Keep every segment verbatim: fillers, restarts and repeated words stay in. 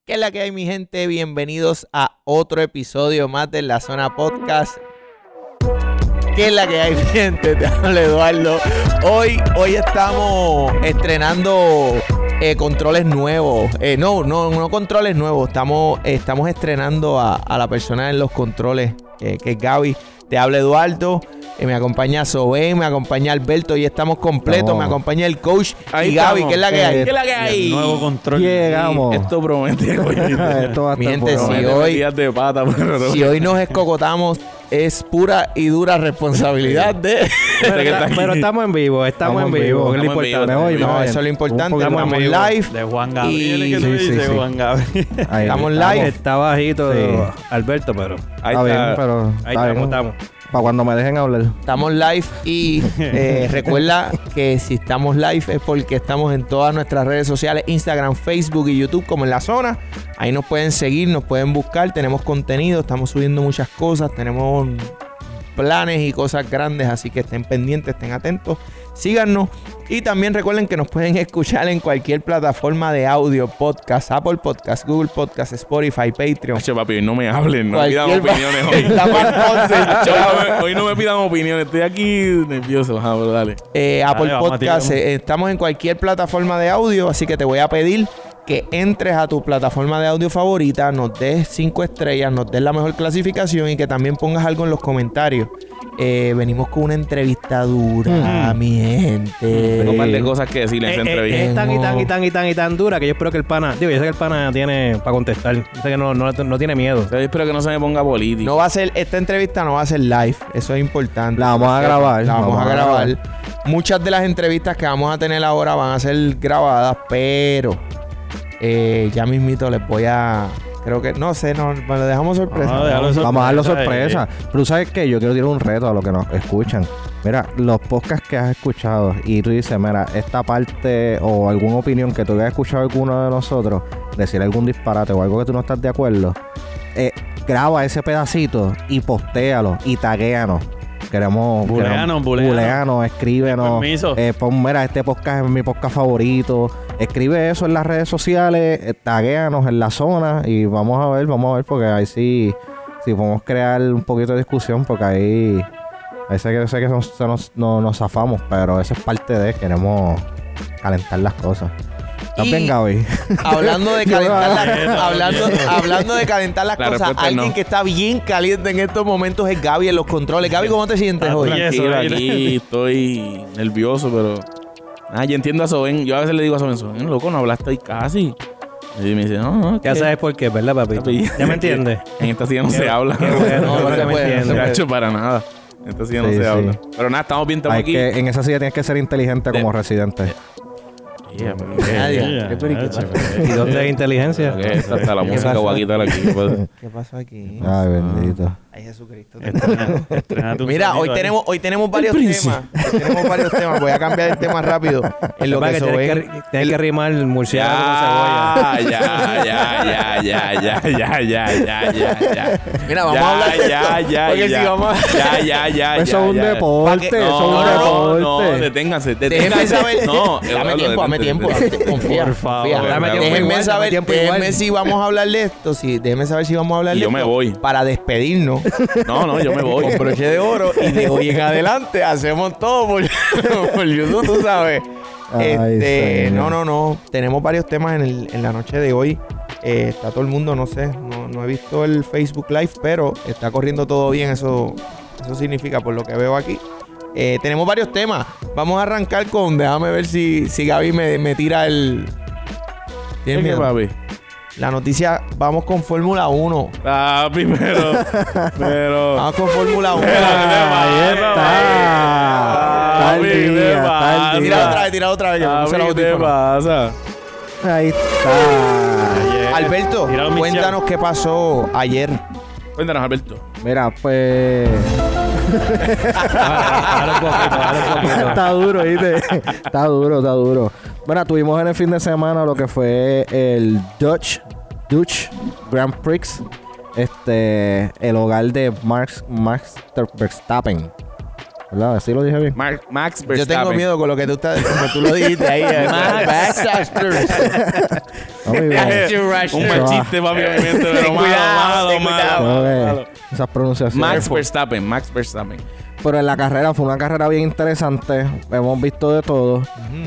¿Qué es la que hay, mi gente? Bienvenidos a otro episodio más de La Zona Podcast. ¿Qué es la que hay, mi gente? Te habla Eduardo. Hoy, hoy estamos estrenando eh, controles nuevos. Eh, no, no, no controles nuevos. Estamos, eh, estamos estrenando a, a la persona en los controles, eh, que es Gaby. Te habla Eduardo. Eh, me acompaña Soben, me acompaña Alberto. Y estamos completos. Estamos. Me acompaña el coach Ahí y Gaby. estamos. ¿Qué es la que hay? Eh, ¿Qué es la que hay? El nuevo control. Llegamos. Esto promete. Esto va a Mi estar gente, bueno. si Promete hoy- metidas de pata, pero Si hoy nos escocotamos, es pura y dura responsabilidad de... Pero, que está aquí. pero estamos en vivo, estamos, en vivo. Estamos Es lo en importante. vivo, Me voy, me No, voy. eso es lo importante. Un poquito Estamos más en live. De Juan Gabriel, Y- que no sí, dice sí, sí. Juan Gabriel. Ahí Estamos estamos. live. Está bajito, Sí. Alberto, pero ahí está bien, está. pero Ahí está estamos, bien. estamos. Para cuando me dejen hablar. Estamos live y eh, recuerda que si estamos live es porque estamos en todas nuestras redes sociales, Instagram, Facebook y YouTube como en La Zona. Ahí nos pueden seguir, nos pueden buscar, tenemos contenido, estamos subiendo muchas cosas, tenemos planes y cosas grandes, así que estén pendientes, estén atentos, síganos. Y también recuerden que nos pueden escuchar en cualquier plataforma de audio, podcast, Apple Podcast, Google Podcast, Spotify, Patreon. Hacho, papi, hoy no me hablen, no Cualquier pidan pa- opiniones hoy. La más once, Hacho, hoy, no me, hoy no me pidan opiniones, estoy aquí nervioso. Ajá, pero dale. Eh, Apple Dale, vamos, Podcast, tiramos. eh, estamos en cualquier plataforma de audio, así que te voy a pedir que entres a tu plataforma de audio favorita, nos des cinco estrellas, nos des la mejor clasificación y que también pongas algo en los comentarios. Eh, venimos con una entrevista dura, mi gente. Tengo un par de cosas que decirle en esa Eh, eh, entrevista. es tan y tan y tan y tan y tan dura que yo espero que el pana... Digo, yo sé que el pana tiene para contestar. Yo sé que no, no, no tiene miedo. Yo espero que no se me ponga político. No va a ser, esta entrevista no va a ser live, eso es importante. La vamos a grabar. La vamos, a grabar. Muchas de las entrevistas que vamos a tener ahora van a ser grabadas, pero eh, ya mismito les voy a... Creo que, no sé, no, me lo dejamos sorpresa. No, déjalo sorpresa. Vamos a darlo eh. sorpresa. Pero ¿tú sabes qué? Yo quiero tirar un reto a los que nos escuchan. Mira, los podcasts que has escuchado y tú dices, mira, esta parte o alguna opinión que tú hayas escuchado alguno de nosotros, decir algún disparate o algo que tú no estás de acuerdo, eh, graba ese pedacito y postéalo y taguéanos. Queremos... Buleanos, queremos- buleanos. buleanos, escríbenos. Permiso. Eh, pon, mira, este podcast es mi podcast favorito. Escribe eso en las redes sociales, eh, taguéanos en La Zona y vamos a ver, vamos a ver, porque ahí sí, sí podemos crear un poquito de discusión, porque ahí, ahí sé que, sé que nos, se nos, no, nos zafamos, pero eso es parte de, queremos calentar las cosas. ¿Estás Y- bien, Gaby? Hablando de calentar las hablando, hablando de calentar las La cosas, respuesta es alguien no. que está bien caliente en estos momentos es Gaby en los controles. Gaby, ¿cómo te sientes Ah, hoy? tranquilo. Tranquilo, eso, aquí estoy nervioso, pero... Ah, yo entiendo a Soben. Yo a veces le digo a Soben, Soben, loco, no hablaste ahí casi. Y me dice, no, no, Ya que- sabes por qué, ¿verdad, papi? Papi, ¿Ya me entiendes? En esta silla no se habla. Qué bueno, No, qué bueno no se que me puede, no se entiendes. puede. Cacho, para nada. En esta silla no Sí, se sí. habla. Pero nada, estamos bien, estamos Hay aquí. que, en esa silla tienes que ser inteligente como De- residente. Yeah, pero- Nadie. Yeah, ¿Qué perico? hacho, ¿Y dónde hay inteligencia? Ok, esta- hasta la música pasa? voy a quitar aquí. pues. ¿Qué pasó aquí? Ay, bendito. Ay, Jesucristo. Estrena- estrenate un Mira, sonido hoy ahí. tenemos, hoy tenemos varios príncipe. temas. Hoy tenemos varios temas. Voy a cambiar el tema rápido. En lo Para que que tienes Soben... que, tienes que rimar murciélago con cebolla. Ya, ya, ya, ya, ya, ya, ya, ya, ya, ya, ya. Mira, vamos Ya, a hablar de esto. ya, ya, Porque ya. si vamos a... Ya, ya, ya, Eso ya, es un ya. deporte, Pa' que- eso es un No, no, no, deporte. deténganse, Déjenme deténganse. saber. No, dame Eduardo, tiempo, dame detente, tiempo. detente. Confía. Por favor. confía. Dame tiempo Déjenme igual, dame saber, tiempo déjenme igual. si vamos a hablar de esto. Sí, déjenme saber si vamos a hablar Y de yo esto. me voy. Para despedirnos. No, no, yo me voy. Con broche de oro. Y de hoy en adelante hacemos todo por, por YouTube, tú sabes. Ay, este, señor. no, no, no. Tenemos varios temas en, el- en la noche de hoy. Eh, está todo el mundo, no sé. No, no he visto el Facebook Live, pero está corriendo todo bien. Eso, eso significa por lo que veo aquí. Eh, tenemos varios temas. Vamos a arrancar con... Déjame ver si, si Gaby me, me tira el... ¿Tienes ¿Qué, miedo? papi? La noticia... Vamos con Fórmula uno. Ah, primero. Pero. Vamos con Fórmula uno. Ahí está. Está el Papi, ¿qué día, te está el Tira día. otra vez, tira otra vez. Que me puse los Papi, ¿qué te audífonos. pasa? Ahí está. Alberto, Tira la misión. cuéntanos qué pasó ayer. Cuéntanos, Alberto. Mira, pues... Dale un poquito, dale un poquito. Está duro, ¿viste? Está duro, está duro. Bueno, tuvimos en el fin de semana lo que fue el Dutch, Dutch Grand Prix. Este, el hogar de Max, Max Verstappen. ¿Verdad? ¿Así lo dije bien? Mar- Max Verstappen. Yo tengo miedo con lo que tú estás, como tú lo dijiste ahí. eh, Max Verstappen. Papi, Un mal chiste, papi, obviamente, pero malo, malo, malo, eh, malo. esas pronunciaciones. Max Verstappen, Max Verstappen. Pero en la carrera fue una carrera bien interesante. Hemos visto de todo.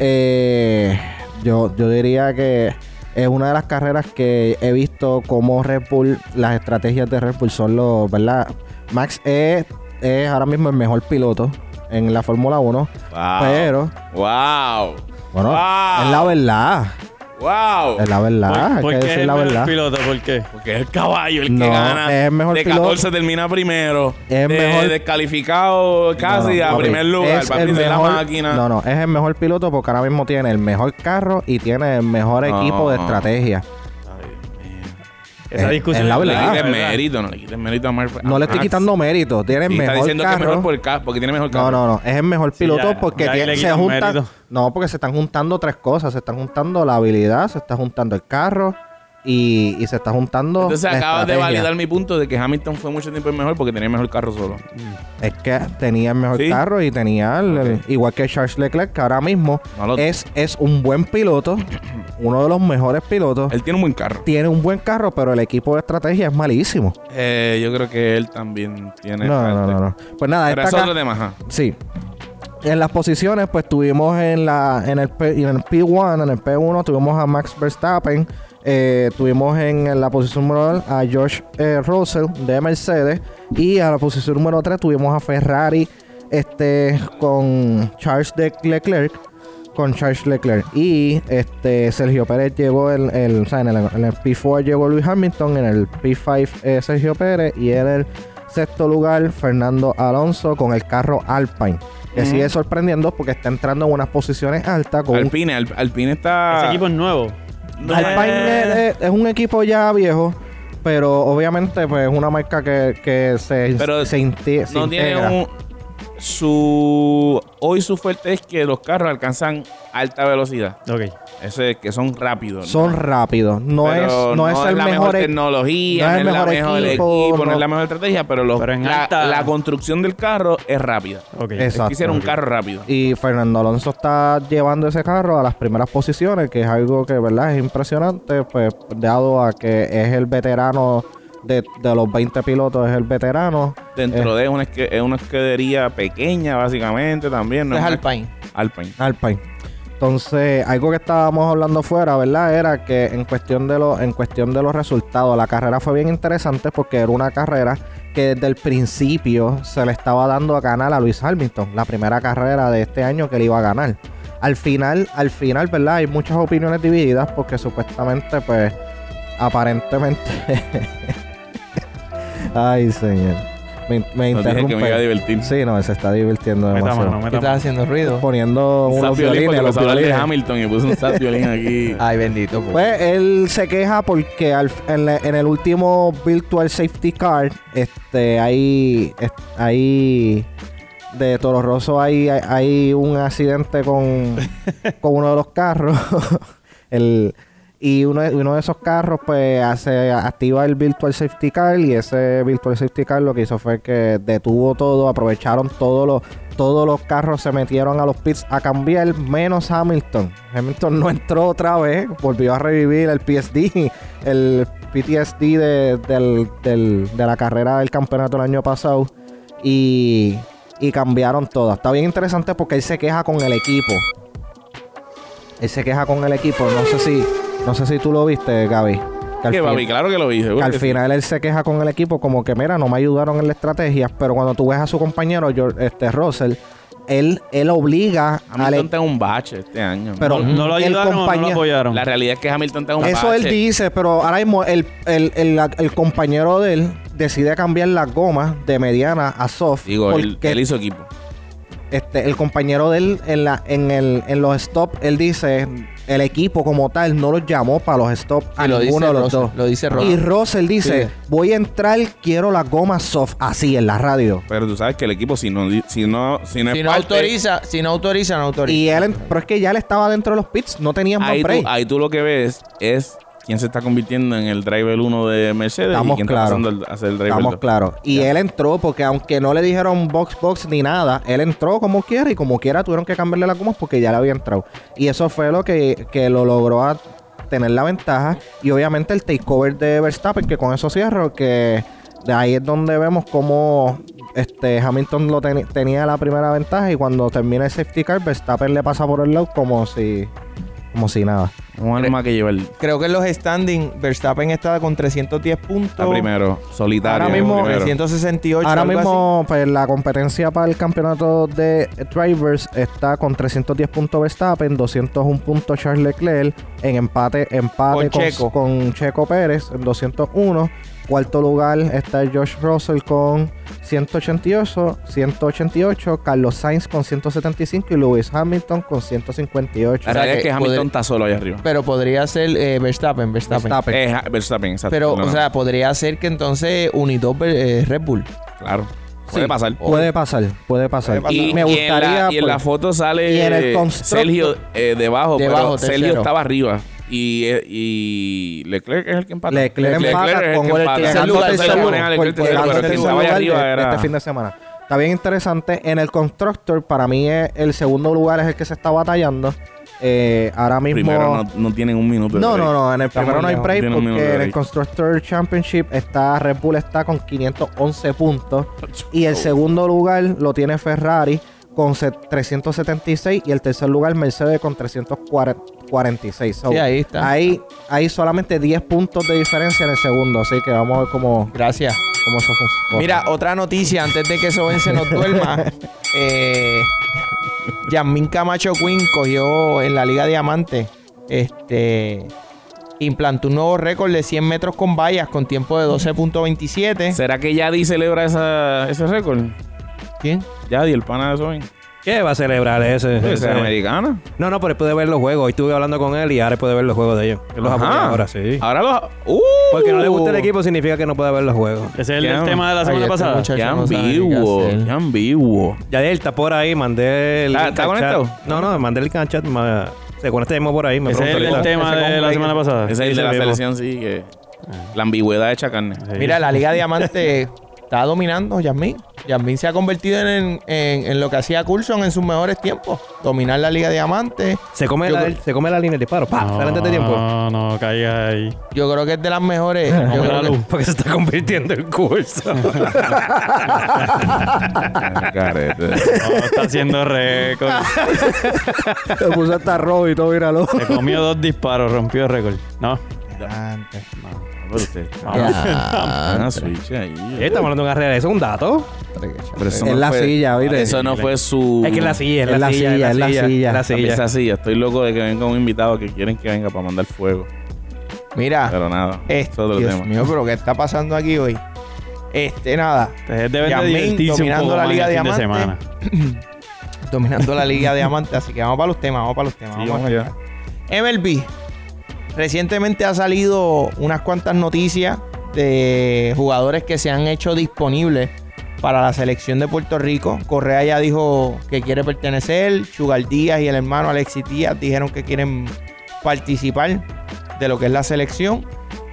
Eh, yo, yo diría que es una de las carreras que he visto como Red Bull, las estrategias de Red Bull son los, ¿verdad? Max es, es ahora mismo el mejor piloto en la Fórmula uno. Wow. Pero, Wow. bueno, Wow. es la verdad. Wow. Es la verdad. ¿Por Hay qué que es decir el la mejor verdad. piloto? ¿Por qué? Porque es el caballo el No, que gana. es el mejor de piloto. catorce termina primero. Es de, mejor- descalificado casi No, no, a papi, primer lugar. es Papi, el de la mejor- máquina. No, no, es el mejor piloto porque ahora mismo tiene el mejor carro y tiene el mejor No. equipo de estrategia. Ay, Dios mío. Esa Es- discusión es la No le verdad. quites ¿verdad? mérito, no le quites mérito a Max. No le estoy quitando mérito, tiene el Sí, está mejor diciendo que es carro. mejor por el ca- porque tiene mejor carro. No, no, no, es el mejor Sí, piloto ya, porque ya ahí tiene- le se quitan juntan. mérito. No, porque se están juntando tres cosas, se están juntando la habilidad, se está juntando el carro y, y se está juntando Entonces la acabas de estrategia. validar mi punto de que Hamilton fue mucho tiempo el mejor porque tenía el mejor carro solo. Es que tenía el mejor Sí. carro y tenía el, el- Ok. igual que Charles Leclerc, que ahora mismo No lo- es, es un buen piloto, uno de los mejores pilotos. Él tiene un buen carro. Tiene un buen carro, pero el equipo de estrategia es malísimo. Eh, yo creo que él también tiene. No, no, falta. no, no. Pues nada, Pero esta es ca- otro tema, ajá. Sí. En las posiciones, pues tuvimos en la en el, P, en el P uno, en el P uno, tuvimos a Max Verstappen. Eh, tuvimos en, en la posición número dos a George eh, Russell de Mercedes. Y a la posición número tres tuvimos a Ferrari este, con Charles de Leclerc. Con Charles Leclerc. Y este Sergio Pérez llegó el, el, o sea, en el, en el P cuatro llegó Lewis Hamilton, en el P cinco eh, Sergio Pérez y en el sexto lugar Fernando Alonso con el carro Alpine. Que Ujú. sigue sorprendiendo porque está entrando en unas posiciones altas con un Alpine, Al- Alpine está. Ese equipo es nuevo. No, Alpine es, es- es un equipo ya viejo, pero obviamente pues es una marca que, que se, Pero se, inte- se no integra. tiene un. Su. Hoy su fuerte es que los carros alcanzan alta velocidad. Ok. Ese que son rápidos. Son ¿no? rápidos. No Pero es, no es el la mejor, e- tecnología, no no es es, el la mejor mejor equipo, equipo, no, no. es la mejor estrategia, pero, los, Pero en la, alta- la construcción del carro es rápida. Ok. Exacto. Quisiera un ok. carro rápido. Y Fernando Alonso está llevando ese carro a las primeras posiciones, que es algo que, ¿verdad? Es impresionante, pues, dado a que es el veterano de, de los veinte pilotos, es el veterano. Dentro Eh, de una, esque- es una escudería pequeña, básicamente, también. ¿no? Es una- Alpine. Alpine. Alpine. Entonces, algo que estábamos hablando fuera, ¿verdad? Era que en cuestión de los, en cuestión de los resultados, la carrera fue bien interesante porque era una carrera que desde el principio se le estaba dando a ganar a Lewis Hamilton, la primera carrera de este año que él iba a ganar. Al final, al final, ¿verdad? Hay muchas opiniones divididas porque supuestamente, pues, aparentemente. Ay, señor. Me, me No dije interrumpe. que me iba a divertir. Sí, no, se está divirtiendo Meta demasiado. mano, ¿Qué meta estás mano. haciendo ruido? Poniendo Un unos sap violín violines, porque los vas a hablar de violines. Hamilton y puse un sap violín aquí. Ay, bendito. pues. Pues él se queja porque al- en, la- en el último Virtual Safety Car, este, hay, es- hay de Toro Rosso hay, hay, hay un accidente con, con uno de los carros. el, y uno, de- uno de esos carros pues hace, activa el Virtual Safety Car y ese Virtual Safety Car lo que hizo fue que detuvo todo, aprovecharon todos los todos los carros se metieron a los pits a cambiar, menos Hamilton. Hamilton no entró otra vez, volvió a revivir el P S D, el P T S D de, del- del- de la carrera del campeonato del año pasado. Y, y cambiaron todas. Está bien interesante porque él se queja con el equipo. Él se queja con el equipo. No sé si, no sé si tú lo viste, Gaby. Que al ¿Qué, fin- papi? Claro que lo vi. seguro que al que sí. final él se queja con el equipo como que, mira, no me ayudaron en la estrategia, pero cuando tú ves a su compañero, George- este Russell, él, él obliga al Hamilton e- está en un bache este año. Pero No, no lo el ayudaron o no lo compañero- apoyaron. La realidad es que Hamilton está en un Eso bache. él dice, pero ahora mismo el, el, el, la- el compañero de él decide cambiar las gomas de mediana a soft. Digo, él, porque él hizo equipo. este, el compañero de él en, la, en, el, en los stops, él dice, el equipo como tal no los llamó para los stops a Y lo ninguno dice de los Russell, dos. lo dice Y Russell. Russell dice, Sí. voy a entrar, quiero las gomas soft, así en la radio. Pero tú sabes que el equipo, si no, si no, si no es Si no parte- autoriza, si no autoriza, no autoriza. Y él, en- pero es que ya él estaba dentro de los pits, no tenían más ahí tú, break. ahí tú lo que ves es quién se está convirtiendo en el driver uno de Mercedes Estamos y quién claros. está pasando al- a ser el driver Estamos dos. claros. Y Ya. él entró porque aunque no le dijeron box box ni nada, él entró como quiera y como quiera tuvieron que cambiarle las gomas porque ya le había entrado. Y eso fue lo que, que lo logró a tener la ventaja. Y obviamente el takeover de Verstappen, que con eso cierro, que de ahí es donde vemos cómo este, Hamilton lo ten- tenía la primera ventaja y cuando termina el safety car, Verstappen le pasa por el lado como si, como si nada. Un arma que lleva el Creo que en los standings Verstappen está con trescientos diez puntos. está primero, solitario. Ahora mismo, primero. trescientos sesenta y ocho. Ahora algo mismo, pues la competencia para el campeonato de drivers está con trescientos diez puntos Verstappen, doscientos uno puntos Charles Leclerc, en empate, empate Con con, Checo. con Checo Pérez en doscientos uno. Cuarto lugar está Josh Russell con ciento ochenta y ocho, ciento ochenta y ocho, Carlos Sainz con ciento setenta y cinco y Lewis Hamilton con ciento cincuenta y ocho. La realidad es que que Hamilton poder- está solo ahí arriba. Pero podría ser eh, Verstappen, Verstappen. Verstappen. Eh, ha- Verstappen, exacto. Pero, No, o no, sea, podría ser que entonces unidad eh, Red Bull. claro. Puede Sí, pasar. Puede pasar, puede pasar. Puede pasar. Y, me y en la- gustaría. y en la, pues, foto sale y en el eh, constructor- Sergio eh, debajo, Debajo, pero Sergio tercero. estaba arriba. Y, eh, y Leclerc es el que empata. Leclerc empata es el con que el empata. tercer llegando lugar, tercer tercer lugar, Ponen a Leclerc por- tercero, llegando pero el que tercer estaba ahí lugar arriba de- era- este fin de semana. Está bien interesante. En el Constructor, para mí es- el segundo lugar es el que se está batallando. Eh, ahora mismo. Primero no, no tienen un minuto. de No, break. no, no. En el primero muy no hay lejos. break Tiene un minuto porque de en el break. Constructor Championship está Red Bull está con quinientos once puntos. Y el segundo lugar lo tiene Ferrari con se- trescientos setenta y seis. Y el tercer lugar Mercedes con trescientos cuarenta y seis. So, Sí, ahí está. Hay, hay solamente diez puntos de diferencia en el segundo. Así que vamos a ver cómo, Gracias. cómo eso funciona. Mira, otra noticia antes de que Soben se nos duerma. eh, Yasmín Camacho Quinn cogió en la Liga Diamante. Este. Implantó un nuevo récord de cien metros con vallas con tiempo de doce punto veintisiete. ¿Será que Yadi celebra esa, ese récord? ¿Quién? Yadi, el pana de Soben. ¿Qué va a celebrar ese? Esa ese? es americana. No, no, pero él puede ver los juegos. Hoy estuve hablando con él y ahora puede ver los juegos de ellos. Él los Ajá. apoya ahora, sí. Ahora los. ¡Uh! Porque no le gusta el equipo significa que no puede ver los juegos. Ese es el, Ya, el tema de la ay, semana este pasada. muchacho Qué no sabe ni qué ambiguo. hacer. Qué ambiguo. Ya él está por ahí, mandé el ¿Está- link está al conectado? chat. No, no, mandé el link al chat. ma- Se conecta mismo por ahí. Me Ese es preguntó el, el ahorita. tema ese de la completo. semana pasada. Ese es el de la mismo. selección, sí, que. La ambigüedad hecha carne. Sí. Mira, la Liga Diamante está dominando Yasmín. Yasmín se ha convertido en, en, en lo que hacía Coulson en sus mejores tiempos. Dominar la Liga Diamante. Se come, Yo la, creo- se come la línea de disparo. ¡Pah! Sale antes de tiempo. No, no, caiga ahí. Yo creo que es de las mejores. Yo Vamos a creo la que- luz. Porque se está convirtiendo en curso. Carete. No, está haciendo récord. Se puso hasta rojo y todo, míralo. Se comió dos disparos, rompió el récord. No. Pero usted. Ya. Una switch ahí. Eh, Estamos hablando de una realidad. ¿Eso es un dato? Pero eso Es no la fue- silla, ¿oíste? Eso no fue su. Es que es la silla, es la, Es la silla, silla, es la silla. Es la A mí silla. esa silla. Estoy loco de que venga un invitado que quieren que venga para mandar fuego. Mira, Pero nada. eh, eso es otro Dios tema. mío, pero ¿qué está pasando aquí hoy? Este, nada. Ustedes deben de Yasmín divertirse un dominando poco la más Liga el fin de Diamante. semana. Dominando la Liga Diamante. Así que vamos para los temas, vamos para los temas. Sí, vamos vamos allá. M L B. Recientemente ha salido unas cuantas noticias de jugadores que se han hecho disponibles para la selección de Puerto Rico. Correa ya dijo que quiere pertenecer. Sugar Díaz y el hermano Alexis Díaz dijeron que quieren participar de lo que es la selección.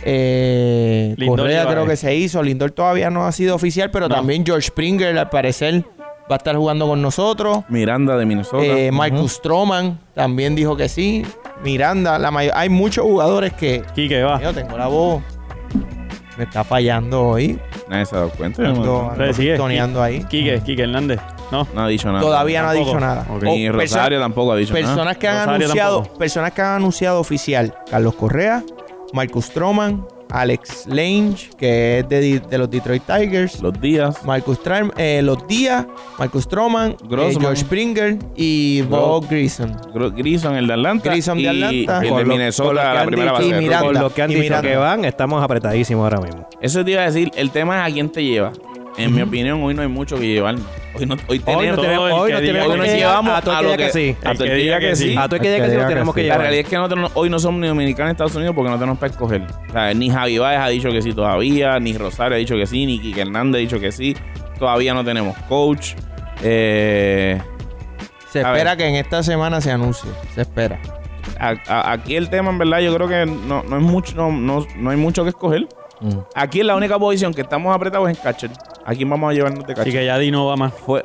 Eh, Lindor Correa lleva creo ahí. que se hizo. Lindor todavía no ha sido oficial, pero No. también George Springer al parecer va a estar jugando con nosotros. Miranda de Minnesota. Eh, Marcus Stroman también dijo que sí. Miranda, la mayor, hay muchos jugadores que. Quique, va. Yo tengo la voz. Me está fallando hoy. Nadie se ha dado cuenta. Ando, No, ando sigue. toneando ahí. Quique, Quique Hernández. No. no ha dicho nada. Todavía no ha tampoco. dicho nada. Ok. O Ni perso- Rosario tampoco ha dicho nada. Personas que han Rosario anunciado, tampoco. personas que han anunciado oficial. Carlos Correa, Marcus Stroman, Alex Lange, que es de, di- de los Detroit Tigers. Los días. Marcus Tram, eh, Los Díaz, Marcus Stroman, eh, Grossman. George Springer y Bob Grison. Gr- Grison, el de Atlanta. Grison de y Atlanta. el Con de lo- Minnesota, con lo que la han primera dicho base. y de Miranda. Rocco. Con lo que han y dicho Miranda. que van, estamos apretadísimos ahora mismo. Eso te iba a decir. El tema es a quién te lleva. En mi opinión, hoy no hay mucho que llevarnos. Hoy, no, hoy Hoy tenemos. no todo tenemos, el hoy que no diga- tenemos hoy nos que llevamos llevar a todo el a que lo diga que, que sí. a todo el que diga que sí. A todo el que diga El que que sí lo diga tenemos que que sí. La llevar. realidad es que nosotros no- hoy no somos ni dominicanos ni Estados Unidos porque no tenemos para escoger. O sea, ni Javi Báez ha dicho que sí todavía, ni Rosario ha dicho que sí, ni Quique Hernández ha dicho que sí. Todavía no tenemos coach. Eh, Se A espera ver. que en esta semana se anuncie. Se espera. a- a- aquí el tema, en verdad, yo creo que no, no es mucho, no, no, no hay mucho que escoger. Mm. Aquí es la única posición que estamos apretados es en catcher. ¿A quién vamos a llevarnos de Así catcher? que ya di no va más. Fue,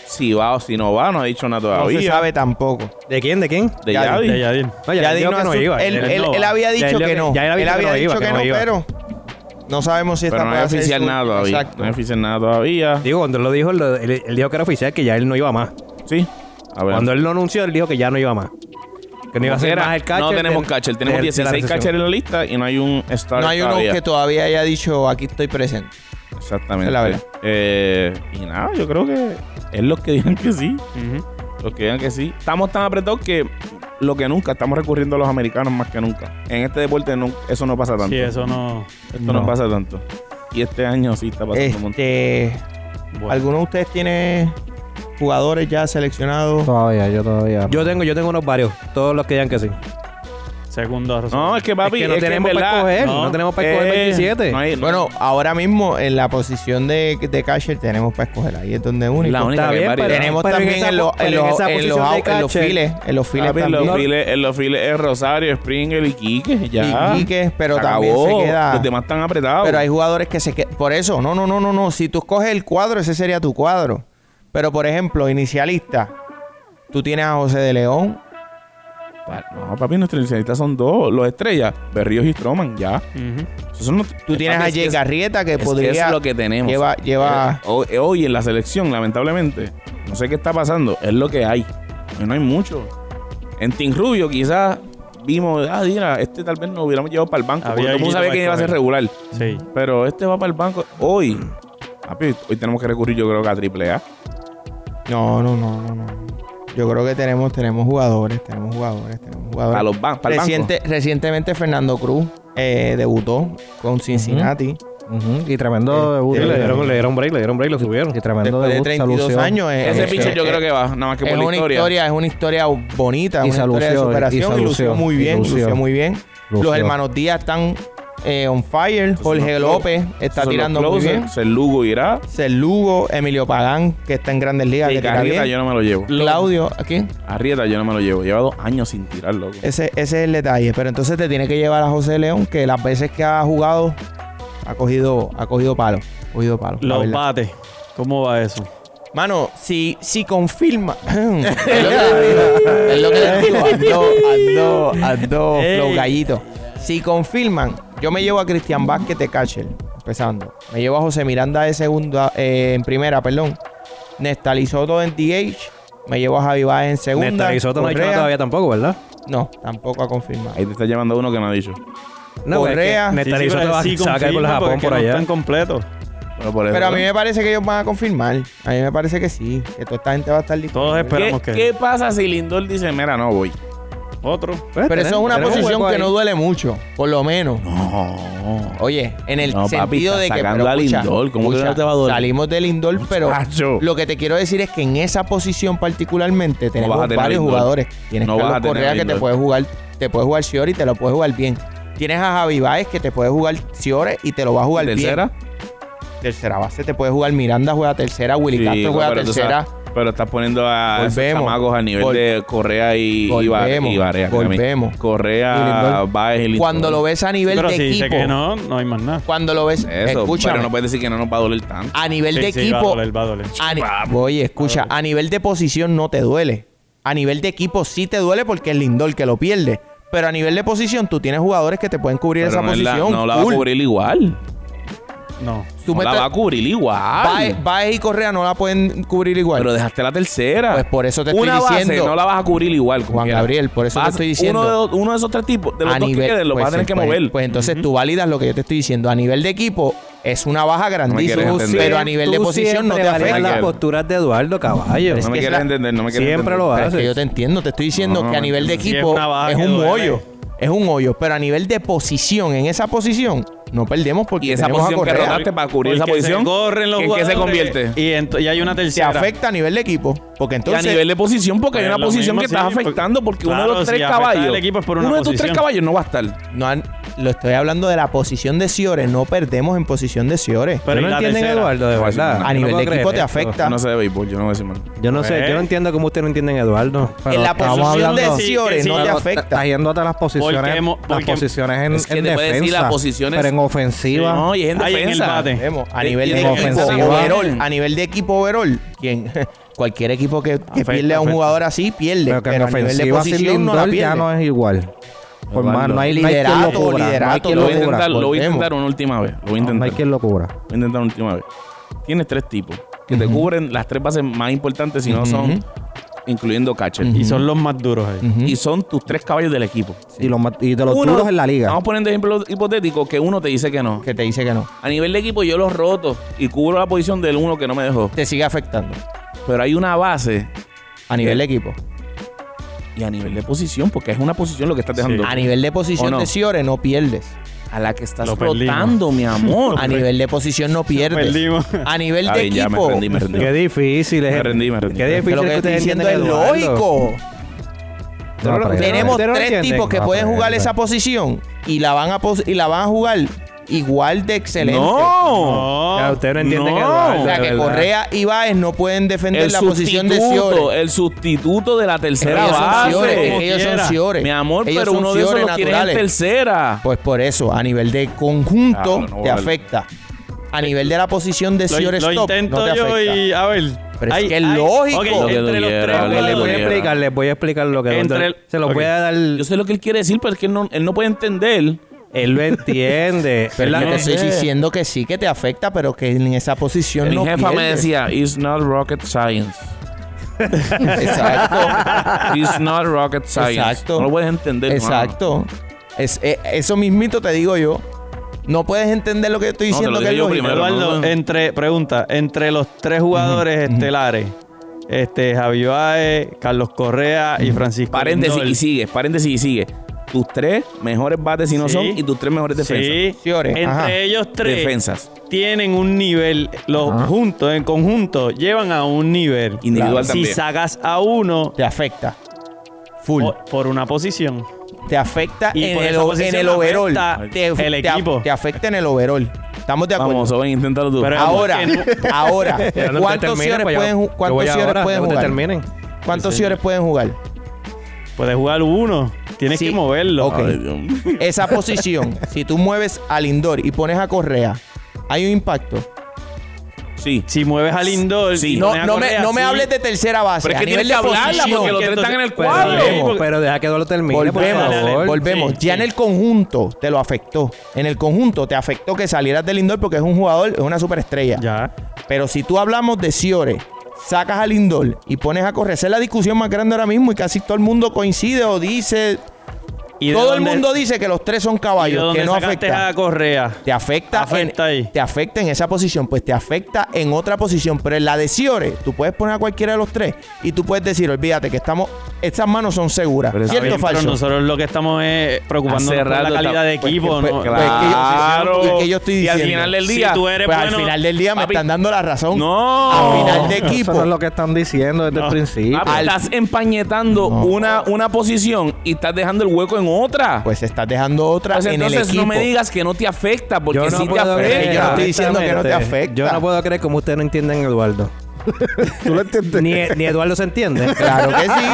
si va o si no va, no ha dicho nada No todavía. se sabe tampoco. ¿De quién? ¿De quién? De Yadi. Yadi. De Yadil. No, ya Yadi dijo no que no asu- iba. Él, Él él- no él va. había dicho Ya él que le- no. ya él había Él dicho que había no dicho iba, que que no, no iba. pero no sabemos si está Pero no para es hacer oficial su- nada todavía. Exacto. No es oficial nada todavía. Digo, cuando él lo dijo, lo- él, él dijo que era oficial, que ya él no iba más. Sí. A ver. Cuando él lo anunció, él dijo que ya no iba más. Que no iba a ser Era- más el catcher. no tenemos del- catcher. Tenemos del- de la dieciséis sesión. catchers en la lista y no hay un start No hay uno todavía. que todavía haya dicho aquí estoy presente. Exactamente. Es la verdad. Eh, y nada, yo creo que es los que digan que sí. Ujú. Los que digan que sí. Estamos tan apretados que lo que nunca, estamos recurriendo a los americanos más que nunca. En este deporte no- eso no pasa tanto. Sí, eso no. Esto no. no. pasa tanto. Y este año sí está pasando un montón. Este, Bueno. ¿alguno de ustedes tiene jugadores ya seleccionados? Todavía, yo todavía. Yo tengo, yo tengo unos varios. Todos los que digan que sí. Segundo. No, es que papi, es que no es que en tenemos para verdad- escoger. no, No, tenemos para escoger Eh, veintisiete. no hay- no- Bueno, ahora mismo en la posición de, de catcher tenemos para escoger. Ahí es donde único. La única Está que bien, varía. pero- Tenemos pero en también esa en, los, po- en, pero en los, esa en, los, posición de out- en los catcher- files. En los files Papi, en también. los files, en los files es Rosario, Springer y Quique. Ya. Y Quique, pero Se también acabó. se queda. Los demás están apretados. Pero hay jugadores que se quedan. Por eso, no, no, no, no, no. Si tú escoges el cuadro, ese sería tu cuadro. Pero, por ejemplo, inicialista, tú tienes a José de León. No, papi, nuestros inicialistas son dos. Los estrellas, Berríos y Stroman, ya. Ujú. Esos son los- Tú tienes papi, a es Jay que es- Garrieta, que es que podría. eso es lo que tenemos. Lleva, lleva Eh, hoy, hoy en la selección, lamentablemente, no sé qué está pasando. Es lo que hay. Y no hay mucho. En Team Rubio, quizás vimos, ah, mira, este tal vez nos hubiéramos llevado para el banco. Había Porque todo el mundo alguito sabía para que iba a ser escoger. regular. Sí. Pero este va para el banco. Hoy, papi, hoy tenemos que recurrir, yo creo que a Triple A. No, no, no, no, no. Yo creo que tenemos, tenemos jugadores, tenemos jugadores, tenemos jugadores. Para los ban- para el Reciente- banco. Recientemente Fernando Cruz eh, debutó con Cincinnati. Ujú, y tremendo debut. Sí, Eh, le, de- dieron, le dieron break, le dieron break, lo subieron. Y tremendo Después de debut. treinta y dos solución. años. eh, Ese eh, pitcher yo eh, creo que va, nada más que es por la una historia. historia, es una historia bonita, Y una se historia de lució, superación y se y lució lució, muy y bien, lució. lució muy bien. Los Lució. hermanos Díaz están eh, on fire. Jorge son los López Esos está son los tirando muy closers. bien. Ser Lugo irá. Ser Lugo, Emilio Pagán, que está en Grandes Ligas, Y que tira Carrieta bien. yo no me lo llevo. Claudio, ¿aquí? Arrieta yo no me lo llevo. Lleva dos años sin tirar, loco. Ese, ese es el detalle. Pero entonces te tiene que llevar a José León, que las veces que ha jugado ha cogido, ha cogido palo. Ha cogido palo. la Los verdad. bates. ¿Cómo va eso? Mano, si, si confirma. es lo que te digo. Es lo que te digo. Ando, ando, ando, Ey. flow gallito. Si confirman, yo me llevo a Cristian Vázquez de catcher, empezando. Me llevo a José Miranda de segunda, eh, en primera, perdón. Nestal Soto en D H. Me llevo a Javi Baez en segunda. Néstor y Soto no ha dicho Correa. nada todavía tampoco, ¿verdad? No, tampoco ha confirmado. Ahí te está llevando uno que no ha dicho. No, Correa. es que Néstor y Sí, sí, Soto pero va- sí se va a caer con confirma los Japón porque por no allá. están completos. Pero, por eso, Pero a mí ¿no? me parece que ellos van a confirmar. A mí me parece que sí. Que toda esta gente va a estar lista. Todos ¿Qué, esperamos que. ¿Qué pasa si Lindor dice, mira, no voy? Otro. Pues, Pero eso es tenemos- una tenemos un posición hueco que ahí. no duele mucho, por lo menos. No. Oye, en el No, papi, sentido está de que sacando pero, a escucha, Lindor, ¿cómo que escucha, no te va a doler? salimos de Lindor, pero Muchacho. lo que te quiero decir es que en esa posición particularmente tenemos vas a tener a varios Lindor. jugadores. Tienes No vas a Carlos tener Correa a que te Lindor. puede jugar, te puede jugar Ciore y te lo puede jugar bien. Tienes a Javi Baez que te puede jugar Ciore y te lo va a jugar ¿Tercera? bien. Tercera base te puede jugar Miranda, juega tercera, Willy Sí, Castro juega pero tú tercera. sabes- Pero estás poniendo a esos Volvemos. chamacos a nivel Vol- de Correa y, y, Ba- Volvemos. y Barea. créeme. Volvemos. Correa, Y Lindor. Baez y Lindor. Cuando lo ves a nivel Pero de si dice equipo, que no, no hay más nada. cuando lo ves, Eso, escúchame, pero no puedes decir que no nos va a doler tanto. a nivel Sí, de sí, equipo, va a doler, va a doler. A ni- Oye, escucha, a nivel de posición no te duele. A nivel de equipo sí te duele porque es Lindor que lo pierde. Pero a nivel de posición tú tienes jugadores que te pueden cubrir Pero esa no, es la- posición. no la va a Cool. cubrir igual. No. Tú No la metes- va a cubrir igual. Baez, Baez y Correa no la pueden cubrir igual. Pero dejaste la tercera. Pues por eso te estoy Una base diciendo, no la vas a cubrir igual. como Juan quiera. Gabriel, por eso te Vas- estoy diciendo. Uno de, uno de esos tres tipos, de los a dos nivel, que queden, los pues, vas a tener que pues, mover. Pues entonces tú validas lo que yo te estoy diciendo. A nivel de equipo es una baja grandísima. quieres entender. Pero a nivel de Tú posición no te siempre validas afecta. las posturas de Eduardo Caballo. Pero es no me que es quieres la- entender, no me quieres Siempre entender. lo Pero es hace. que yo te entiendo, te estoy diciendo No, que a nivel de sí, equipo es una baja es que un duele. hoyo. Es un hoyo. Pero a nivel de posición, en esa posición, no perdemos porque Y esa tenemos a posición que Correa. rotaste para cubrir esa Porque posición, se corren los ¿en qué se jugadores convierte? Y, ent- y hay una Se tercera. afecta a nivel de equipo. Porque Y entonces. a nivel de posición, porque hay Pues una lo posición mismo, que estás sí, porque- afectando, porque uno de claro, los si tres afecta al caballos, equipo es por una uno de tus tres posición. caballos no va a estar. No han- lo estoy hablando de la posición de Ciore. No perdemos en posición de Ciore. Pero ¿No ¿y la entienden, tercera? Eduardo, de No, verdad? a A Yo nivel no de puedo equipo te creer esto. afecta. Yo no sé de béisbol, yo no voy a decir mal. Yo no sé, Pues- yo no entiendo cómo ustedes no entienden a Eduardo. En la estamos posición hablando- de Sí, Ciore que sí. no te Pero afecta. Estás yéndote a las posiciones, Porque hemos- las porque- posiciones en, Es que en te puedes defensa. decir las posiciones- Pero en ofensiva. No, y es en Ay, en el defensa. bate. Vemos, a Eh, nivel y de en equipo ofensiva. overall, a nivel de equipo overall, ¿quién? cualquier equipo que, que Afecta, pierde a un afecta. jugador así, pierde. Pero que en Pero a nivel de ofensiva sin posición no la Lindor ya pierde. no es igual. Por más, Eduardo. no hay, no hay quien lo Liderato, cubra. No hay liderato, quien Lo lo voy a intentar, cubra. lo voy a Volvemos. intentar una última vez. Lo voy a No intentar. hay quien lo cubra. Voy a intentar una última vez. Tienes tres tipos que te cubren las tres bases más importantes, si no son, incluyendo catcher. Y son los más duros ahí. Ujú. Y son tus tres caballos del equipo. Y, los, ma- y de los Uno- duros en la liga. Vamos poniendo ejemplos hipotéticos que uno te dice que no. Que te dice que no. A nivel de equipo yo los roto y cubro la posición del uno que no me dejó. Te sigue afectando. Pero hay una base A nivel ¿Qué? de equipo. y a nivel de posición, porque es una posición lo que estás dejando. A nivel de posición ¿O no? de Ciore no pierdes. A la que estás Lo perdimos. rotando, mi amor. A nivel de posición no pierdes. Perdimos. A nivel Está de bien, ya me equipo. rendí, me rendí. Qué difícil es. Me rendí, me rendí. Qué Que difícil lo que que estoy ustedes diciendo entiendan es a Eduardo. lógico. No aprende. Tenemos ¿Ustedes no tres entienden? tipos que No pueden jugar aprende. esa posición y la van a pos- y la van a jugar igual de excelente. No. Ya, ustedes no entienden No. a Eduardo. O sea de que verdad. Correa y Báez no pueden defender El la posición de sustituto, Ciore. el sustituto de la Es que tercera ellos son base. Ciore, es como que ellos son quiera. Ciore. Mi amor, Ellos pero son uno de esos Ciore lo quieres en naturales. tercera. Pues por eso, a nivel de conjunto Ah, bueno, te vale. afecta. A nivel de la posición de Lo, Ciore lo stop intento no te yo afecta. y a ver. Pero es Hay- que es hay- lógico. ok, Lo que entre los tuviera, tres lo que Les voy a jugadores. tuviera. explicar, les voy a explicar lo que Entre Eduardo- el- se los ok. voy a dar. Yo sé lo que él quiere decir, pero es que él no, él no puede entender. Él lo entiende. Pero Él yo la- te estoy diciendo que sí que te afecta, pero que en esa posición Mi no jefa me pierdes. decía, it's not rocket science. Exacto. It's not rocket science. Exacto. No lo puedes entender. Exacto. Es, eh, eso mismito te digo yo. No puedes entender lo que estoy No, te diciendo lo que es dije yo lógico. primero. Eduardo, no. entre, pregunta, entre los tres jugadores estelares, este, Javi Baez, Carlos Correa y Francisco Paréntesis Lindor. y sigue, paréntesis y sigue. Tus tres mejores bates si no Sí. son y tus tres mejores defensas. Sí, Ciore, entre ajá. ellos tres Defensas. tienen un nivel, los Ajá. juntos, en conjunto, llevan a un nivel. Individual Si también. sacas a uno Te afecta. Full. por, por una posición, Te afecta Y en por el, esa o- posición en el overall. afecta Te, el te- equipo. te afecta en el overall. Estamos de acuerdo. Vamos, Soben, inténtalo tú. Pero- Ahora, porque ahora, Ya no ¿cuántos terminen, Ciores pues ya- pueden, ju- yo cuántos voy Ciores ahora, pueden ya jugar? terminen. ¿Cuántos Sí, Ciores pueden jugar? puedes jugar uno. Tienes Sí. que moverlo. Ok. Ay, Dios mío. Esa posición, si tú mueves a Lindor y pones a Correa, ¿hay un impacto? Sí. Si mueves al Lindor, Sí. y No, pones a no me, Correa, no me sí. hables de tercera base. Pero es a que nivel tienes de que hablarla posición. porque los tres Entonces, están en el pero- cuadro. Volvemos, porque- pero deja que Eduardo termine, por Volvemos, Dale, dale. favor. volvemos. Sí, ya sí. en el conjunto te lo afectó. En el conjunto te afectó que salieras de Lindor porque es un jugador, es una superestrella. Ya. Pero si tú hablamos de Ciore, sacas a Lindor y pones a correr, esa es la discusión más grande ahora mismo y casi todo el mundo coincide o dice, ¿Y de todo el dónde- mundo dice que los tres son y de caballos, dónde que no sacaste afecta. a Correa? Te afecta, Afecta en, ahí. te afecta en esa posición, pues te afecta en otra posición. Pero en la de Ciore, tú puedes poner a cualquiera de los tres y tú puedes decir, olvídate que estamos, estas manos son seguras. Pero está ¿Cierto o Bien, pero falso? nosotros lo que estamos es preocupándonos Hace por la rato calidad está- de pues, equipo. pues, ¿no? claro. Pues es que yo- Claro. ¿y qué yo estoy Y al diciendo? final del Si día. tú eres Pues bueno, al final del día me papi, están dando la razón. No. Al final de Eso equipo. no es lo que están diciendo desde No. el principio. Papi, Al- estás empañetando No. una, una posición y estás dejando el hueco en otra. Pues estás dejando otra Pues en el entonces equipo. no me digas que no te afecta, porque Yo no sí te puedo afecta. creer, yo no estoy diciendo que no te honestamente, afecta. Yo no puedo creer como ustedes no entienden a Eduardo. ¿Tú lo entiendes? Ni, ni Eduardo se entiende. Claro que sí.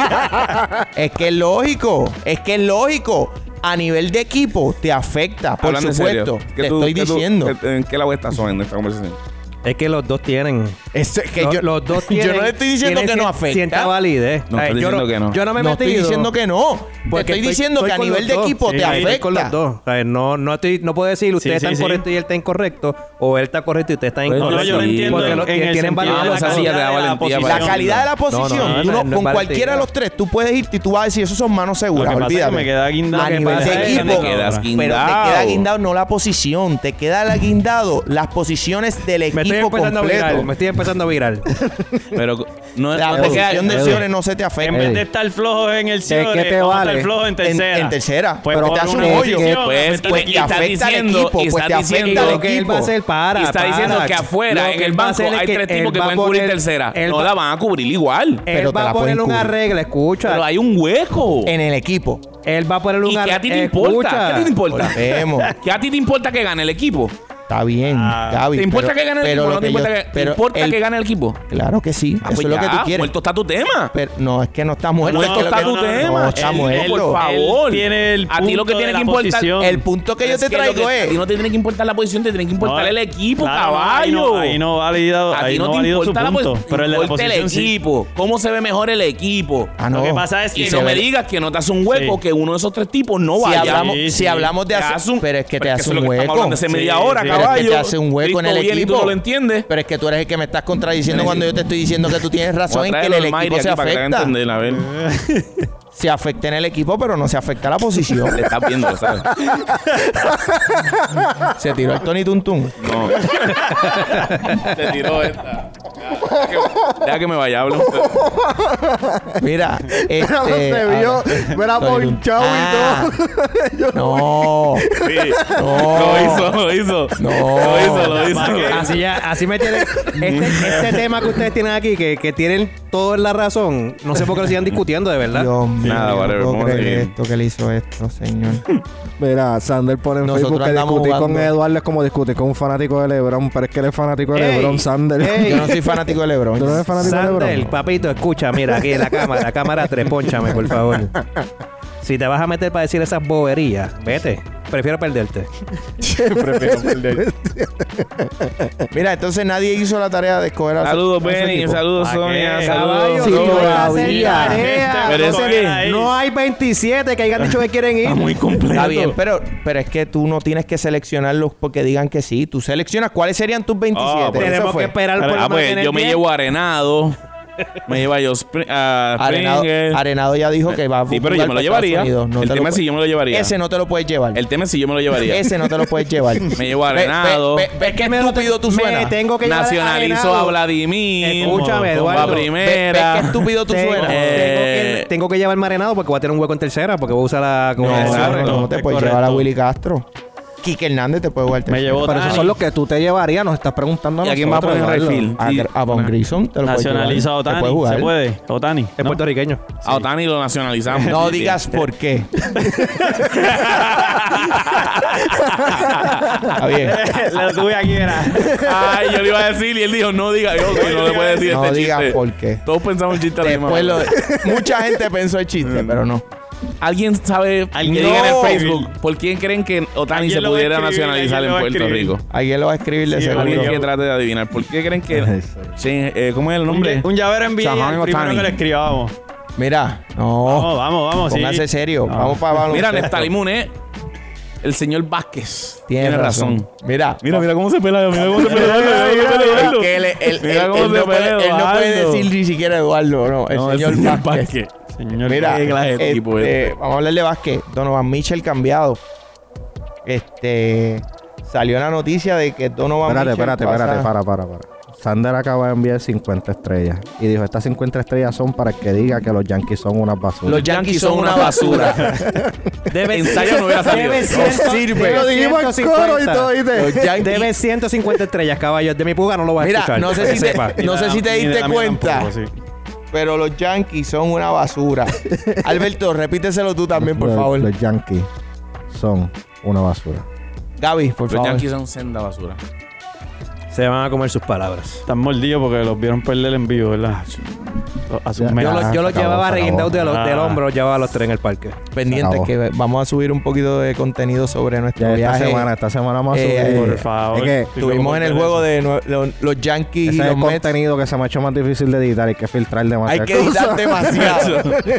Es que es lógico. Es que es lógico. A nivel de equipo te afecta, por Hablando en serio, supuesto. ¿qué Te tú- estoy qué tú- diciendo. ¿En qué lado estás en esta conversación? Es que los dos tienen. Es que Lo- yo, los dos tienen. yo no le estoy diciendo tienen que no cien- afecta. Cierta validez. No, Ay, estoy yo diciendo que no. Yo no me he no metido. estoy diciendo que no. Te Porque estoy diciendo que a con nivel los de dos. equipo Sí, te estoy afecta. Con los dos. O sea, no, no, estoy, no puedo decir usted Sí, está sí, sí. incorrecto y él está incorrecto. O él está correcto y usted está Pues, incorrecto. No, yo lo Sí, entiendo porque en, lo- en el tienen sentido validez. de la Esa sí ya te da calidad de la valentía para La posición. calidad de la No, posición, no, tú no, no- no es con valentía. cualquiera de los tres, tú puedes irte y tú vas a decir, esos son manos Lo seguras, que pasa es que olvídate. me queda guindado. A Lo que nivel pasa de es que equipo, te quedas pero te guindado. queda guindado no la posición, te queda guindado las posiciones del Me estoy equipo empezando a virar. completo. Me estoy empezando a virar. Pero no, La no te queda. posición de Edu. Ciore no se te afecta. En vez de estar flojos en el Ciore, ¿qué te vamos a vale? estar flojos en En- tercera. en tercera. Pues Pero pon te hace un una hoyo. posición, Pues, afecta al pues, y te equipo. está afecta al diciendo, equipo, y pues está te afecta diciendo al Lo que él va a hacer para. Y está diciendo para. que afuera, Lo en que el él va a banco, hacer es hay que tres él tipos que va a pueden cubrir poner- tercera. él No va- la van a cubrir igual. Él Pero te va la a poner pueden una cubrir. regla, escucha. Pero hay un hueco. En el equipo. Él va a poner ¿Y una qué a ti te escucha. importa? ¿Qué a ti te importa? Volvemos. ¿Qué a ti te importa que gane el equipo? Está bien, Ah, Gaby. ¿Te importa pero- que gane el pero equipo? lo ¿No te que importa, yo- que, ¿te pero importa el- que gane el equipo? Claro que sí. Ah, Eso pues es lo que ya, tú quieres. muerto está tu tema. Pero no, es que no está muerto. Muerto es que está lo tu que- tema. No, está Él- muerto. él- por favor. tiene el A ti lo que punto tiene de que la importar- posición. El punto que yo Es te que lo traigo que- es... A ti no te tiene que importar la posición, te tiene que importar No, el equipo, claro, no, ahí caballo. no, ahí no valida, A ti ahí no no te valido su importa la punto. posición, Pero el de la importa el posición sí. equipo. ¿Cómo se ve mejor el equipo? Ah, no. Lo que pasa es que Y se no me ve- digas que no te hace un hueco Sí. que uno de esos tres tipos no Si vaya. hablamos, Sí, si sí. hablamos de Te hacer... hace un- pero es que te pero hace eso un es lo que hueco. estamos hablando hace media Sí, hora, sí. Pero es caballo. que te hace un hueco en el Cristo viene equipo. Y tú no lo entiendes. Pero es que tú eres el que me estás contradiciendo cuando yo te estoy diciendo que tú tienes razón en que el equipo se Para que te haga afecta. entender, a ver. Se afecta en el equipo, pero no se afecta la posición. Le estás viendo, lo sabes. Se tiró el Tony Tuntun. No. Te tiró esta. Deja que, deja que me vaya, habla un poco. Mira, este... Mira, se vio, ahora- mira, Tony ponchado Ah, y todo. No, Sí. no. Lo hizo, lo hizo. No. Lo hizo, lo hizo. Así ya, así me tiene. Este, este tema que ustedes tienen aquí, que, que tienen toda la razón, no sé por qué lo sigan discutiendo, de verdad. Dios mío, Nada, no whatever, puedo vamos a creer seguir. esto que le hizo esto, señor. Mira, Sander pone en Nosotros Facebook que andamos discutir con jugando. Eduardo es como discutir con un fanático de LeBron, pero es que él es fanático de Ey, LeBron, Sander. ey. Yo no soy fanático de LeBron. ¿Tú no eres fanático de Sander, LeBron? papito, escucha, mira, aquí la cámara, la cámara tres, pónchame, por favor. Si te vas a meter para decir esas boberías, vete. Prefiero perderte. Prefiero perder. Mira, entonces nadie hizo la tarea de escoger a Saludos, a su Benny. equipo. Saludos, ¿A Sonia. qué? Saludos. Caballo, Sí, no voy a todavía. hacer tarea. Pero es No, que- ahí. No hay veintisiete que hayan dicho que quieren ir. Está muy completo. Está bien, pero, pero es que tú no tienes que seleccionarlos porque digan que sí. Tú seleccionas cuáles serían tus veintisiete. Ah, pues Eso Tenemos fue. que esperar por Ah, lo menos pues en el yo me diez. llevo a Arenado. Me llevo a Josh Spring- a Arenado, Springer. Arenado ya dijo que va a Sí, pero jugar yo me lo para llevaría. Estados Unidos. No El te lo tema pu- sí yo me lo llevaría. Ese no te lo puedes llevar. El tema sí yo me lo llevaría. Ese no te lo puedes llevar. Me llevo a Ve- ve- Arenado. ve- ve qué Me lo estúpido tú me suenas. tengo que llevar Nacionalizo Arenado. a Vladimir. Escúchame, Bomba Eduardo. Ve- ve primera. qué estúpido tú Tengo, suenas. Eh, tengo que, tengo que llevar marenado porque voy a tener un hueco en tercera porque voy a usar la como No, Exacto. no, no te Es puedes correcto. llevar a Willy Castro. Quique Hernández te puede jugar. Me llevó Pero esos Otani. son los que tú te llevarías, nos estás preguntando a ¿Y a quién va a nosotros, poner Eduardo. Rayfield? A, Sí. a Von Grison te lo puedes llevar. Nacionaliza a Te Otani. puede jugar. ¿Se puede? Otani. Es ¿no? puertorriqueño. A Otani lo nacionalizamos. No Sí. digas por qué. Está bien. Lo tuve aquí, era. Ay, yo le iba a decir y él dijo, no diga. Yo, ok, no le puede decir No este digas chiste. por qué. Todos pensamos en chiste a la misma Después lo, hora. mucha gente pensó el chiste, pero no. ¿Alguien sabe que Alguien- diga en el No. Facebook por quién creen que Otani Alguien se lo va a pudiera escribir, nacionalizar alguien en lo va a Puerto escribir. Rico? Alguien lo va a escribir de Sí, seguro. Alguien que trate de adivinar. ¿Por qué creen que... Shane- eh, ¿Cómo es el nombre? Un llavero en Shahan el primero Otani. que le escribamos. Mira, no. Vamos, vamos, vamos. sí. Póngase serio. No. Vamos para Mira, baloncesto. Neftalí Muné, el señor Vázquez. Tiene Tiene razón. razón. Mira. Mira, mira cómo se pelea. Mira cómo se pelea. Es que él, él- Mira él- cómo él se no puede, pelea él no puede Eduardo. decir ni siquiera Eduardo, no. El No, señor Vázquez. Señor, Mira, qué clase de tipo este, este. vamos a hablar de básquet. Donovan Mitchell cambiado. Este salió la noticia de que Donovan Espérate, Mitchell espérate, pasa- espérate, para, para, para. Sander acaba de enviar cincuenta estrellas y dijo, estas cincuenta estrellas son para el que diga que los Yankees son unas basuras. Los Yankees son una basura. Debe Ensayo no hubiera salido. Debe No ciento- sirve. debe Lo dijimos en ciento coro y cincuenta. todo, ¿oíste? Los Yankees. Debe ciento cincuenta estrellas, caballo. De mi puga no lo vas a Mira, escuchar. no sé que si te- sepa. no sé si te Ni de diste la mía cuenta. tampoco, sí. Pero los Yankees son una basura. Alberto, repíteselo tú también, por Los- favor. Los Yankees son una basura. Gaby, por Los favor. Yankees son senda basura. Se van a comer sus palabras. Están mordidos porque los vieron perder el envío, ¿verdad? A sus Ya, metas. Yo, Ah, lo- yo los se acabó, llevaba se acabó. reguindados de lo- Ah. del hombro, los llevaba a los tres en el parque. Pendientes acabó. que vamos a subir un poquito de contenido sobre nuestro Ya esta viaje. semana, esta semana más Eh, subir. por favor. Es que Estoy Estuvimos loco en el por juego eso. de nue- lo- los Yankees ese y es los el Mets. contenido que se me ha hecho más difícil de editar. Hay que filtrar Hay demasiado. que editar demasiado.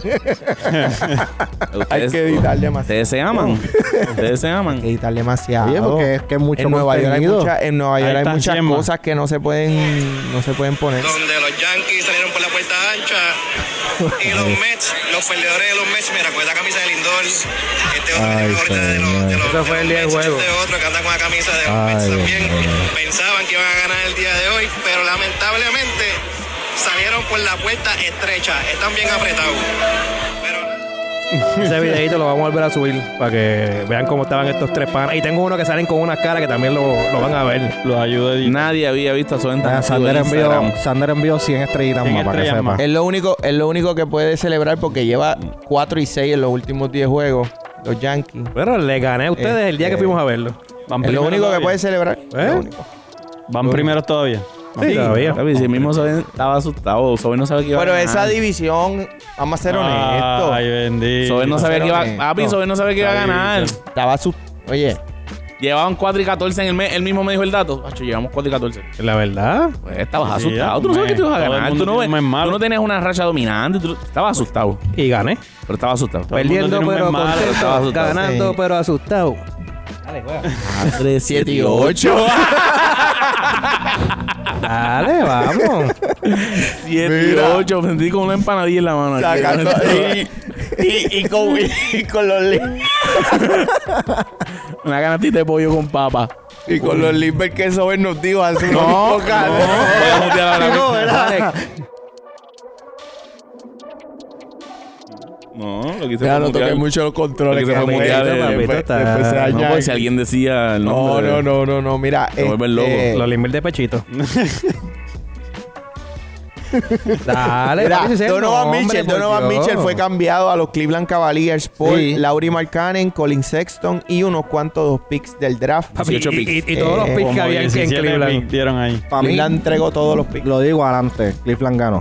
Hay Ustedes- que editar demasiado. Ustedes se aman. Ustedes se Hay aman. que editar demasiado. Oye, porque es que es mucho en Nueva York hay, contenido. mucha- en Nueva York Ahí hay está muchas Chema. cosas que no se pueden no se pueden poner. donde los Yankees salieron por la puerta ancha y los Mets, los perdedores de los Mets, mira, con esa camisa de Lindor, este otro Ay, que tiene ahorita de los, de los, Eso fue de el los día del Mets, juego. este otro que anda con la camisa de los Ay, Mets Dios también, mío. pensaban que iban a ganar el día de hoy, pero lamentablemente salieron por la puerta estrecha, están bien apretados. Pero Ese videito lo vamos a volver a subir para que vean cómo estaban estos tres panas. Y tengo uno que salen con una cara que también lo, lo van a ver. Los ayuda a editar. Nadie había visto a su venta. Ah, Sander envió, Sander envió cien estrellitas cien más para que estrellas sepa. más. Es lo único es lo único que puede celebrar porque lleva cuatro y seis en los últimos diez juegos los Yankees. Pero le gané a ustedes el día que Este- fuimos a verlo. Van Es lo primero único que todavía. puede celebrar. ¿Eh? Lo único. Van primeros todavía. Sí, todavía. Papi, si el mismo Soben estaba asustado. Soben no sabía que iba Pero a ganar. esa división, vamos a ser honestos. Ay, bendito. Soben no sabía que iba Pero Papi, no. Soben no sabía que iba a ganar. Estaba asustado. Oye, Llevaban cuatro y catorce en el mes. Él mismo me dijo el dato. Macho, llevamos cuatro y catorce. La verdad. Pues estabas Sí, asustado. ya, Tú no sabes que tú ibas a todo el ganar. mundo Tú no, tiene un mes ves- malo. tú no tenías una racha dominante. Tú estabas asustado. Y gané. Pero estabas asustado. Todo el mundo Perdiendo, tiene un pero mes malo, contento. estaba asustado. Ganando, Sí. pero asustado. Dale, juega. Madre, siete y ocho. Dale, vamos. siete y ocho. Sentí con una empanadilla en la mano. Sacando y, y, y con, y con los li- Una canastita de pollo con papa. y con los Limber que Sober nos dijo hace unos No, pocos no. años. Voy a mutear ahora mismo. ¿verdad? No, lo que hice Ya fue no toqué mutear. mucho los controles. Lo que que se fue después- mutear de- después- papito, después está- se No, daña. pues si alguien decía el No, nombre. no, no, no, no. Mira, Te vuelves loco. Los limber de pechito. Dale, Mira, papi, si ese Donovan nombre, Mitchell, por Donovan Dios. Mitchell fue cambiado a los Cleveland Cavaliers por Sí. Lauri Markkanen, Colin Sexton y unos cuantos dos picks del draft. Papi, dieciocho y, picks. y- y todos los Eh, picks que Como había en diecisiete Cleveland. picks dieron ahí. Para mí, Cleveland entregó todos los picks. lo digo adelante, Cleveland ganó.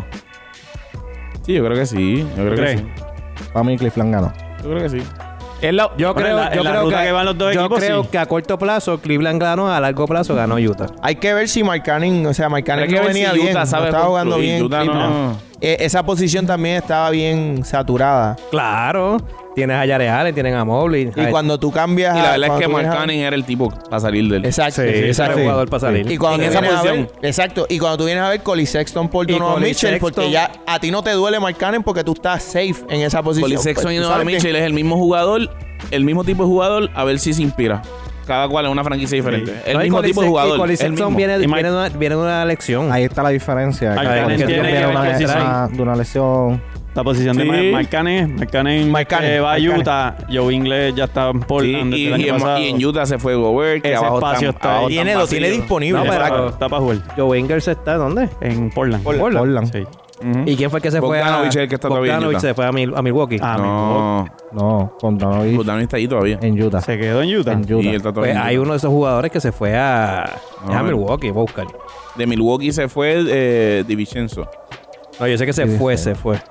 Sí, yo creo que sí. Yo creo que ¿Crees? sí. Para mí, Cleveland ganó. Yo creo que sí. Es la, Yo Bueno, creo, en la- yo en la creo ruta que, que van los dos yo equipos, creo sí. que a corto plazo Cleveland ganó, a largo plazo ganó Utah. Hay que ver si Markkanen, o sea, Markkanen Hay que no ver venía si bien, Utah no sabe estaba jugando construir. bien. Utah Cleveland. no. Eh, esa posición también estaba bien saturada. Claro, tienes a Jared Allen, tienes a Mobley. Y cuando tú cambias Y la a- verdad es cuando que tú vienes a- Markkanen era el tipo para salir del. Exacto. Sí, ese exacto. jugador para salir. Y cuando En tú esa vienes a ver, posición. exacto. Y cuando tú vienes a ver Colin Sexton por Y Donovan Colin Mitchell, porque Sexton- ya a ti no te duele Markkanen porque tú estás safe en esa posición. Colin Sexton Pues, y tú Donovan sabes que- Mitchell es el mismo jugador, el mismo tipo de jugador, a ver si se inspira. Cada cual es una franquicia diferente. El No, y mismo Colin tipo de Sex- jugador. Y Colin el Sexton mismo. viene, Y viene, Mike- de una, viene de una lección. Ahí está la diferencia. Markkanen Que tiene Cleveland que viene de ver una, que sí. una- de una lesión. La posición Sí. de Markkanen, Markkanen Markkanen, que va a Markkanen. Utah, Joe Ingles ya está en Sí, Portland y, desde el y año en, pasado. y en Utah se fue Gobert, que Ese abajo espacio están- está abajo ahí. Tiene, están lo tiene vacíos. disponible. No, pero- exacto. Está para jugar. Joe Ingles está ¿dónde? En Portland. Portland. Portland. Sí. Ujú. ¿Y quién fue el que se fue a Bogdanovic es el que está todavía en Bogdanovic Utah. se fue a, Mil- a Milwaukee. Ah, No, No, con Donovan Bogdanovic está ahí todavía. en Utah. Se quedó en Utah. En Utah. Y él está Pues todavía en hay Utah. uno de esos jugadores que se fue a, No, a no. Milwaukee, voy a buscar. De Milwaukee se fue eh, Di Vincenzo. No, yo sé que se Sí, fue, sí. se fue.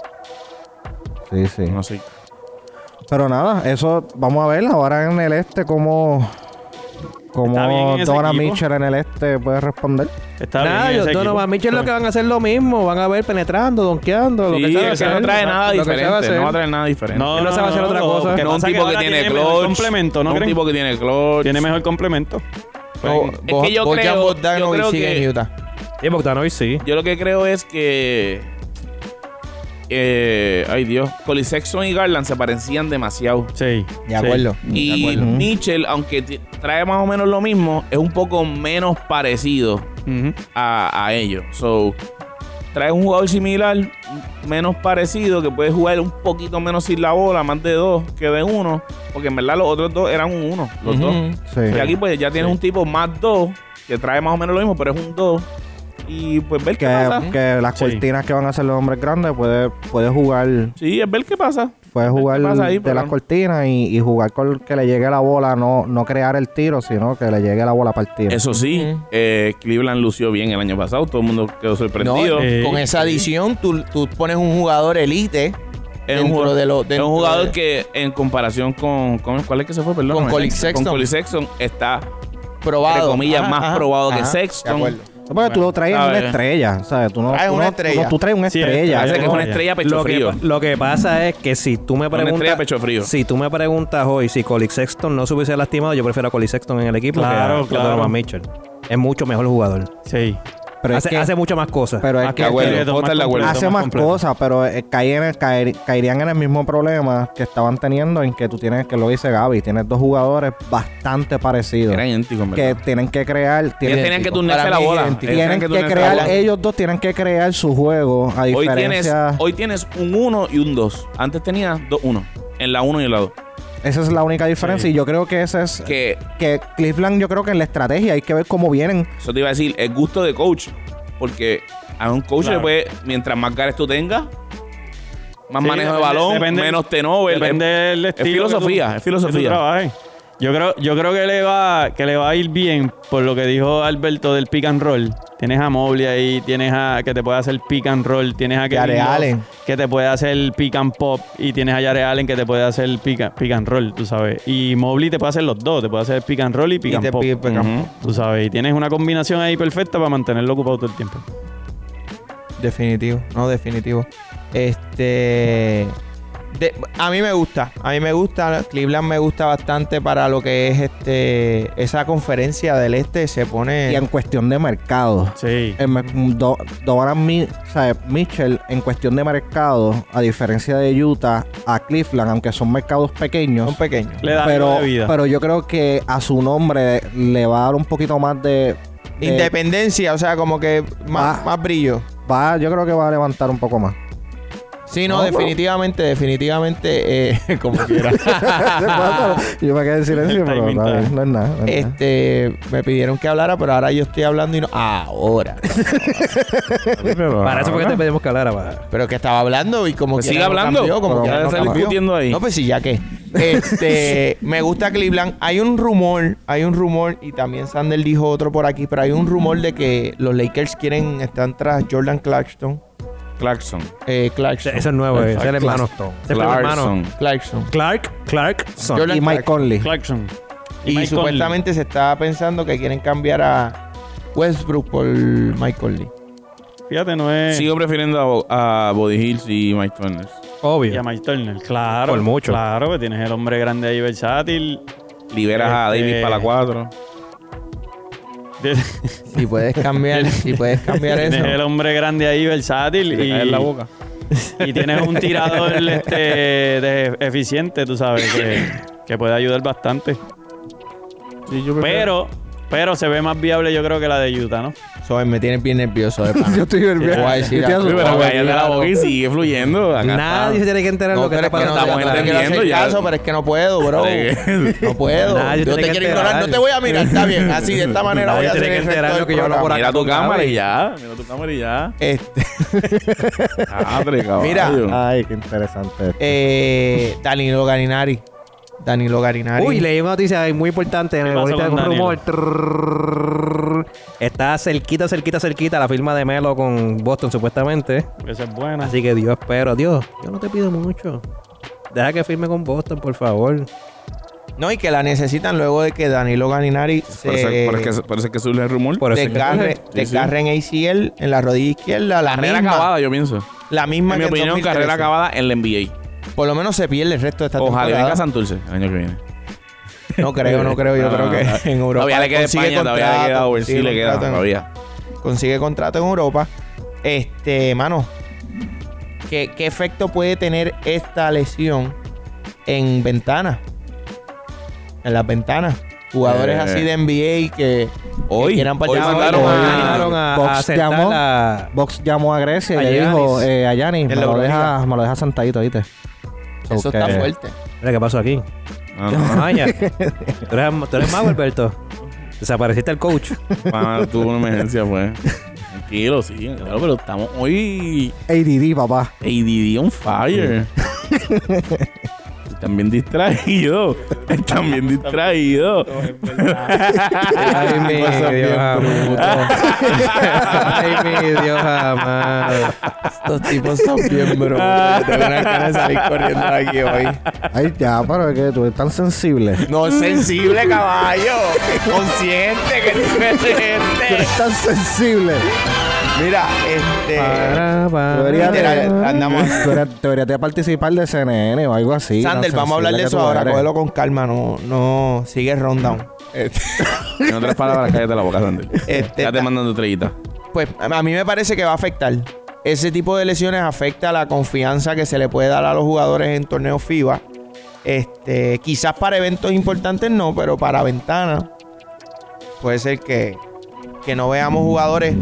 Sí, sí. No sé. Pero nada, eso vamos a ver ahora en el este cómo, Está bien cómo en ese Donovan equipo. Mitchell en el este puede responder. Está Nada, bien yo, ese Donovan equipo. Mitchell lo que van a hacer lo mismo. Van a ver penetrando, donkeando, lo Sí, que sabe ese hacer. no trae nada Lo que sabe diferente. hacer. No va a traer nada diferente. No, Él no no, sabe hacer no, otra no, cosa. que No un pasa tipo que ahora tiene mejor clutch. complemento, ¿no un creen? tipo que tiene clutch. Tiene mejor complemento. No, Es que yo Bojan creo- Bogdanovic yo creo sigue que- en Utah. Y Bogdanovic sí. Yo lo que creo es que. Eh, ay Dios. Colin Sexton y Garland se parecían demasiado. Sí. De acuerdo. Y De acuerdo. Mitchell, aunque t- trae más o menos lo mismo, es un poco menos parecido Ujú. a, a ellos. So, trae un jugador similar, menos parecido, que puede jugar un poquito menos sin la bola, más de dos que de uno. Porque en verdad los otros dos eran un uno, los Ujú. dos. Sí. Y aquí pues ya tienes un tipo más dos, que trae más o menos lo mismo, pero es un dos. Y pues ver qué Que, pasa. que las Sí. cortinas que van a hacer los hombres grandes puede, puede jugar Sí, es ver qué pasa. puede Ver qué jugar pasa ahí, de pero- las cortinas y, y jugar con que le llegue la bola, no, no crear el tiro, sino que le llegue la bola para el tiro. Eso sí, Ujú. eh, Cleveland lució bien el año pasado. Todo el mundo quedó sorprendido. No, Eh, con esa adición, tú, tú pones un jugador elite Es un, dentro jugador, de lo- es dentro un jugador de- que en comparación con, con ¿cuál es que se fue? Perdón, Con Colin Sexton. Con Colin Sexton está probado. entre comillas, Ajá, más ajá, probado que ajá, Sexton. de acuerdo. No, porque tú lo traes ¿sabes? una estrella, ¿sabes? Tú no, Traes tú una no- estrella. tú no- tú traes una Sí, estrella. Parece que es una Oye, estrella pecho Lo que, frío. pa- lo que pasa es que si tú me Una estrella preguntas pecho frío. si tú me preguntas hoy si Colin Sexton no se hubiese lastimado, yo prefiero a Colin Sexton en el equipo Claro, que a, que a claro. Donovan Mitchell. Es mucho mejor jugador. Sí. Pero es hace, que, hace muchas más cosas. pero es Más que, de acuerdo. que puedo estar de acuerdo. hace más completo. cosas, pero eh, caen en- caer- caerían en el mismo problema que estaban teniendo en que tú tienes, que lo dice Gaby, tienes dos jugadores bastante parecidos Eran idénticos, en que verdad. tienen que crear, Ellos tienen, tenían que Para turnarse la mí, bola. idéntico. Ellos tienen tenían que turnarse la crear, bola. ellos dos tienen que crear su juego a Hoy tienes, diferencia. hoy tienes un uno y un dos. Antes tenías dos uno. En la uno y en la dos. Esa es la única diferencia y yo creo que ese es Que que Cleveland, yo creo que en la estrategia hay que ver cómo vienen. eso te iba a decir, es gusto de coach. Porque a un coach Claro. le puede, mientras más gares tú tengas, más Sí, manejo de depende- balón, depende- menos turnover. Depende del estilo. filosofía, que tú- es filosofía. que tú trabajes. Yo creo, yo creo que le va, que le va a ir bien por lo que dijo Alberto del pick and roll. Tienes a Mobley ahí, tienes a que te puede hacer pick and roll, tienes a Jared Kevin Love, Allen. que te puede hacer pick and pop, y tienes a Jared Allen que te puede hacer pick, pick and roll, tú sabes. Y Mobley te puede hacer los dos, te puede hacer pick and roll y pick Y and te pop. pide pick and Ujú. Tú sabes, y tienes una combinación ahí perfecta para mantenerlo ocupado todo el tiempo. Definitivo, no, definitivo. Este. de- a mí me gusta, a mí me gusta. Cleveland me gusta bastante para lo que es este esa conferencia del este. Se pone. Y en cuestión de mercado, Sí. el mer- Do- Donovan Mi- o sea, Mitchell, en cuestión de mercado, a diferencia de Utah, a Cleveland, aunque son mercados pequeños, Son pequeños. Le da pero, algo de vida. pero yo creo que a su nombre le va a dar un poquito más de... de- Independencia, o sea, como que más, Ah. más brillo. va, yo creo que va a levantar un poco más. Sí, no, No, definitivamente, definitivamente, eh, como quiera. Yo me quedé en silencio, pero Timing está bien, time. no es nada. no es nada. Este, me pidieron que hablara, pero ahora yo estoy hablando y no. Ahora. Para eso fue que te pedimos que hablara. Para... Pero que estaba hablando y como Pues quiera siga no hablando. cambió, como Pero quiera ya no sale cambió. discutiendo ahí. No, pues sí, ya que. Este, me gusta Cleveland. Hay un rumor, hay un rumor, y también Sander dijo otro por aquí, pero hay un rumor de que los Lakers quieren, están tras Jordan Clarkson. Clarkson. Eh, Clarkson. Ese es nuevo, ese es el hermano. Clarkson. Ese es el hermano. Clarkson. Clarkson. Clark, Clark, son. Jordan Y Mike Clarkson. Conley. Clarkson. Y, Mike supuestamente se está pensando que quieren cambiar a Westbrook por Mike Conley. Conley. Fíjate, no es... Sigo prefiriendo a, a Body Hills y Mike Turner. Y a Obvio. Mike Turner. Claro. Por mucho. Claro, que tienes el hombre grande ahí versátil. Liberas a Este- Davis para la cuatro. Si puedes cambiar, si puedes cambiar Tienes eso. el hombre grande ahí versátil Y le y, cae en la boca. y tienes un tirador este, de- eficiente, tú sabes, que, que puede ayudar bastante. Sí, yo prefiero- Pero, pero se ve más viable yo creo que la de Utah, ¿no? Soy, me tienes bien nervioso. De pana. Yo estoy nervioso. Te voy a decir Yo estoy algo. Sí, pero asustado. cállate la boca y sigue fluyendo. Acá Nadie se está. tiene que enterar No, lo que pero está es que no, pasando. estamos no te quiero entendiendo hacer ya. caso, pero es que no puedo, bro. Dale. No puedo. Nadie Yo tiene te que quiero ignorar, enterar. no te voy a mirar, está bien. Así, de esta manera Nadie voy a hacer tiene que el resto enterar del lo que yo hablo por programa. acá. Mira tu con cámara Gaby. y ya. Mira tu cámara y ya. Este, Madre, caballo. Mira. Ay, qué interesante. eh, Danilo Garinari. Danilo Garinari. Uy, leí una noticia muy importante en ¿Qué el pasó bolita, con un rumor. Danilo? Trrrr. Está cerquita, cerquita, cerquita la firma de Melo con Boston, supuestamente. Esa es buena. Así que Dios espero. Dios, yo no te pido mucho. Deja que firme con Boston, por favor. No, y que la necesitan luego de que Danilo Garinari se Por eso, por eso que, por eso que surge el rumor. Por eso es que- desgarre, Sí, sí. desgarre en A C L en la rodilla izquierda. La Carrera misma, acabada, yo pienso. La misma En mi que en opinión, dos mil trece. carrera acabada en la N B Por lo menos se pierde el resto de esta A. Ojalá temporada. venga Santurce el año que viene. No creo, no creo. Yo No, creo no, que no. en Europa Todavía le queda consigue España, todavía le contrato, queda Overseas, consigue le queda contrato en- todavía. Consigue contrato en Europa. Este, mano, ¿qué, qué efecto puede tener esta lesión en ventanas? En las ventanas. Jugadores Eh, así de N B A que, Hoy, que quieran hoy participar. mandaron Hoy a- Animaron a, Box a aceptar llamó. la- Box llamó a Grecia y A le dijo Giannis. eh, a Giannis, me la lo, Euroliga. deja, me lo deja sentadito, ¿viste? Eso So está que- fuerte. Mira, ¿qué pasó aquí? No, no, no. Maña. ¿Tú eres, tú eres mago, Alberto? Desapareciste el coach. Pana, tuvo una emergencia, pues. Tranquilo, sí. Claro, pero estamos hoy A D D, papá. A D D on fire. Están bien distraídos. Están bien distraídos. Ay, mi Dios amado. Ay, mi Dios amado. Estos tipos son bien bro. Tengo una ganas de salir corriendo de aquí hoy. Ay, ya, pero es que tú eres tan sensible. No es sensible, caballo. Es consciente que es Tú diferente. eres tan sensible. Mira, este. Para, para. Deberías Literal, de, andamos- tú deberías, deberías de participar de C N N o algo así. Sander, tan vamos a hablar de sensible eso que tú ahora. eres. Cógelo con calma. No, no. Sigue el rundown. Este, En otras palabras, cállate la boca, Sander. Este, Ya te mandan tu estrellita. pues a mí me parece que va a afectar. Ese tipo de lesiones afecta la confianza que se le puede dar a los jugadores en torneos FIBA. Este, quizás para eventos importantes no, pero para ventanas puede ser que, que no veamos jugadores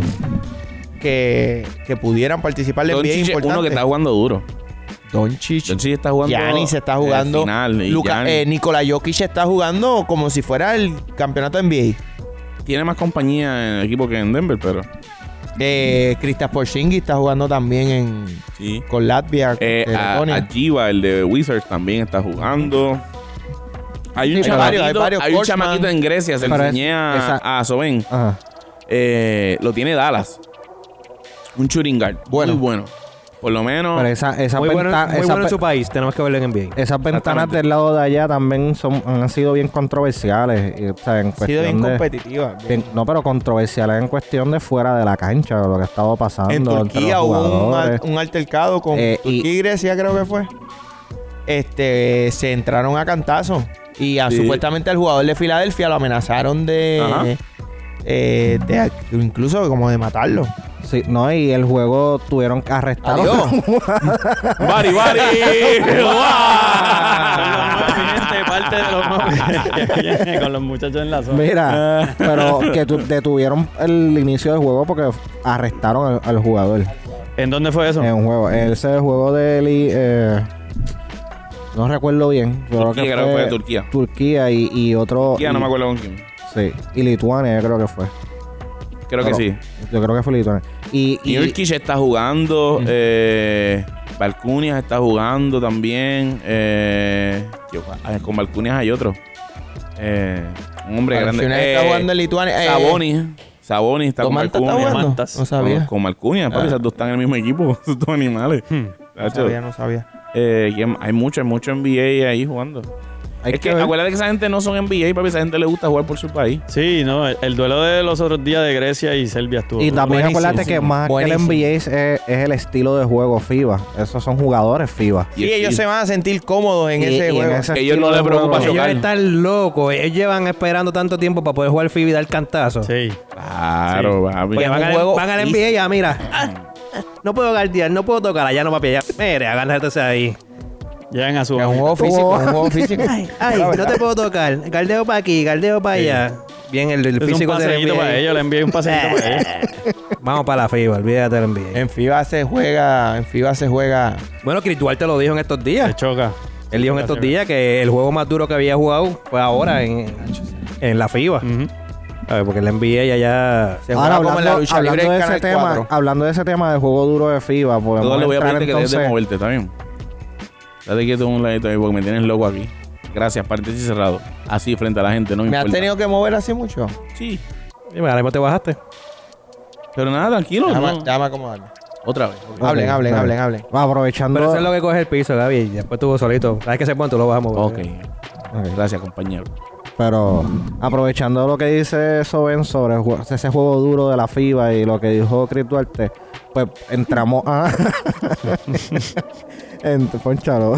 que, que pudieran participar de N B A Doncic es uno que importantes. está jugando duro. Doncic. Doncic está jugando. Giannis está el jugando. final, y Luka, Giannis eh, Nikola Jokic está jugando como si fuera el campeonato de N B tiene más compañía en el equipo que en Denver, pero. A. Eh, Kristaps Porzingis está jugando también en, Sí. con Latvia. Eh, con a, Letonia. a Giva, el de Wizards, también está jugando. Hay un Sí, hay varios, hay chamaquito, varios, hay un Coachman. chamaquito en Grecia, se lo Pero es- enseñé a, esa- a Soben. Ajá. Eh, lo tiene Dallas. Un shooting guard. Bueno. Muy bueno. Por lo menos. Pero esa, esa Muy bueno, venta- muy esa bueno en pe- su país. Tenemos que verlo en N B A. esas ventanas Exactamente. del lado de allá también son, han sido bien controversiales. y, o sea, en Ha sido bien cuestión de- competitiva. bien- no, pero controversiales en cuestión de fuera de la cancha, lo que ha estado pasando. En entre Turquía los hubo un, jugadores. al- un altercado con Eh, y- Turquía y Grecia, creo que fue. Este, se entraron a cantazo. Y a, Sí. supuestamente al jugador de Filadelfia lo amenazaron Ajá. de, eh, de incluso como de matarlo. Sí, no, y el juego tuvieron que arrestar. Adiós. ¡Bari, bari! Gente, parte de los más que viene con los muchachos en la zona. Mira, pero que tu- detuvieron el inicio del juego porque arrestaron al, al jugador ¿En dónde fue eso? en un juego. Ese juego de Eli, eh, no recuerdo bien. Yo Turquía, creo que fue de Turquía. Turquía y, y otro. Turquía, y- no me acuerdo con quién. Sí, y Lituania, yo creo que fue. Creo que Pero- sí. Yo creo que fue Lituania. Y, y, Nurkic está jugando. Eh, Balcunias está jugando también. Eh, yo- ah, con Balcunias hay otro. Eh, un hombre grande. Balcunias está Eh, jugando en Lituania. Eh, Sabonis. Sabonis está con ¿Tomanta está Balcunias. jugando? Mantas. No sabía. Con, con Balcunias, papi. Ah. Esos dos están en el mismo equipo. Esos dos animales. Hmm. No sabía, no sabía. Eh, ¿quién- hay mucho, hay mucho N B A ahí jugando. hay es que, ver. acuérdate que esa gente no son N B A, papi. Esa gente le gusta jugar por su país. Sí, no, el, el duelo de los otros días de Grecia y Serbia estuvo. Y también Buenísimo, acuérdate que sí. más que el Buenísimo. N B A es, es- es el estilo de juego FIBA. Esos son jugadores FIBA. Sí, el- ellos se van a sentir cómodos en Y- ese y en juego. ese Ellos estilo no de les preocupa juego- chocar. Ellos están locos. Ellos llevan esperando tanto tiempo para poder jugar FIBA y dar cantazo. Sí. Claro, papi. Porque Pues van, un al, juego van al N B A y ya, mira. ah, ah, no puedo guardiar, no puedo tocar. Allá no, papi. Ya, mire, agárrate ahí. Llegan a su. Es un juego físico, es un juego físico. Ay, ay, no te puedo tocar. Gardeo para aquí, gardeo para allá. Bien, el, el Es un físico del N paseíto B A. para ellos, le envié un paseíto para ellos. Vamos para la FIBA, olvídate del N B A. En FIBA se juega, en FIBA se juega. Bueno, Chris Duarte lo dijo en estos Se días. choca. Él dijo en estos días que el juego más duro que había jugado fue ahora en, en la FIBA. Ujú. A ver, porque el N B A ya ya... Se Ahora, juega como en la hablando, lucha hablando libre de del ese Canal tema, cuatro. hablando de ese tema de juego duro de FIBA, podemos Yo le voy a entrar pedirte que dejes de entonces- moverte, ¿está bien? Date quieto un ladito ahí porque me tienes loco aquí. Gracias, paréntesis cerrado. Así frente a la gente, no me ¿Me has importa. tenido que mover así mucho? Sí. Dime, ahora mismo te bajaste. Pero nada, tranquilo. Déjame, ¿no? déjame acomodarme. Otra vez. ok. Hablen, hablen, dale. hablen, hablen. Va, aprovechando. Pero eso es lo que coge el piso, Gaby. Y después tú solito. Sabes que ese punto lo bajamos. Ok. Ok. Gracias, compañero. Pero aprovechando lo que dice Soben sobre el jue- ese juego duro de la FIBA y lo que dijo Chris Duarte, pues entramos a. Ent- Ponchalo.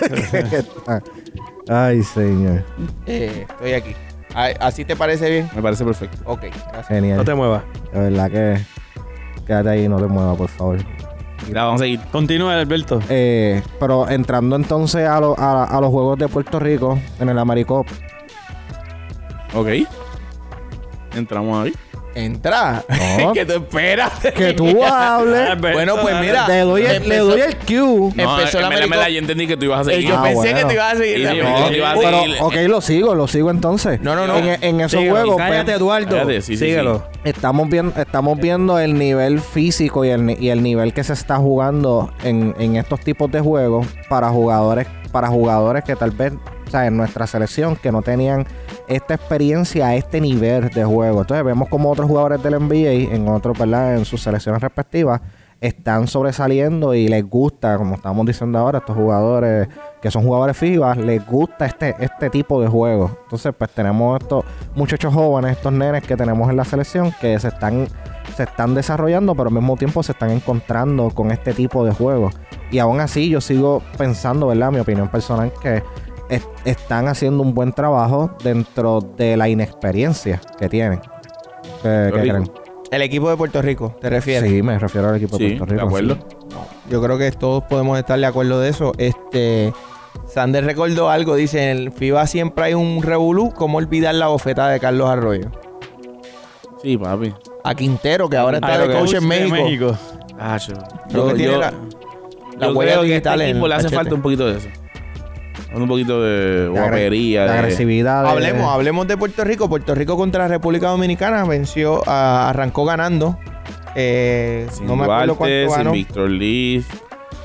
Ay, señor. Eh, estoy aquí. Ay, ¿así te parece bien? Me parece perfecto. Ok, gracias. Genial. No te muevas. De verdad que. Quédate ahí, no te muevas, por favor. Mira, vamos a seguir. Continúa, Alberto. Eh, pero entrando entonces a, lo- a, a los juegos de Puerto Rico en el Americop. Ok. Entramos ahí. Entra. No. ¿Qué te esperas? Que tú hables. Alberto, Bueno, pues dale. mira. Le doy el, le empezó- doy el cue. No, Empezó en la verdad, en verdad, yo entendí que tú ibas a Eh, seguir. yo Ah, pensé bueno. que te ibas a seguir. Y la yo- película. yo te iba a Pero, seguir. ok, lo sigo, lo sigo entonces. No, no, no. En, en esos Síguelo. juegos, Cállate, pues, Eduardo. Cállate, sí, sí, Síguelo. estamos viendo, estamos viendo el nivel físico y el, ni- y el nivel que se está jugando en, en estos tipos de juegos para jugadores, para jugadores que tal vez, o sea, en nuestra selección, que no tenían esta experiencia a este nivel de juego. Entonces vemos como otros jugadores del N B A, en otros, ¿verdad? En sus selecciones respectivas, están sobresaliendo y les gusta, como estamos diciendo ahora, estos jugadores que son jugadores FIBA, les gusta este, este tipo de juego. Entonces, pues tenemos estos muchachos jóvenes, estos nenes que tenemos en la selección que se están, se están desarrollando, pero al mismo tiempo se están encontrando con este tipo de juegos. Y aún así, yo sigo pensando, ¿verdad? Mi opinión personal, que es- están haciendo un buen trabajo dentro de la inexperiencia que tienen. ¿Qué, qué rico. creen? El equipo de Puerto Rico, ¿te refieres? Sí, me refiero al equipo Sí, de Puerto Rico. de acuerdo. sí. Yo creo que todos podemos estar de acuerdo de eso. Este, Sander recordó algo, dice, en el FIBA siempre hay un revolú, ¿cómo olvidar la bofetada de Carlos Arroyo? Sí, papi. A Quintero, que ahora está Ah, de lo coach que en de México. Ah, yo, Creo que tiene la- la yo huella creo que a digital este en equipo le hace cachete. falta un poquito de eso. Un poquito de De agre- guapería. de de- agresividad. de- Hablemos, hablemos de Puerto Rico. Puerto Rico contra la República Dominicana venció, a- arrancó ganando. Eh, Sin no me acuerdo Duarte, cuánto sin ganó. Víctor Liz.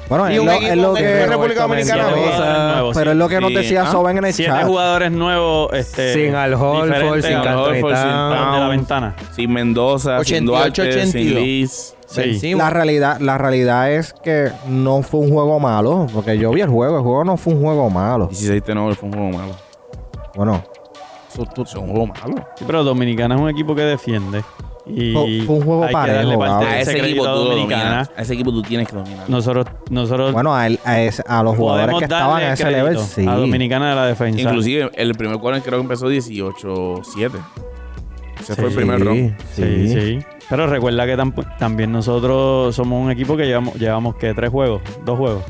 Bueno, Y es un lo, equipo es lo de que... República Dominicana. Siete ve. jugadores nuevos, Pero sí. es lo que nos Sí. decía Ah, Soben en el Siete chat. jugadores nuevos, este, Sin Al Horford, diferentes sin a los Al Anthony Horford, sin Towns. Towns. de la ventana. Sin Mendoza, sin ochenta y ocho, Duarte, ochenta y dos. sin Liz. Sí. Vencimos. La realidad, la realidad es que no fue un juego malo, porque yo vi el juego, el juego no fue un juego malo. dieciséis nueve fue un juego malo. Bueno, Eso es un juego malo. Sí, pero Dominicana es un equipo que defiende. Y Fue- fue un juego hay que parejo, darle parte Gabo. de A ese ese equipo crédito tú a lo Dominicana. dominas. A ese equipo tú tienes que dominar. Nosotros, nosotros bueno a, él- a, ese- a los jugadores podemos que estaban darle a ese crédito level, sí. a Dominicana de la defensa. Inclusive el primer cuarto creo que empezó dieciocho siete. Ese fue el Sí, primer round. Sí, sí. Pero recuerda que tam- también nosotros somos un equipo que llevamos, llevamos ¿qué? ¿Tres juegos? ¿Dos juegos?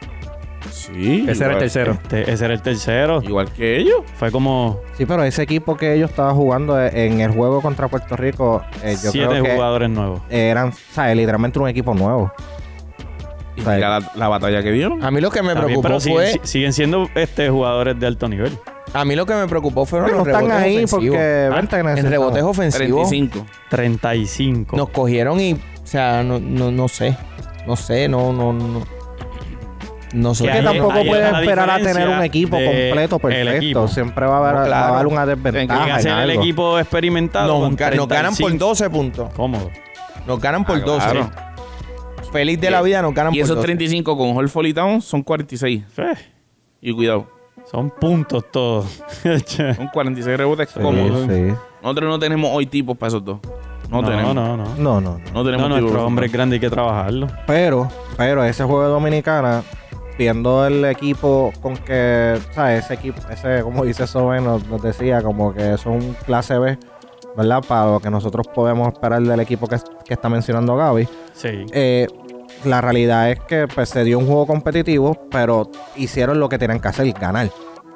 Sí. Ese era el igual- tercero. Este, ese era el tercero. Igual que ellos. Fue como Sí, pero ese equipo que ellos estaban jugando en el juego contra Puerto Rico, eh, yo siete creo que jugadores nuevos. eran, ¿sabes? Literalmente un equipo nuevo. Y O sea, mira la, la batalla que dieron. A mí lo que me Está bien, preocupó pero siguen, fue... si- siguen siendo este, jugadores de alto nivel. A mí lo que me preocupó fueron Pero los no están rebotes ahí ofensivos. porque Ah, vente que En necesitamos. rebotes treinta ofensivos y cinco. treinta y cinco. nos cogieron y... O sea, no, no, no sé. No sé, no, no, no. No sé. Que Que ahí- tampoco ahí puedes está la esperar a tener diferencia un equipo de completo el perfecto. equipo. Siempre va a haber, No, va a claro. haber una Tienen desventaja que en hacer el algo. equipo experimentado. Nos, con ga- nos ganan por treinta y cinco. doce puntos. Cómodo. Nos ganan por Ah, doce. claro. Feliz de la vida, nos ganan Y por esos doce. treinta y cinco con Horford y Towns son cuarenta y seis. Eh, Y cuidado. son puntos todos. Son cuarenta y seis rebotes Sí, cómodos. sí. Nosotros no tenemos hoy tipos para esos dos. No, no, tenemos. no, no. No, no, no. No tenemos No, tipos nuestro para hombre es esos grande, hay que trabajarlo. Pero, pero ese juego de Dominicana, viendo el equipo con que, ¿sabes? Ese equipo, ese, como dice Soben, nos, nos decía, como que son clase B, ¿verdad? Para lo que nosotros podemos esperar del equipo que, que está mencionando Gaby. Sí. Eh, la realidad es que pues, se dio un juego competitivo, pero hicieron lo que tenían que hacer, ganar.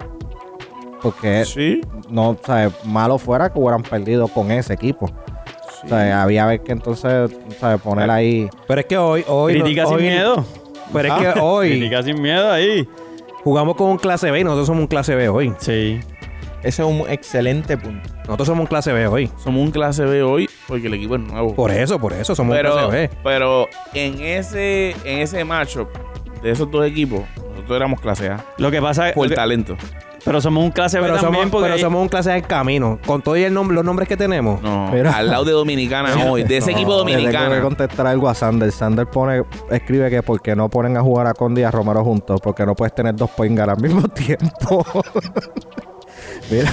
Porque dos. Sí. no, ¿sabes? Malo fuera que hubieran perdido con ese equipo. sí. O sea, había que entonces, ¿sabes? Poner ahí. Pero es que hoy... hoy Critica hoy- sin miedo. Pero es Ah, que hoy Critica sin miedo ahí. jugamos con un clase B y nosotros somos un clase B hoy. Sí. Ese es un excelente punto. Nosotros somos un clase B hoy. Somos un clase B hoy porque el equipo es nuevo. Por eso, por eso somos pero, un clase B. pero en ese en ese matchup de esos dos equipos, nosotros éramos clase A. Lo que pasa es Por que- talento. pero somos un clase B Pero, también somos, porque pero hay- somos un clase A en camino. Con todos el nom- los nombres que tenemos. No, Pero- al lado de Dominicana hoy. De ese No, equipo le tengo que dominicana. contestar algo a Sander. Sander pone, escribe que porque no ponen a jugar a Condi y a Romero juntos, porque no puedes tener dos point guard al mismo tiempo. Mira,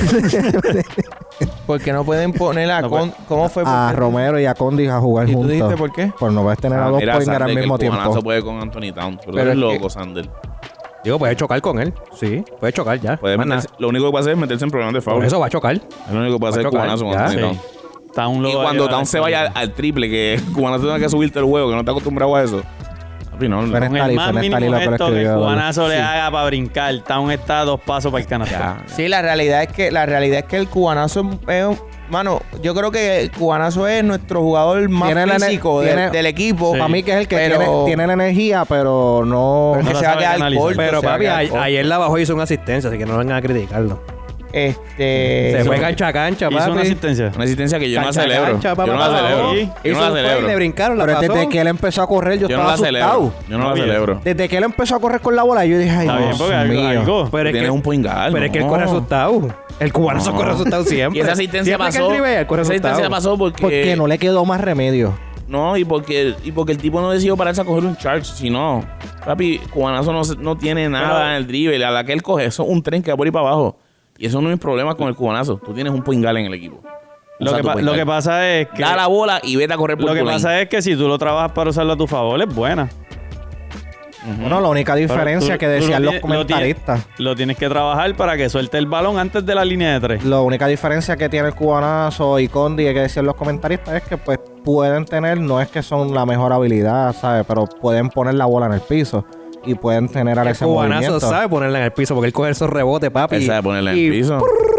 ¿Por qué no pueden poner a... No, Con- ¿Cómo fue? a ¿Por qué? Romero y a Condi a jugar ¿Y tú juntos. dijiste por qué? Pues no puedes tener a Ah, dos mira, point guard Sander, al que mismo el cubanazo tiempo. puede con Anthony Towns. Pero, Pero es es loco, que- Sander. Digo, puede chocar con él. Sí, puede chocar ya. Puede Más meterse- nada. lo único que puede hacer es meterse en problemas de foul. Por eso va a chocar. Es lo único que puede Va a hacer el chocar, cubanazo con ya. Anthony Sí. Towns. Está un Y logo cuando ahí, Towns se vaya al, al triple, que Cubanazo tenga que subirte el juego, que no está acostumbrado a eso. Papi, no, no. Pero- Con el Nestali, más fue mínimo Nestali lo que lo gesto que el escribió. cubanazo le Sí. haga para brincar. Town está a dos pasos para el canasto. Ya. Sí, la realidad es que la realidad es que el cubanazo es un- mano, yo creo que el cubanazo es nuestro jugador más Tiene la ener- físico de- tiene- del equipo. Sí. Para mí que es el que Pero- tiene, tiene la energía, pero no... Pero es No que la se va a sabe quedar canalizar. corto. Pero se va a papi, quedar a- corto. ayer la bajó y hizo una asistencia, así que no vengan a criticarlo. Este. Se hizo- fue cancha a cancha, Hizo una papi. asistencia. Una asistencia que yo no la Cancha, celebro. cancha, Yo papá, no la papá. celebro. Sí. Yo no Hizo la un fue y celebro. le brincaron, la Pero pasó. desde que él empezó a correr, yo, Yo no estaba la asustado. celebro. Yo no la Está bien. celebro. Desde que él empezó a correr con la bola, yo dije, ay, Está bien, Dios porque algo, mío. algo. Pero es Tienes que, un point guard, pero es que él no. corre asustado. El cubanazo No. corre asustado siempre. Y esa asistencia Siempre que pasó. él drivea, él corre Esa asistencia asustado. pasó porque. Porque no le quedó más remedio. No, y porque, y porque el tipo no decidió pararse a coger un charge. Si no, papi, Cubanazo no, se- no tiene nada Pero- en el dribble. A la que él coge, eso es un tren que va por ahí para abajo. Y eso no es problema con el Cubanazo. Tú tienes un point guard en el equipo. Lo Usa que, tu pa- point lo guard. que pasa es que. Da la bola y vete a correr por Lo que tu lane. pasa es que si tú lo trabajas para usarlo a tu favor, es buena. Bueno, la única diferencia Pero tú- que tú lo decían los tienes- lo tienes- comentaristas. Lo tienes que trabajar para que suelte el balón antes de la línea de tres. La única diferencia que tiene el cubanazo y Condi, que decían los comentaristas, es que pues pueden tener, no es que son la mejor habilidad, ¿sabes? Pero pueden poner la bola en el piso y pueden tener El ese cubanazo movimiento. sabe ponerla en el piso porque él coge esos rebotes, papi. Él sabe ponerla en y el piso.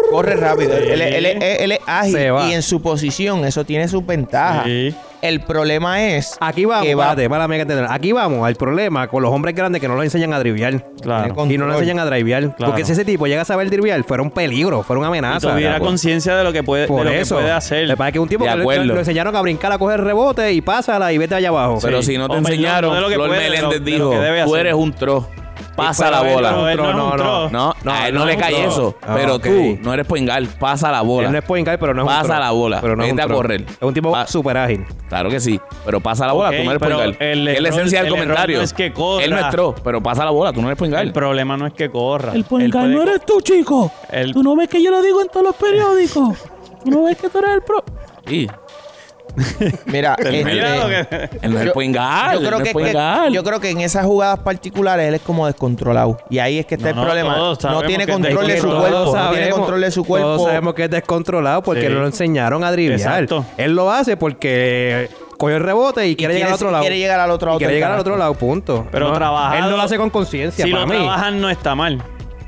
corre rápido. Sí. Él, él- él- él es ágil Se va. y en su posición eso tiene sus ventajas. Sí. El problema es Aquí vamos, que va- espérate, mala mía que entender. Aquí vamos al problema con los hombres grandes que no los enseñan a driviar. Claro. Con- Y no nos enseñan a drivear. Claro. Porque si ese tipo llega a saber drivear, fuera un peligro, fuera una Y amenaza. tuviera Por- conciencia de lo que puede, de Por lo eso. que puede hacer. Lo que pasa es que un tipo De que le- acuerdo. lo enseñaron a brincar, a coger rebote y pásala y vete allá abajo. Pero Sí. si no O te perdón, enseñaron, no de lo que Flor puede, de lo- Meléndez de lo dijo, que debe tú hacer. eres un tro. Pasa Pero la él bola. no es un No, tro, no, no, no. No, no, a él no no le es un cae tro. eso. Ah, Pero ok. tú no eres point guard, pasa la bola. Él no es point guard, pero no es un Pasa tro. la bola, Pero no es un vete a tro. correr. Es un tipo Pa- súper ágil. Claro que sí, pero pasa la bola, Ok, tú no eres point pero guard. el Es la error- esencia del el error comentario. no es que corra. Él no es tro, pero pasa la bola, tú no eres point El guard. problema no es que corra. El point Él guard puede no co- eres tú, chico. el- Tú no ves que yo lo digo en todos los periódicos. Tú no ves que tú eres el pro. Sí, mira, este, Mira lo que- él no es Yo- point guard. yo él creo no que, es point que- guard. yo creo que en esas jugadas particulares él es como descontrolado y ahí es que está No, el no, problema. todos No sabemos tiene que es control de su descontrolado. cuerpo, Todos no tiene sabemos- control de su cuerpo. Todos sabemos que es descontrolado porque Sí. no lo enseñaron a driviar. Exacto. Él lo hace porque cogió el rebote y, quiere llegar al otro lado. Quiere llegar al otro Y lado. quiere del llegar al canasto. otro lado, punto. Pero No, trabajado- Él no lo hace con conciencia, Si para lo mí. trabajan, no está mal.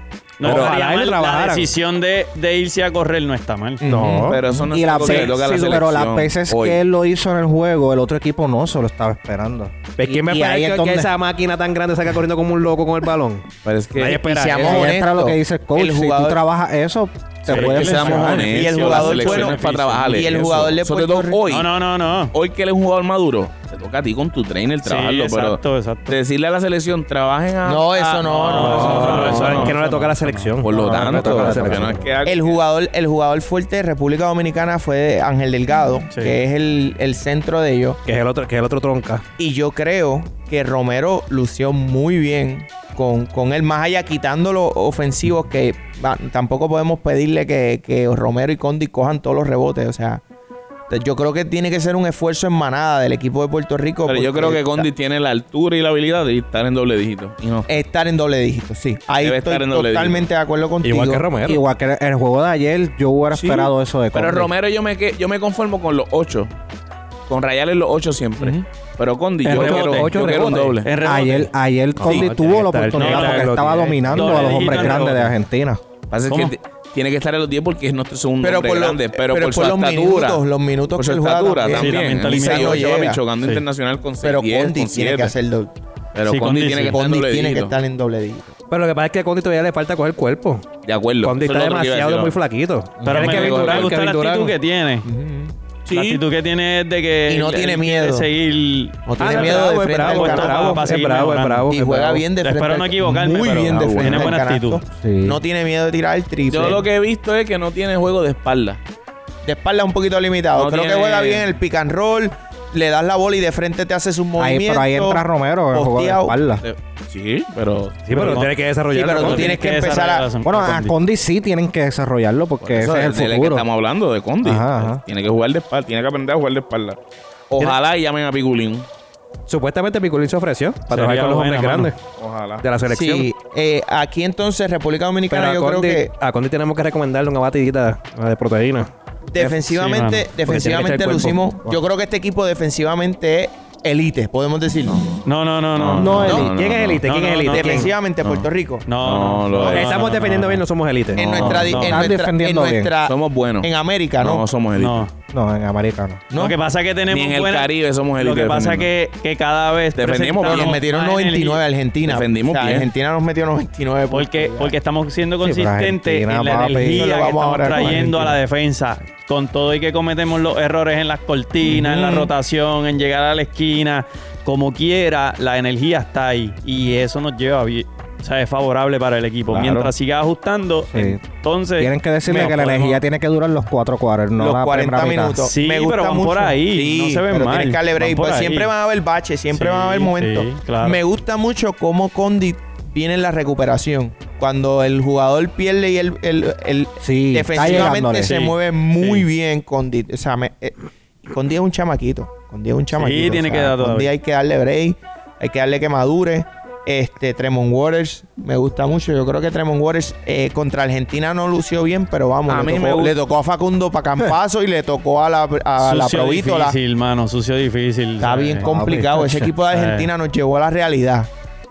No Pero estaría ojalá y lo mal. La trabajaran. decisión de, de irse a correr no está mal. No. Pero eso no Y es las algo que le veces, toca a la sí, pero las selección veces hoy. que él lo hizo en el juego, el otro equipo no se lo estaba esperando. ¿Ves quién me Y- y espera ahí que, es que donde- esa máquina tan grande salga corriendo como un loco con el balón? Pero es que Nadie Y espera seamos eso. Ahí entra lo honestos, que dice el coach. el Si jugador- tú trabajas eso, te Sí, puedes que seamos lesionar. honestos. Y el la jugador selección bueno- no es para trabajarle y el eso. jugador de Sobre Puerto todo Rico- hoy. No, no, no, no. Hoy que él es un jugador maduro, te toca a ti con tu trainer trabajarlo. Sí, exacto, pero exacto. decirle a la selección, trabajen a... No, eso a- no, no, eso no, no, eso no, no, que no le eso toca a la selección. Por lo No, no le tanto, toca a la porque selección. no es que algo- El jugador, el jugador fuerte de República Dominicana fue Ángel Delgado, Sí. que es el, el centro de ellos. Que es el otro, que es el otro tronca. Y yo creo que Romero lució muy bien con, con él, más allá quitando los ofensivos, que va, tampoco podemos pedirle que, que Romero y Condi cojan todos los rebotes. O sea, yo creo que tiene que ser un esfuerzo en manada del equipo de Puerto Rico. Pero yo porque creo que Condi tiene la altura y la habilidad de estar en doble dígito. Y no. estar en doble dígito, sí. Ahí Debe estoy estar en doble totalmente de acuerdo contigo. Igual que Romero. Igual que en el juego de ayer, yo hubiera Sí, esperado eso de Pero Conley. Romero yo me, que- yo me conformo con los ocho. Con rayarle los ocho siempre. Ujú. Pero Condi, En yo rebote, quiero, ocho yo quiero un rebotes. doble. En rebote. Ayer, ayer Conley no, tiene tuvo que la estar- oportunidad no, porque lo estaba tiene. dominando Doble a los dígito hombres en grandes de rebote. Argentina. Pasa es que ¿Cómo? t- tiene que estar en los diez porque es nuestro segundo Pero hombre por, lo- grande. Pero, pero por su por los estatura. minutos, los minutos Por que su él juega estatura también. Sí, también. también está Él limitado. dieciocho, No papi, llega. chocando Sí. internacional con seis Pero diez, Condi con tiene siete. que hacerlo. Pero Sí, Condi Condi tiene sí. que estar en Condi doble tiene que dígito. estar en doble dígito. Pero lo que pasa es que a Condi todavía le falta coger cuerpo. De acuerdo. Condi Eso es está lo otro que iba a demasiado decir, muy ¿no? flaquito. Pero Tiene me, que me Kevin Durant, gusta Kevin la Durant. actitud que tiene. Sí. La actitud que tiene es de que Y no él- tiene él miedo. quiere seguir. No tiene Ah, miedo bravo, de es frente bravo, al es canasto. bravo, para es seguir bravo, es mejorando. bravo, Y es juega bravo. bien de frente. Espero al- no equivocarme, Muy pero bien de tiene frente al buena canasto. actitud. Sí. No tiene miedo de tirar el triple. Yo lo que he visto es que no tiene juego de espalda. De espalda un poquito limitado. No Creo tiene- que juega bien el pick and roll. Le das la bola y de frente te hace sus Ahí, movimientos. pero ahí entra Romero en el juego de posteado. espalda. Eh, Sí, pero... Sí, pero no. tiene que Sí, desarrollarlo. pero tú Condi. tienes que empezar a- desarrollar Bueno, a Condi. Condi sí tienen que desarrollarlo Por porque eso ese es de- de el lo que futuro. estamos hablando, de Condi. Ajá, ajá. Tiene que jugar de espalda, tiene que aprender a jugar de espalda. Ojalá y llamen a Piculín. Supuestamente Piculín se ofreció para Sería trabajar con los buena, hombres mano. grandes Ojalá. de la selección. Sí, eh, aquí entonces República Dominicana Pero a yo Condi, creo que a Condi tenemos que recomendarle una batidita de proteína. defensivamente, Sí, Porque tiene mano. que defensivamente echar lucimos. cuerpo. Yo creo que este equipo defensivamente es elite, podemos decir. No, no, no, no. No, No, Eli. ¿Quién es élite? no, ¿Quién es no, élite? no. ¿Quién? Defensivamente Puerto Rico. No, No, no. lo- no, Estamos no, defendiendo no. bien, no somos élite. En No, nuestra, di- no. en Están nuestra, defendiendo en bien. nuestra- Somos buenos. en América, ¿no? No somos élite. No. No, en americano. ¿No? Lo que pasa es que tenemos Ni en el buena- Caribe somos élite Lo que pasa es defendiendo. que, que cada vez Defendimos, Pero presentamos nos metieron más noventa y nueve a energía. Argentina. Defendimos o sea, bien. Argentina nos metió noventa y nueve. Porque, porque estamos siendo pero consistentes Argentina, en la papi. energía Eso lo que vamos estamos ahora con trayendo a la Argentina. defensa. Con todo y que cometemos los errores en las cortinas, en la rotación, en llegar a la esquina. Como quiera, la energía está ahí. Y eso nos lleva bien. O sea, es favorable para el equipo. Claro. Mientras siga ajustando, Sí. entonces... Tienen que decirle nos que la podemos- energía tiene que durar los cuatro quarters, no los la cuarenta primera mitad. minutos. Sí, me gusta pero van mucho. por ahí, Sí, no se ven pero mal, tienes que darle break. van por Pues ahí. siempre van a haber baches, siempre Sí, van a haber momentos. sí, claro. Me gusta mucho cómo Condi viene en la recuperación. Cuando el jugador pierde y el, el, el- Sí, está defensivamente llegándole. se Sí, mueve muy sí. bien Condi. O sea, me- eh, Condi es un chamaquito. Condi es un chamaquito. tiene o que sea, dar Condi todavía. hay que darle break, hay que darle que madure. Este, Tremont Waters me gusta mucho. Yo creo que Tremont Waters eh, contra Argentina no lució bien, pero vamos, A le, mí me tocó, gusta. le tocó a Facundo para Campazo y le tocó a la, a la Sucio Provítola. difícil, mano. Sucio difícil. Está ¿sabes? bien complicado. Ese equipo de Sí. Argentina nos llevó a la realidad.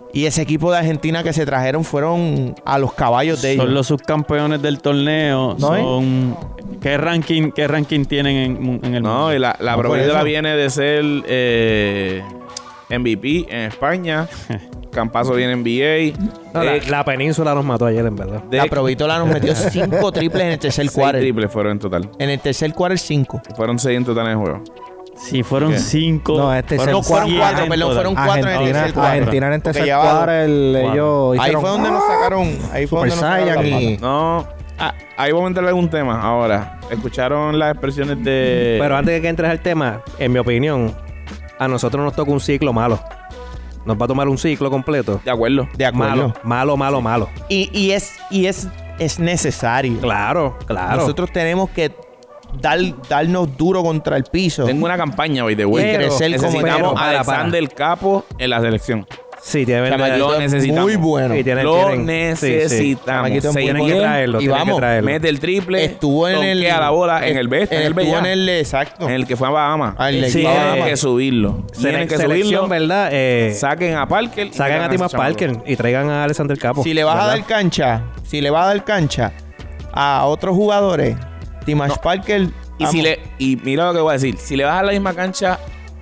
Y ese equipo de Argentina que se trajeron fueron a los caballos de ellos. Son los subcampeones del torneo. ¿No es? Son... ¿Qué ranking, ¿Qué ranking tienen en, en el No, mundo? y la, la No, por provincia eso. viene de ser eh, M V P en España. Campazo viene en N B A. No, la, Eh, la península nos mató ayer, en verdad. de La Provítola nos metió cinco triples en el tercer seis quarter. triples fueron en total. En el tercer quarter, cinco. Fueron seis en total en el juego. Si fueron ¿Qué? cinco. No, este es fueron el No, fueron siete cuatro, en perdón, total. fueron cuatro en el Argentina, tercer quarter. Argentina en el Porque tercer llevaba- quarter, ellos Ahí hicieron fue donde nos sacaron. Ahí fue Super donde nos sacaron Saiyan la y... pata. No. Ah, ahí vamos a entrar en algún tema. Ahora, ¿escucharon las expresiones de. Pero antes de que entres al tema, en mi opinión, a nosotros nos toca un ciclo malo. Nos va a tomar un ciclo completo. De acuerdo. De acuerdo. Malo, malo, malo, malo. Y, y es, y es, es necesario. Claro, claro. Nosotros tenemos que dar, darnos duro contra el piso. Tengo una campaña hoy de güey. Y crecer como Necesitamos pero, a para, Alexander Capo en la selección. Sí, tiene que Chamaquito, Lo necesitamos. Muy bueno. Sí, tienen- Lo tienen- sí, sí. necesitamos. Chamaquito Se muy Tienen que bueno. traerlo, Y tienen que vamos, traerlo. mete el triple. Estuvo en el. toquea la bola en el best, en el Estuvo en Bella. el. Exacto. En el que fue a Bahamas. Ah, el de Sí, Bahamas. Tienen que subirlo. Tienen Sele- que selección, subirlo. ¿verdad? Eh, Saquen a Parker. y saquen a metan Timas ese chamaco. Parker y traigan a Alexander Capo. Si le vas a ¿verdad? dar cancha, si le vas a dar cancha a otros jugadores, Timash Parker. Y si le y mira lo que voy a decir. Si le vas a la misma cancha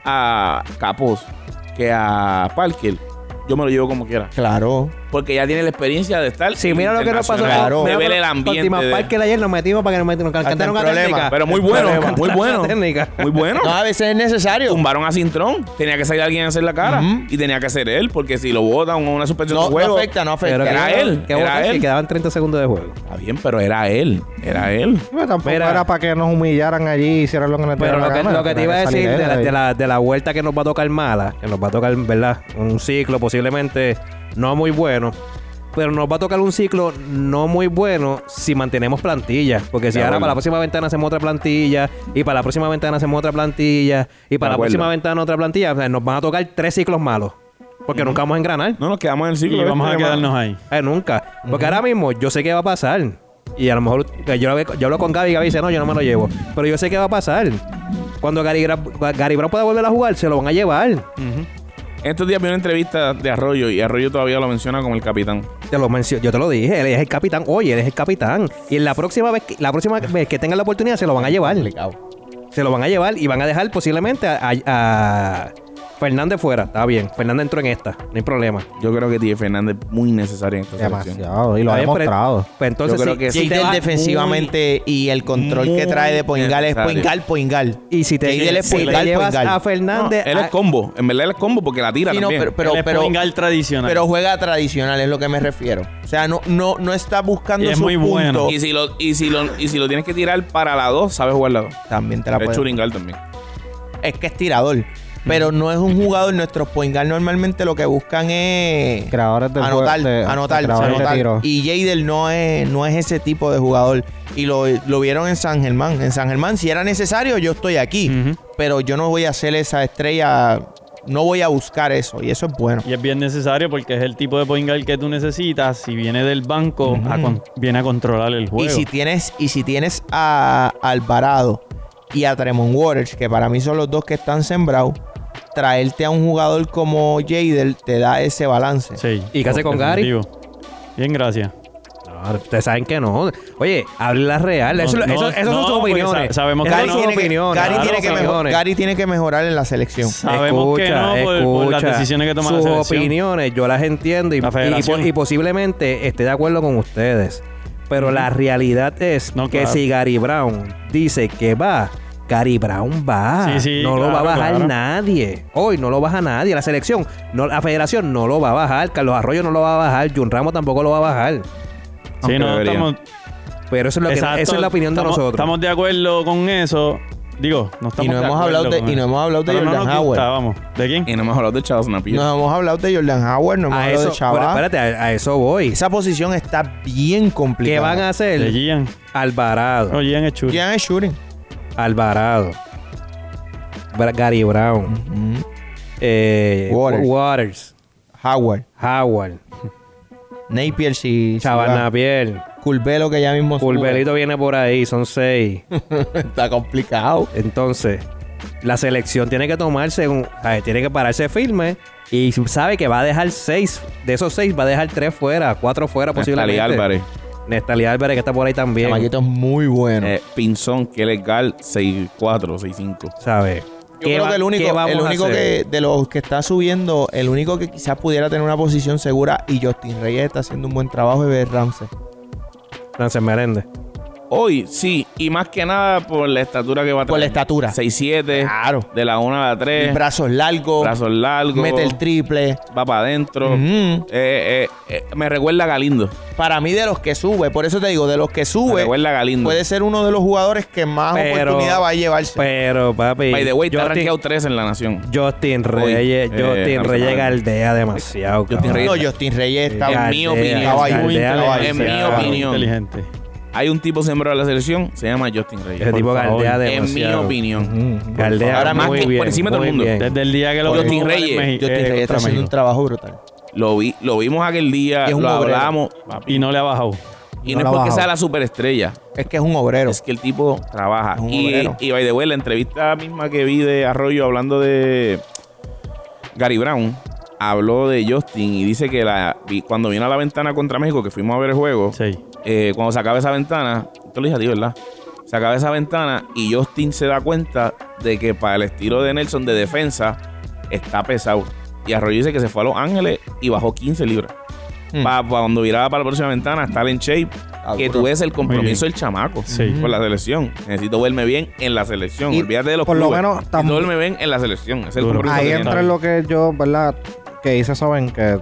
a Capos que a Parker, yo me lo llevo como quiera. Claro. Porque ya tiene la experiencia de estar. Sí, mira lo que nos pasó internacional, Claro. de mira, ver el con ambiente. Timas de- Parker ayer nos metimos para que nos metieron nos cantaron una problema. técnica. Pero muy bueno, Problema. muy bueno. Técnica. Muy bueno. No, a veces es necesario. Tumbaron a Cintrón. Tenía que salir alguien a hacer la cara. Ujú. Y tenía que ser él. Porque si lo botan o una suspensión No, de juego. no afecta, no afecta. Pero Era que- él, que era botaste él. y quedaban treinta segundos de juego. Está bien, pero era él. Era él. Pero tampoco Mira. era para que nos humillaran allí y hicieran lo que nos Pero diera lo la que, gana. lo que te Tenía iba a salir decir él de la, ahí. de, la, de la vuelta que nos va a tocar mala, que nos va a tocar, ¿verdad? Un ciclo posiblemente no muy bueno. Pero nos va a tocar un ciclo no muy bueno si mantenemos plantilla. Porque si De ahora acuerdo. para la próxima ventana hacemos otra plantilla, y para la próxima ventana hacemos otra plantilla, y para De la acuerdo. próxima ventana otra plantilla, o sea, nos van a tocar tres ciclos malos. Porque nunca vamos a engranar. No nos quedamos en el ciclo. Y vamos a este, quedarnos ahí. Eh, nunca. Porque ahora mismo yo sé qué va a pasar. Y a lo mejor eh, yo, lo- yo hablo con Gaby y Gaby dice, no, yo no me lo llevo. Pero yo sé qué va a pasar. Cuando Gary, Gra- Gary Brown pueda volver a jugar, se lo van a llevar. En estos días vi una entrevista de Arroyo y Arroyo todavía lo menciona como el capitán. Te lo mencio- yo te lo dije, él es el capitán. Oye, él es el capitán. Y en la próxima vez que, la próxima vez que tengan la oportunidad, se lo van a llevar. Se lo van a llevar y van a dejar posiblemente a, a- a Fernández fuera. Está bien. Fernández entró en esta. No hay problema. Yo creo que T J Fernández es muy necesario en esta selección. Demasiado. Y lo ha Está bien, pero- demostrado. Pues entonces, Yo creo sí, que si sí. te Jadel va- defensivamente y el control que muy trae de Poingal es necesario. Poingal, Poingal. Y si te, Jadel es si te Poingal, llevas Poingal. a No, Fernández... él es a- combo. En verdad él es combo porque la tira Sí, no, también. pero, pero, Él es pero, point guard tradicional. pero juega tradicional, es lo que me refiero. O sea, no, no, no está buscando Y es su muy punto. bueno. Y si lo, y si lo, y si lo tienes que tirar para la dos, sabes jugar la dos. También te la Es puede. churingal también. Es que es tirador. Pero no es un jugador. Nuestros point guard normalmente lo que buscan es Creadores del anotar, jue- de- anotar, creadores de anotar. tiro. Y Jadel no es, no es ese tipo de jugador. Y lo, lo vieron en San Germán. En San Germán, si era necesario, yo estoy aquí. Ujú. Pero yo no voy a ser esa estrella. No voy a buscar eso. Y eso es bueno. Y es bien necesario porque es el tipo de point guard que tú necesitas. Si viene del banco, a con- viene a controlar el juego. Y si tienes, y si tienes a Alvarado y a Tremont Waters, que para mí son los dos que están sembrados, traerte a un jugador como Jadel te da ese balance. Sí. ¿Y qué hace con Gary? Definitivo. Bien, gracias. No, ustedes saben que no. Oye, hable la real. Eso, No, eso, no, eso son no, sus porque opiniones. sa- sabemos que Esas Gary son sus tiene, que, opiniones. Gary, Claro, tiene que son mejor- opiniones. Gary tiene que mejorar en la selección. Sabemos que no por, por las decisiones que toma la sus selección. opiniones, yo las entiendo y, La y- federación. y posiblemente esté de acuerdo con ustedes. Pero la realidad es No, que claro. si Gary Brown dice que va, Gary Brown va. Sí, sí, no lo va a claro, bajar claro. nadie. Hoy no lo baja nadie. La selección, no, la federación no lo va a bajar. Carlos Arroyo no lo va a bajar. Jun Ramos tampoco lo va a bajar. Sí, Aunque no, debería. estamos, Pero eso es, lo que, exacto, eso es la opinión de estamos- nosotros. Estamos de acuerdo con eso. Digo, no estamos Y no de hemos acuerdo hablado de- con y no eso. hemos hablado de Pero no Jordan nos Howard. gusta, vamos. ¿De quién? Y no hemos hablado de Charles Napier. No hemos hablado de Jordan Howard, no hemos a hablado eso, de Chavá. pero espérate, a, a eso voy. Esa posición está bien complicada. ¿Qué van a De hacer? Gian. Alvarado. Oh, Gian es chulo. Gian es shooting. Alvarado. Bra- Gary Brown. eh, Waters. Waters. Howard. Howard. Napier si... si Chaval va. Napier. Culvelo que ya mismo sube. Culverito viene por ahí, son seis. Está complicado. Entonces, la selección tiene que tomarse, un, a ver, tiene que pararse firme y sabe que va a dejar seis de esos seis va a dejar tres fuera, cuatro fuera posiblemente. Nestalí Álvarez. Nestalí Álvarez que está por ahí también. Chamaquito es muy bueno. Eh, Pinzón, que él es Gal, seis cuatro, seis cinco. ¿Sabes? Yo creo que el único, el único que de los que está subiendo, el único que quizás pudiera tener una posición segura y Justin Reyes está haciendo un buen trabajo es ver Ramsey. Frances Meléndez. Hoy, sí. Y más que nada por la estatura que va a tener. Por la estatura. seis siete. Claro. De la una a la tres. Brazos largos. Brazos largos. Mete el triple. Va para adentro. Ujú. eh, eh, eh, me recuerda a Galindo. Para mí, de los que sube, por eso te digo, de los que Me sube, recuerda a Galindo. puede ser uno de los jugadores que más Pero- oportunidad va a llevarse. Pero, papi. By the way, está Justin- rankeado tres en la nación. Justin Reyes, Hoy, eh, Justin Ramsey Reyes Meléndez. galdea demasiado. Justin cabrón. Reyes. no, Justin Reyes está En Galdea, mi opinión. Caballo, galdea muy caballo. En mi demasiado. opinión. Inteligente. Hay un tipo sembrado en la selección, se llama Justin Reyes. Ese tipo Por favor. galdea En mi demasiado. opinión. Ujú. Galdea Ahora más muy que bien, por encima de todo muy el mundo. bien. Desde el día que lo Justin vimos Reyes. en México- Justin eh, Reyes está contra haciendo un México. trabajo brutal. Lo, vi, lo vimos aquel día, Y es un lo obrero. hablamos. Y no le ha bajado. Y No no, la es porque bajó. sea la superestrella. Es que es un obrero. Es que el tipo trabaja. Es un Y, obrero. y by the way, la entrevista misma que vi de Arroyo hablando de Gary Brown, habló de Justin y dice que la, vi- cuando vino a la ventana contra México, que fuimos a ver el juego, Sí. eh, cuando se acaba esa ventana, esto lo dije a ti, ¿verdad? Se acaba esa ventana y Justin se da cuenta de que para el estilo de Nelson de defensa está pesado. Y Arroyo dice que se fue a Los Ángeles y bajó quince libras. Hmm. Para cuando viraba para la próxima ventana, estar en shape. Que duro. tú ves el compromiso Muy del chamaco Sí. con la selección. Necesito verme bien en la selección. Y Olvídate de los por lo clubes. menos Necesito tam- verme bien en la selección. Ese es el Duro. compromiso Ahí que entra tiene. lo que yo, ¿verdad? Que dice Soben, que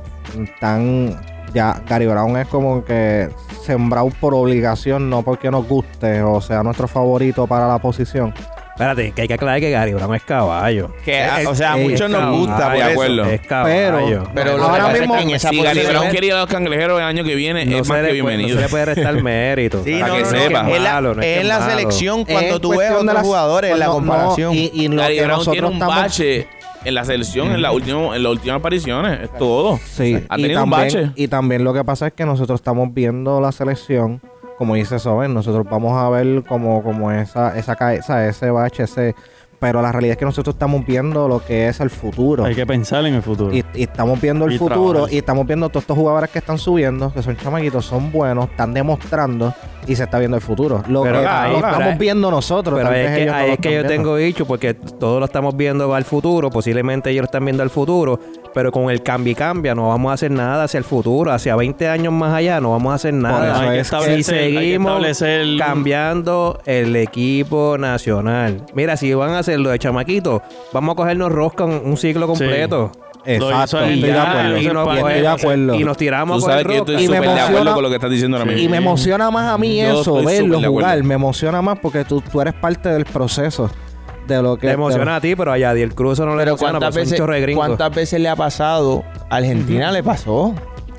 tan ya Gary Brown es como que sembrado por obligación, no porque nos guste o sea nuestro favorito para la posición. Espérate, que hay que aclarar que Gary Brown es caballo. Que, a- o sea, a Ey, muchos nos caballo. gusta Ah, por de eso. acuerdo. Es caballo. Pero lo Ahora que pasa mismo- es que en esa Si Gary posición- Brown quería a los cangrejeros el año que viene, no es se más que le puede- no bienvenido. se le puede restar mérito. Sí, Para no, que no, no, sepa. que es la, Malo, no es que es es la malo. selección cuando Es tú ves a cuestión de otros las- jugadores, no, la no, comparación. y, y lo Gary que Brown nosotros tiene un estamos- bache en la selección en, la última, en las últimas apariciones. Es todo. Sí, Ha y tenido un también, bache. y también lo que pasa es que nosotros estamos viendo la selección, como dice Soben, nosotros vamos a ver como, como esa, esa cabeza, ese bache, ese. Pero la realidad es que nosotros estamos viendo lo que es el futuro. Hay que pensar en el futuro. Y, y estamos viendo el Y futuro trabajar. y estamos viendo todos estos jugadores que están subiendo, que son chamaquitos, son buenos, están demostrando y se está viendo el futuro. Lo Pero que ahí- lo pero estamos ahí- viendo nosotros. Pero tal ahí vez es que, ellos no ahí lo es que están yo viendo. tengo dicho, porque todos lo estamos viendo al futuro, posiblemente ellos lo están viendo al futuro, pero con el cambio y cambia, no vamos a hacer nada hacia el futuro, hacia veinte años más allá, no vamos a hacer nada. eso hay que es que establecer, si hay que seguimos establecer un- cambiando el equipo nacional. Mira, si van a hacer lo de chamaquito, vamos a cogernos rosca un, un ciclo completo. Exacto, Lo hizo estoy él de ya, acuerdo. lo hizo Y nos, España. Y estoy de acuerdo. y nos tiramos Tú a sabes coger que yo estoy rosca. Y me súper de acuerdo emociona- con lo que estás diciendo ahora Sí. mismo. Y me emociona más a mí Yo eso, estoy verlo súper de acuerdo. jugar. Me emociona más porque tú, tú eres parte del proceso de lo que Te emociona a ti, pero a Yadiel Cruz no le Pero emociona, ¿cuántas porque es un veces, chorre de gringo. ¿cuántas veces le ha pasado? A Argentina le pasó.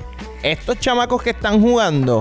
Estos chamacos que están jugando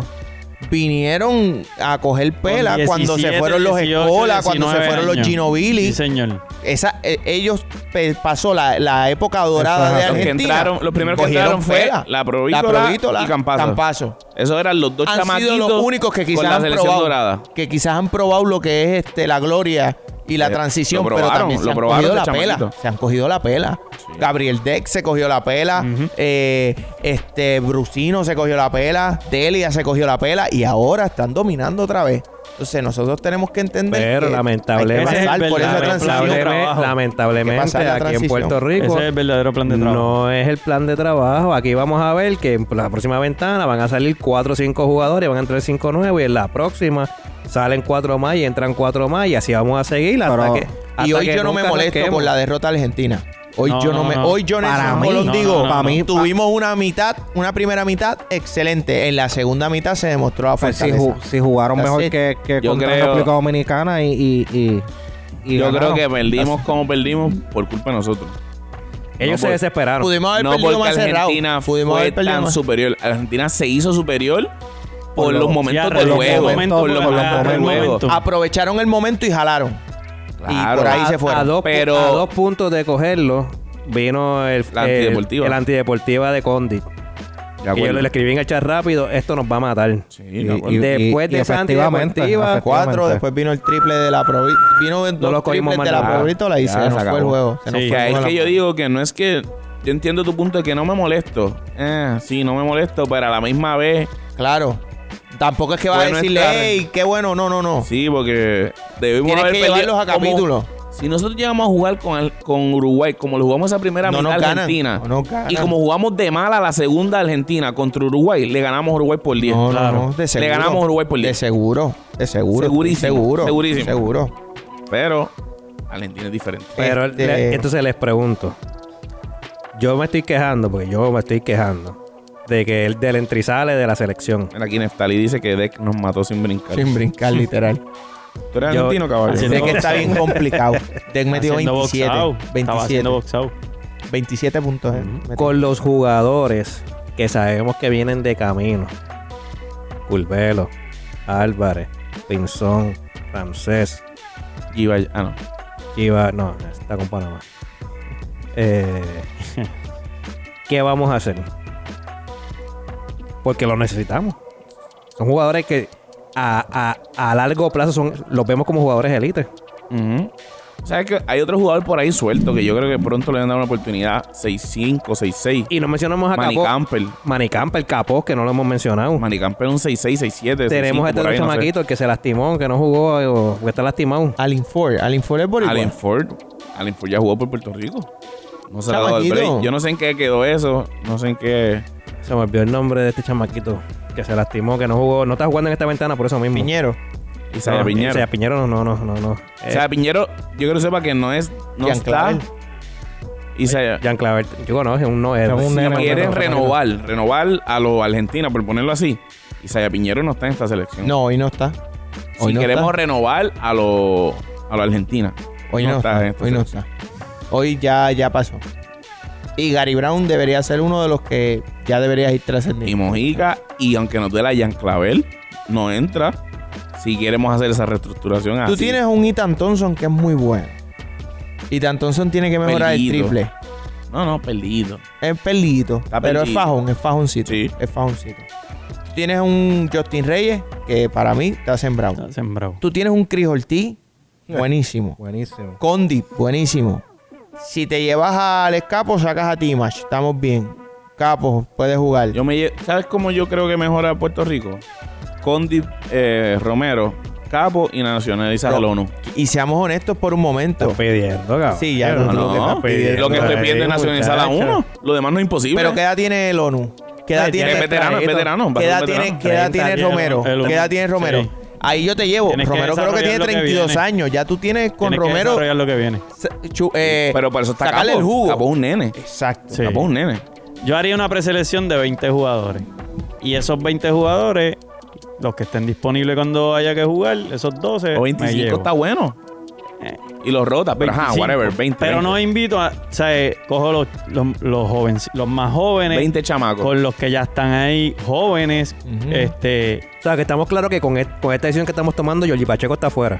vinieron a coger pela Con cuando se diecisiete, fueron los dieciocho, Escola, cuando se diecinueve fueron los años. Ginobili. Sí, señor. Esa, eh, ellos pe- pasó la, la época dorada de Exacto. Los que Argentina. entraron, los primeros que Cogieron entraron fue pela. la Provítola, Provítola y Campazo. Campazo. Esos eran los dos Han chamaquitos sido los únicos que con quizás la han selección probado, dorada. que quizás han probado lo que es este la gloria y la Eh, transición, lo pero probaron, también se lo han probaron cogido la de pela. chamaquito. Se han cogido la pela. Gabriel Deck se cogió la pela. eh, este Brusino se cogió la pela. Delia se cogió la pela. Y ahora están dominando otra vez. Entonces nosotros tenemos que entender Pero que lamentablemente, hay que pasar por esa verdadero transición. plan de lamentablemente, trabajo. lamentablemente, Hay que pasar la aquí en transición. Puerto Rico Ese es el verdadero plan de trabajo. no es el plan de trabajo. Aquí vamos a ver que en la próxima ventana van a salir cuatro o cinco jugadores, van a entrar cinco nuevos y en la próxima salen cuatro más y entran cuatro más y así vamos a seguir hasta Pero- que Y hasta hoy que yo no me nunca molesto rasquemos. por la derrota argentina. Hoy No, yo no, no, me, no. hoy yo Para Nelson mí, Colón no, digo, no, no, para mí, tuvimos una mitad, una primera mitad excelente. En la segunda mitad se demostró la pues, si, fortaleza. ju- si jugaron That's mejor it. que, que Yo contra creo- República Dominicana y, y, y, y Yo creo ganaron. que perdimos como perdimos por culpa de nosotros. Ellos No, se por- desesperaron. Pudimos haber No perdido porque más cerrado. Argentina Pudimos fue haber perdido tan más. superior. Argentina se hizo superior por, Por los los- momentos Ya, del por los juego. momentos, Por los por los momentos del momentos. juego. Aprovecharon el momento y jalaron. Claro. Y por ahí a, se fueron. a dos, pu- Pero- a dos puntos de cogerlo vino el, La el- antideportiva. el antideportiva de Condit. De Que yo acuerdo. le escribí en el chat rápido, esto nos va a matar. Sí, Y- de acuerdo. y- Después de y esa efectivamente, antideportiva, Cuatro, efectivamente. después vino el triple de la Provítola. Vino lo dos cogimos triples de mal la nada. Provítola y Ya, se se nos fue el acabó. juego. Se nos Sí, fue Que el es juego. que yo digo que no es que yo entiendo tu punto de que no me molesto. Eh, sí, no me molesto, pero a la misma vez... Claro. Tampoco es que vas a Bueno, decirle, estar- hey, qué bueno. No, no, no. Sí, porque debimos Tienes haber que perdido- llevarlos a como- capítulos. Si nosotros llegamos a jugar con, el- con Uruguay, como lo jugamos esa primera No mitad nos ganan, Argentina, no nos ganan. y como jugamos de mala la segunda Argentina contra Uruguay, le ganamos a Uruguay por diez. No, Claro. no, no, de seguro. Le ganamos a Uruguay por De diez. seguro, de seguro. Segurísimo, Seguro. segurísimo. Seguro. Pero Argentina es diferente. Pero Este- le- entonces les pregunto. Yo me estoy quejando, porque yo me estoy quejando de que el del entrizale de la selección. Mira, aquí Neftali dice que Deck nos mató sin brincar. Sin brincar, literal. ¿Tú eres Yo- argentino, caballo? Haciendo- Sé que está bien complicado. Deck metió Haciendo veintisiete. boxao. Estaba veintisiete. haciendo boxao. veintisiete puntos. eh. Metió. Con los jugadores que sabemos que vienen de camino. Curvelo, Álvarez, Pinzón, Ramsés, Iba, ah, no. Iba, no, está con Panamá. Eh, ¿Qué vamos a hacer? Porque lo necesitamos. Son jugadores que a, a, a largo plazo son, los vemos como jugadores élite. Ujú. ¿Sabes que hay otro jugador por ahí suelto que yo creo que pronto le van a dar una oportunidad? seis cinco, seis seis. Y no mencionamos a Manny Capó. Campbell. Manny Campbell, Capó, que no lo hemos mencionado. Manny Campbell un seis seis, seis siete. Tenemos a este otro chamaquito, el que se lastimó, que no jugó, o que está lastimado. Alin Ford. Alin Ford es boricua. Allen Ford. Allen Ford ya jugó por Puerto Rico. No se le ha dado el Chamaquito. break. Yo no sé en qué quedó eso. No sé en qué. Se me olvidó el nombre de este chamaquito que se lastimó, que no jugó, no está jugando en esta ventana por eso mismo. Piñero. Isaiah No, Piñero. Isaiah Piñero no, no, no, no. no. O sea, Piñero, yo quiero que sepa que no es. No Jean está. Clavel. Isaiah. Jean Claver, yo conozco, un no es. Es un Si nene, quieren no, no, renovar, renovar a los argentinos, por ponerlo así, Isaiah Piñero no está en esta selección. No, hoy no está. Si Hoy no queremos está. renovar a los a los Argentina. Hoy no, está. en esta Hoy no selección. está. Hoy ya, ya pasó. Y Gary Brown debería ser uno de los que ya debería ir trascendiendo. Y Mojica, y aunque nos duela Jean Clavel, no entra. Si queremos hacer esa reestructuración Tú así. tienes un Ethan Thompson que es muy bueno. Ethan Thompson tiene que mejorar Perdido. el triple. No, no, perdido. Es pelito, Está pero es perdido. fajón, es fajoncito. Sí. Es fajoncito. Tú tienes un Justin Reyes que para mí te ha sembrado. Está sembrado. Tú tienes un Chris Ortiz, buenísimo. Buenísimo. Condit, buenísimo. Si te llevas al escapo, sacas a Timash. Estamos bien. Capo, puedes jugar. Yo me lle- ¿Sabes cómo yo creo que mejora Puerto Rico? Condi, eh, Romero, Capo y nacionalizar No. al ONU. Y seamos honestos por un momento. Estás pidiendo, cabrón. Sí, ya No, no, lo que estás pidiendo. lo que estoy ahí, pidiendo es nacionalizar a muchacho. uno. Lo demás no es imposible. Pero ¿qué edad tiene el ONU? ¿Qué edad Ay, tiene? es veterano, es veterano. va a ¿Qué ser edad veterano. tiene, ¿qué edad tiene treinta Romero? el- ¿Qué edad tiene Romero? Sí. Ahí yo te llevo. Tienes que Romero creo que tiene desarrollar lo que treinta y dos viene. años. Ya tú tienes con Tienes que Romero. desarrollar lo que viene. chu- eh, Pero por eso está sacarle Capo. el jugo. Capo es un nene. Exacto. Sí. Capo es un nene. Yo haría una preselección de veinte jugadores. Y esos veinte jugadores, los que estén disponibles cuando haya que jugar, esos doce. O me veinticinco llevo. está bueno. Eh. Y los rota, pero ajá, veinticinco. whatever, veinte. Pero no veinte. invito a. O sea, eh, cojo los, los, los jóvenes, los más jóvenes. veinte chamacos. Con los que ya están ahí jóvenes. Ujú. Este. O sea, que estamos claros que con, et- con esta decisión que estamos tomando, Georgie Pacheco está afuera.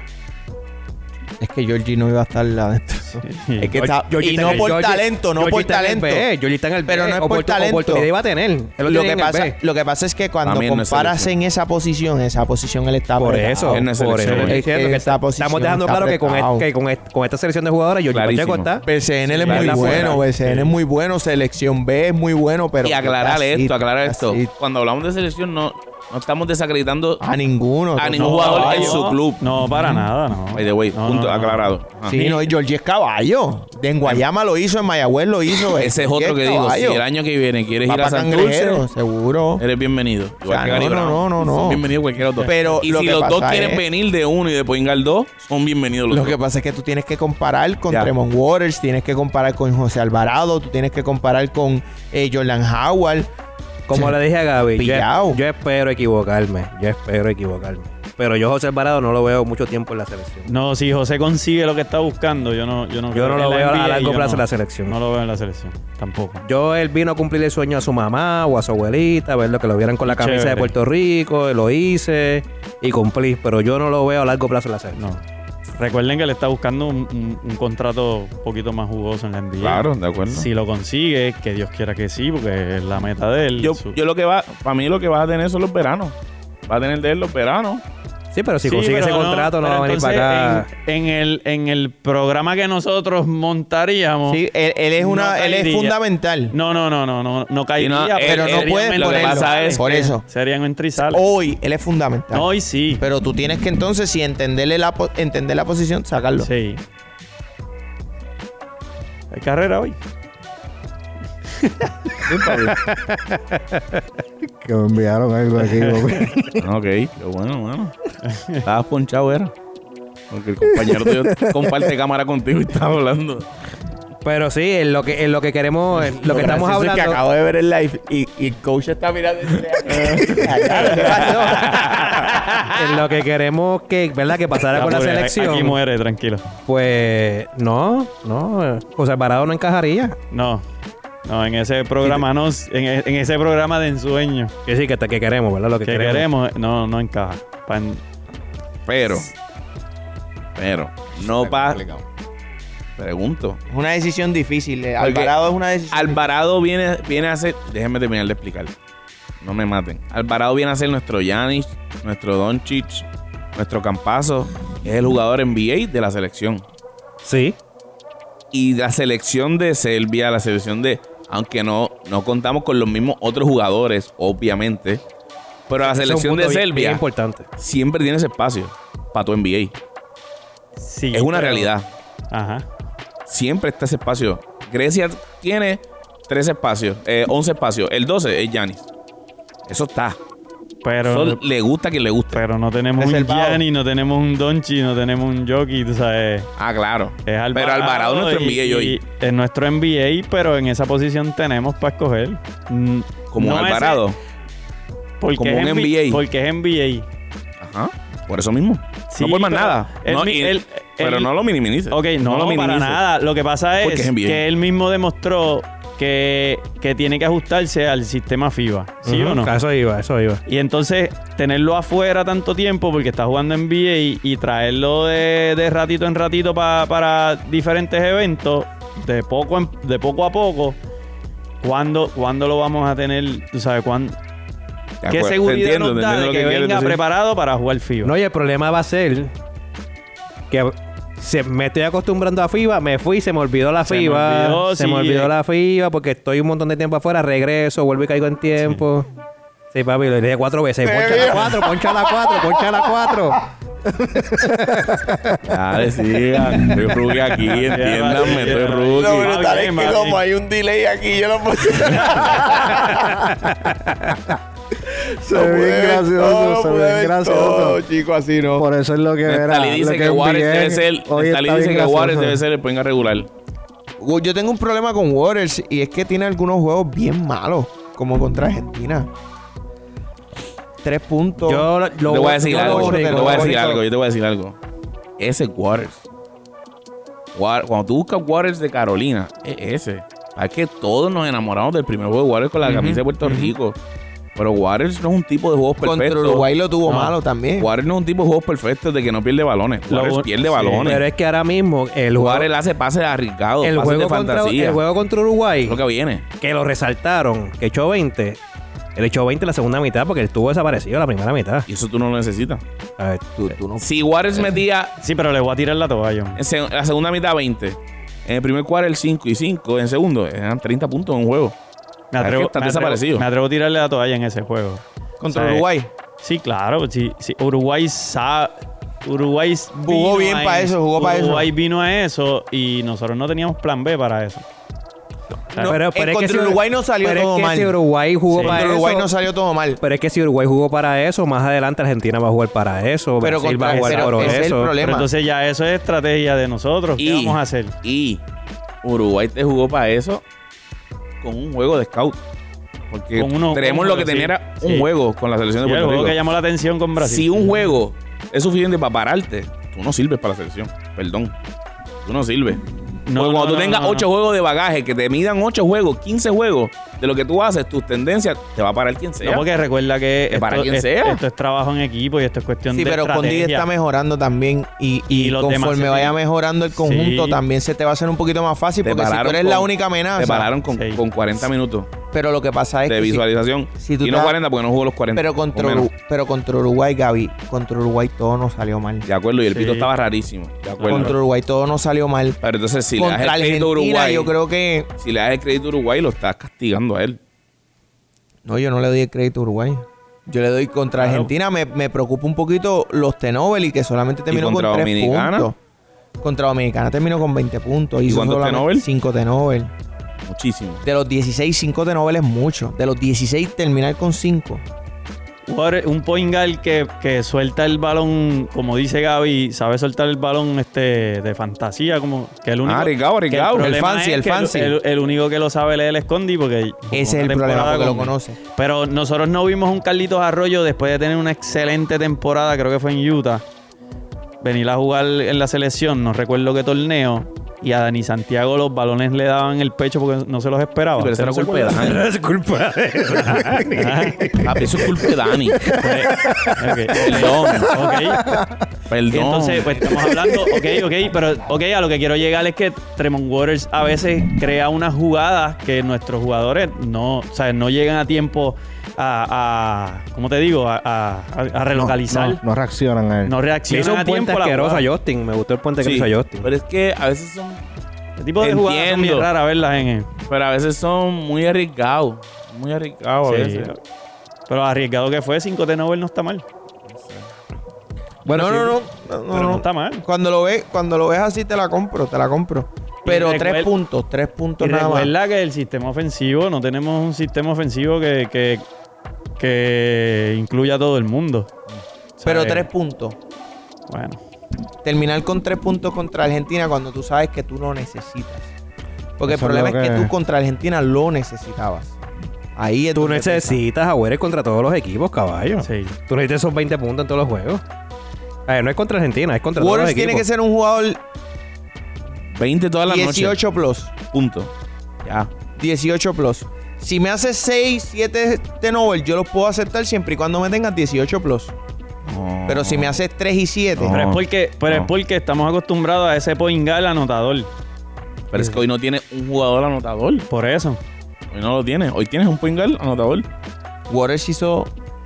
Es que Georgie no iba a estar adentro. Es que está, Georgie y está no en el- por Georgie- talento, no Georgie por está en el talento. B, Georgie está en el Pero B, no es por oportu- talento. Oportunidad iba a tener. Él lo, Lo tiene que, en el pasa, B. lo que pasa es que cuando También no es comparas selección. en esa posición, esa posición él está Por apretado. eso, Él no es por eso. selección. Estoy Es que diciendo que esa está- posición estamos dejando está claro que con, apretado. et- que con, et- con esta selección de jugadores, Georgie Clarísimo. Pacheco está. B C N él es Sí, muy está bueno, fuera. B C N Sí. es muy bueno, selección B es muy bueno, pero y aclarar así, esto, aclarar esto. así, Cuando hablamos de selección, no, no estamos desacreditando a ninguno. a ningún No, jugador en caballo. su club. No, para nada, no. By the way, No, punto no, no. aclarado. Ajá. Sí, no, y Georgie es caballo. En Guayama lo hizo, en Mayagüez lo hizo. Ese es otro que digo. Si caballo. el año que viene quieres Va ir a pa' Santurce, Cangrejero, seguro. eres bienvenido. Igual sea, que Gary no, no, Brown. no, no, no. Son bienvenidos cualquier otro. Pero y lo si que los dos pasa quieren es- venir de uno y de Poingal dos, son bienvenidos los Lo dos. que pasa es que tú tienes que comparar con Ya. Tremont Waters, tienes que comparar con José Alvarado, tú tienes que comparar con eh, Jordan Howard. Como le dije a Gaby, yo, Pillao. yo espero equivocarme. Yo espero equivocarme. Pero yo, José Alvarado, no lo veo mucho tiempo en la selección. No, si José consigue lo que está buscando, yo no, yo no, Yo creo no que lo en la veo a N B A largo yo plazo en no- la selección. No lo veo en la selección, tampoco. Yo, él vino a cumplir el sueño a su mamá o a su abuelita, ver lo que lo vieran con la camisa Chévere. de Puerto Rico, lo hice y cumplí. Pero yo no lo veo a largo plazo en la selección. No. Recuerden que le está buscando un, un- un contrato un poquito más jugoso en la N B A. Claro, de acuerdo. Si lo consigue, que Dios quiera que sí, porque es la meta de él. Yo, Su- yo lo que va, para mí lo que vas a tener son los veranos. Va a tener de él los veranos. Sí, pero si Sí, consigue ese pero contrato no, pero va a venir entonces, para acá. En, en el, en el programa que nosotros montaríamos... Sí, él, él es una, no él es caería. fundamental. No, no, no, no, no, no caería. no, pero él- no él- puedes lo que ponerlo. pasa es Por que- eso. Serían entrizales. Hoy él es fundamental. Hoy sí. Pero tú tienes que entonces, si entenderle la, po- entender la posición, sacarlo. Sí. ¿Hay carrera hoy? Que me enviaron algo aquí. papi. Ok, qué bueno, bueno. Estabas ponchado, era. Porque el compañero tuyo comparte cámara contigo y estaba hablando. Pero sí, en lo que, en lo que queremos, en lo que estamos gracioso es hablando. que acabo de ver el live y, y el coach está mirando. En lo que queremos que, ¿verdad? Que pasara Ya, con la pobre, selección. Aquí muere, tranquilo. Pues no, no. José Alvarado no encajaría. No. No, en ese programa no. En, en ese programa de ensueño Que sí, que, que queremos, ¿verdad? Lo que, que queremos. queremos, no, no encaja. Pa- Pero, pero, no pasa. Pregunto. Es una decisión difícil. eh. Alvarado es una decisión. Alvarado viene, viene a ser. Déjenme terminar de explicar. No me maten. Alvarado viene a ser nuestro Giannis, nuestro Doncic, nuestro Campazo. Es el jugador N B A de la selección. Sí. Y la selección de Serbia, la selección de. Aunque no, no contamos con los mismos otros jugadores, obviamente. Pero la Ese es un selección punto de bien- Serbia bien importante. siempre tiene ese espacio para tu N B A. Sí, Es una pero- realidad. Ajá. Siempre está ese espacio. Grecia tiene tres espacios, eh, once espacios. El doce es Giannis. Eso está. Pero, Eso le gusta a quien le guste. pero no tenemos un Reservado. Gianni, no tenemos un Donchi, no tenemos un Jockey, tú sabes. Ah, claro. Es Alvarado. Pero Alvarado es nuestro N B A y- hoy. y Es nuestro N B A, pero en esa posición tenemos para escoger. Mm, Como no Alvarado. ese- porque como es un N B A. N B A. Porque es N B Ajá. Por eso mismo. Sí, no por más pero nada. él No, mi- y- él- pero él- no lo minimices. A. Ok, no, lo para minimices. nada. Lo que pasa Porque es es N B A. que él mismo demostró que, que tiene que ajustarse al sistema FIBA. ¿Sí Ujú. o no? Eso iba, eso iba. Y entonces tenerlo afuera tanto tiempo porque está jugando N B A y, y traerlo de, de ratito en ratito pa- para diferentes eventos, de poco, en- de poco a poco, ¿cuándo, ¿cuándo lo vamos a tener? ¿Tú sabes cuándo? De ¿Qué acuerdo. Te seguridad entiendo, nos te da entiendo de lo que, que quieres venga decir. preparado para jugar FIBA? No, y el problema va a ser que se, me estoy acostumbrando a FIBA, me fui, se me olvidó la Se me FIBA. olvidó, se sí, me olvidó eh. la FIBA porque estoy un montón de tiempo afuera, regreso, vuelvo y caigo en tiempo. Sí, papi, lo dije cuatro veces. Poncha la cuatro, poncha la cuatro, poncha la cuatro. Dale, sigan. Estoy rookie aquí, entiéndanme. Estoy Lo rookie. brutal Va es bien, que va como bien. hay un delay aquí, yo no puedo. Se ve bien gracioso, se ve bien gracioso. Chico, así no. Por eso es lo que era. Nestali dice lo que Warriors envié. debe ser. Hoy Nestali está dice bien que Warriors gracioso. debe ser el point regular. Yo tengo un problema con Warriors y es que tiene algunos juegos bien malos, como contra Argentina. Tres puntos. Yo lo, Te voy a decir yo algo. lo Yo único- te voy a decir único- algo. Yo te voy a decir algo. Ese es Waters. Wa- Cuando tú buscas Waters de Carolina, es ese. Es que todos nos enamoramos del primer juego de Waters con la camisa de Puerto Rico. Pero Waters no es un tipo de juegos Contra perfectos. Uruguay lo tuvo No. malo también. Waters no es un tipo de juegos perfectos de que no pierde balones. Lo Waters un- pierde sí, balones. Pero es que ahora mismo el juego, Waters hace pases arriesgados, el pases juego, de contra, fantasía. el juego contra Uruguay, Es lo que viene. que lo resaltaron, que echó veinte. Él echó veinte en la segunda mitad porque él estuvo desaparecido la primera mitad. Y eso tú no lo necesitas. A ver, Tú, tú no. Si Waters metía Sí, pero le voy a tirar la toalla. en se- la segunda mitad veinte, en el primer cuarto el cinco y cinco, en el segundo eran treinta puntos en un juego. Me Es que atrevo, está me, atrevo, desaparecido. me atrevo a tirarle la toalla en ese juego. Contra O sea, Uruguay. Sí, claro. Sí, sí. Uruguay sa- Uruguay Jugó vino bien a pa' eso, jugó pa' eso. Uruguay vino a eso y nosotros no teníamos plan B para eso. O sea, No, pero, en pero es que contra si, Uruguay no salió pero todo es que mal. si Uruguay jugó Sí. para Contra Uruguay eso, no salió todo mal. pero es que si Uruguay jugó para eso, más adelante Argentina va a jugar para eso, Pero Brasil va a contra- jugar pero por ese es el eso. problema. pero entonces ya eso es estrategia de nosotros. ¿Qué Y, vamos a hacer? y Uruguay te jugó para eso con un juego de scout. Porque Con uno- tenemos con lo uno, que tenía sí. era un Sí. juego con la selección Sí, de el Puerto juego Rico. que llamó la atención con Brasil. Si un juego es suficiente para pararte, tú no sirves para la selección. Perdón. Tú no sirves. No, Porque cuando no, tú no, tengas no, ocho no. juegos de bagaje, que te midan ocho juegos, quince juegos de lo que tú haces, tus tendencias, te va a parar quien sea. No, porque recuerda que Que para esto, quien es- sea. esto es trabajo en equipo y esto es cuestión Sí, de pero Condi estrategia. está mejorando también y, y, Y los demás conforme se vaya tienen- mejorando el conjunto Sí. también se te va a hacer un poquito más fácil Te porque si tú pararon eres la con- única amenaza. Te pararon con, Sí. con cuarenta minutos. Pero lo que pasa es de que visualización. Si, si tú y no te- cuarenta porque no jugó los cuarenta. pero contra, Uru- pero contra Uruguay, Gaby, contra Uruguay todo no salió mal. De acuerdo, y el Sí. pito estaba rarísimo. De acuerdo. Contra Uruguay todo no salió mal. Pero entonces, si le das contra el crédito a Argentina, Uruguay, yo creo que... si le das el crédito a Uruguay, lo estás castigando a él. No, yo no le doy el crédito a Uruguay. Yo le doy contra Claro. Argentina. Me, me preocupa un poquito los T-Nobel y que solamente terminó con contra tres Dominicana? puntos. Contra Dominicana terminó con veinte puntos. ¿Y Hizo cuántos solamente T-Nobel? cinco T-Nobel. Muchísimo. De los dieciséis, cinco T-Nobel es mucho. De los dieciséis, terminar con cinco. Jugador- Un point guard que, que suelta el balón, como dice Gaby, sabe soltar el balón este de fantasía, como que el único. Ah, Rigao, que Rigao. el El problema fancy, es el que fancy. El, el único que lo sabe leer el Escondi, porque. Ese una es el problema, temporada porque lo con- conoce. Pero nosotros no vimos un Carlitos Arroyo después de tener una excelente temporada, creo que fue en Utah. Venir a jugar en la selección, no recuerdo qué torneo. Y a Dani Santiago los balones le daban el pecho porque no se los esperaba. Pero eso era ¿Ustedes culpa de se acuerdan? Dani. Es culpa de Ajá. Ah, pero eso es culpa de Dani. Ok, Perdón, ok. Perdón. Y entonces, pues estamos hablando, ok, ok, pero ok, a lo que quiero llegar es que Tremont Waters a veces crea unas jugadas que nuestros jugadores no, o sea, no llegan a tiempo a, a ¿cómo te digo? A, a, a relocalizar. No, No, no reaccionan a él. Le hizo reaccionan un a puente tiempo a la asqueroso jugada. a Justin. Me gustó el puente que Sí, le hizo a Justin. pero es que a veces son... Este tipo de jugadas son bien Entiendo. raras verlas en él. Pero a veces son muy arriesgados. Muy arriesgados a Sí. veces. Pero arriesgado que fue, cinco T-Nobel no está mal. Bueno, no, sí. no, no, no, Pero no, no no. está mal. Cuando lo ves, cuando lo ves así te la compro, te la compro. Pero recuer- tres puntos, tres Y puntos nada más. recuerda que el sistema ofensivo, no tenemos un sistema ofensivo que, que, que incluya a todo el mundo. Pero ¿Sabes? tres puntos. Bueno. Terminar con tres puntos contra Argentina cuando tú sabes que tú lo necesitas. Porque Eso el problema es es lo que... que- tú contra Argentina lo necesitabas. Ahí es Tú donde necesitas a Weber contra todos los equipos, caballo. Sí. Tú necesitas esos veinte puntos en todos los juegos. A ver, no es contra Argentina, es contra todos los Waters equipos. tiene que ser un jugador veinte todas las dieciocho plus. noches. Punto. Ya. dieciocho plus. Si me haces seis, siete T-Nobel, yo los puedo aceptar siempre y cuando me tengas dieciocho plus. No. Pero si me haces tres y siete, No. Pero es porque, pero es no. porque estamos acostumbrados a ese point guard anotador. Pero es que hoy no tiene un jugador anotador. Por eso. Hoy no lo tiene. Hoy tienes un point guard anotador. Waters hizo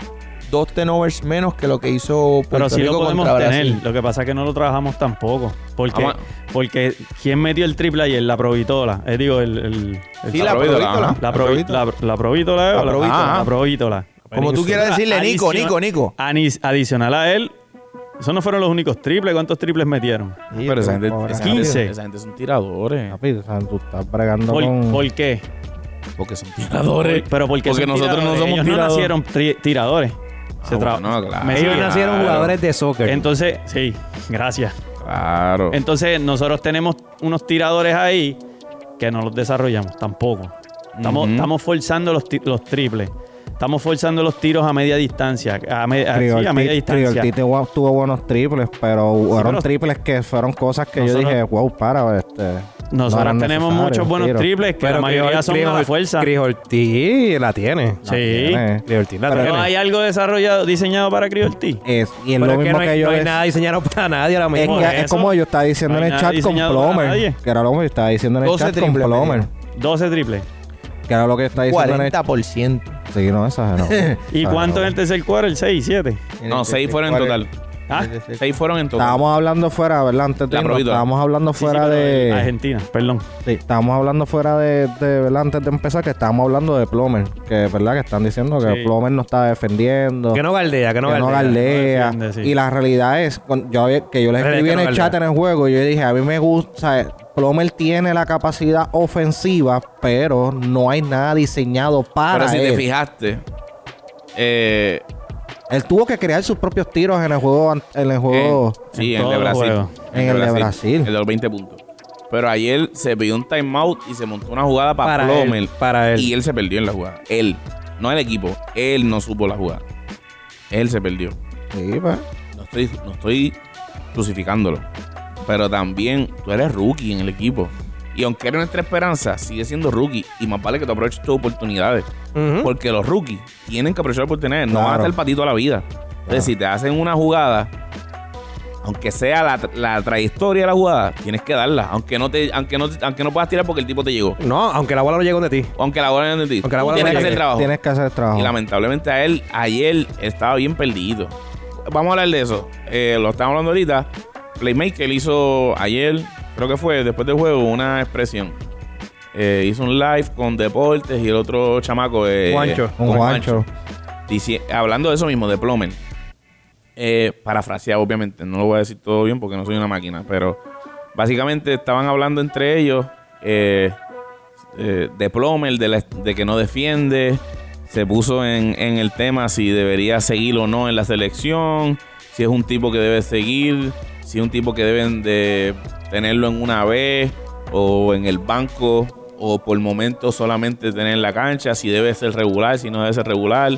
dos T-Novers menos que lo que hizo Puerto Pero sí Rico lo podemos contra tener. Brasil. Lo que pasa es que no lo trabajamos tampoco. Porque, Vamos porque ¿quién metió el triple ayer? La provitola. Eh, digo, el... el- el- Sí, La la provítola, provítola. ajá. la, provi- provítola. la, la provítola. La o la- provítola. Ah, la provítola. Como tú quieras decirle, Nico, Adicion- Nico, Nico. anis- Adicional a él, esos no fueron los únicos triples. ¿Cuántos triples metieron? Sí, pero esa gente, pobre. esa, quince. gente, esa gente son tiradores. Papi, o sea, tú estás bregando ¿Por, con... por qué? Porque son tiradores. Pero porque, Porque son nosotros no tiradores. somos Ellos tiradores. no nacieron tri- tiradores. Se Ah, tra- bueno, claro. Me Ellos siguen. nacieron Claro. jugadores de soccer. Entonces, sí, gracias. Claro. Entonces, nosotros tenemos unos tiradores ahí que no los desarrollamos tampoco. Estamos, Ujú. estamos forzando los, ti- los triples. Estamos forzando los tiros a media distancia. A, me- a- sí, a media Triolti distancia. Triolti tuvo, tuvo buenos triples, pero fueron pero- triples que fueron cosas que Nosotros- yo dije, wow, para, este... no Nosotros eran tenemos necesarios, muchos buenos tiro. triples que la mayoría son a la fuerza. Chris Ortiz la tiene. Sí. tiene. Chris Ortiz la Pero Pero tiene. hay algo desarrollado, diseñado para Criolti. Es, y es Pero lo es que mismo no hay, que yo no hay decía. nada diseñado para nadie ahora Es, mismo. que- Por es eso, como yo estaba diciendo no en hay el nada chat con diseñado para Plomer. nadie. Que era lo que yo estaba diciendo en el doce chat con triples Plomer. doce triples. Que era lo que estaba diciendo en el cuarenta por ciento. Sí, no, esa no. ¿Y Esa cuánto no. en el tercer cuarto? ¿El seis, siete? No, seis fueron en total. Ah, Seis fueron en total. Estábamos hablando fuera, ¿verdad? Antes de La irnos, provítola. estábamos hablando sí, sí, fuera pero de... Argentina, perdón. Sí, estábamos hablando fuera de, de, ¿verdad? Antes de empezar, que estábamos hablando de Plomer. Que, ¿verdad? Que están diciendo que Sí. Plomer no está defendiendo. Que no galdea, que no que no galdea. galdea. no defiende, sí. Y la realidad es, con- yo, había- que yo le Es escribí que en no el chat galdea. en el juego, yo dije, a mí me gusta, ¿sabes? Plomer tiene la capacidad ofensiva, pero no hay nada diseñado para Pero si él. te fijaste, eh, Él tuvo que crear sus propios tiros en el juego, an- en el juego. en- sí, en en el de todos los Brasil. juegos. En el de Brasil. El de los veinte puntos. Pero ayer se pidió un timeout y se montó una jugada para, Para Plomer. él, para él. Y él se perdió en la jugada. Él, no el equipo. Él no supo la jugada. Él se perdió. Sí, pues. No estoy, no estoy crucificándolo. Pero también tú eres rookie en el equipo. Y aunque eres nuestra esperanza, sigue siendo rookie. Y más vale que tú aproveches tus oportunidades. Ujú. Porque los rookies tienen que aprovechar oportunidades. No Claro. van a estar patito a la vida. Entonces, si te hacen una jugada aunque sea la, la trayectoria de la jugada, tienes que darla. Aunque no te, aunque no, aunque no puedas tirar porque el tipo te llegó. No, aunque la bola no llegó de ti. O aunque la bola no es de ti. Aunque la Tú bola tienes no que llegue. hacer el trabajo. Tienes que hacer el trabajo. Y lamentablemente a él, ayer estaba bien perdido. Vamos a hablar de eso. Eh, lo estamos hablando ahorita. Playmaker hizo ayer, creo que fue después del juego, una expresión. Eh, hizo un live con Deportes y el otro chamaco. Eh, Juancho. Un con Juancho. Dici- hablando de eso mismo, de Plomer. Eh, parafraseado, obviamente. No lo voy a decir todo bien porque no soy una máquina. Pero básicamente estaban hablando entre ellos eh, eh, de Plomer, de, la- de que no defiende. Se puso en, en el tema si debería seguir o no en la selección. Si es un tipo que debe seguir. Si es un tipo que deben de tenerlo en una vez o en el banco. O por momento solamente tener en la cancha. Si debe ser regular, si no debe ser regular.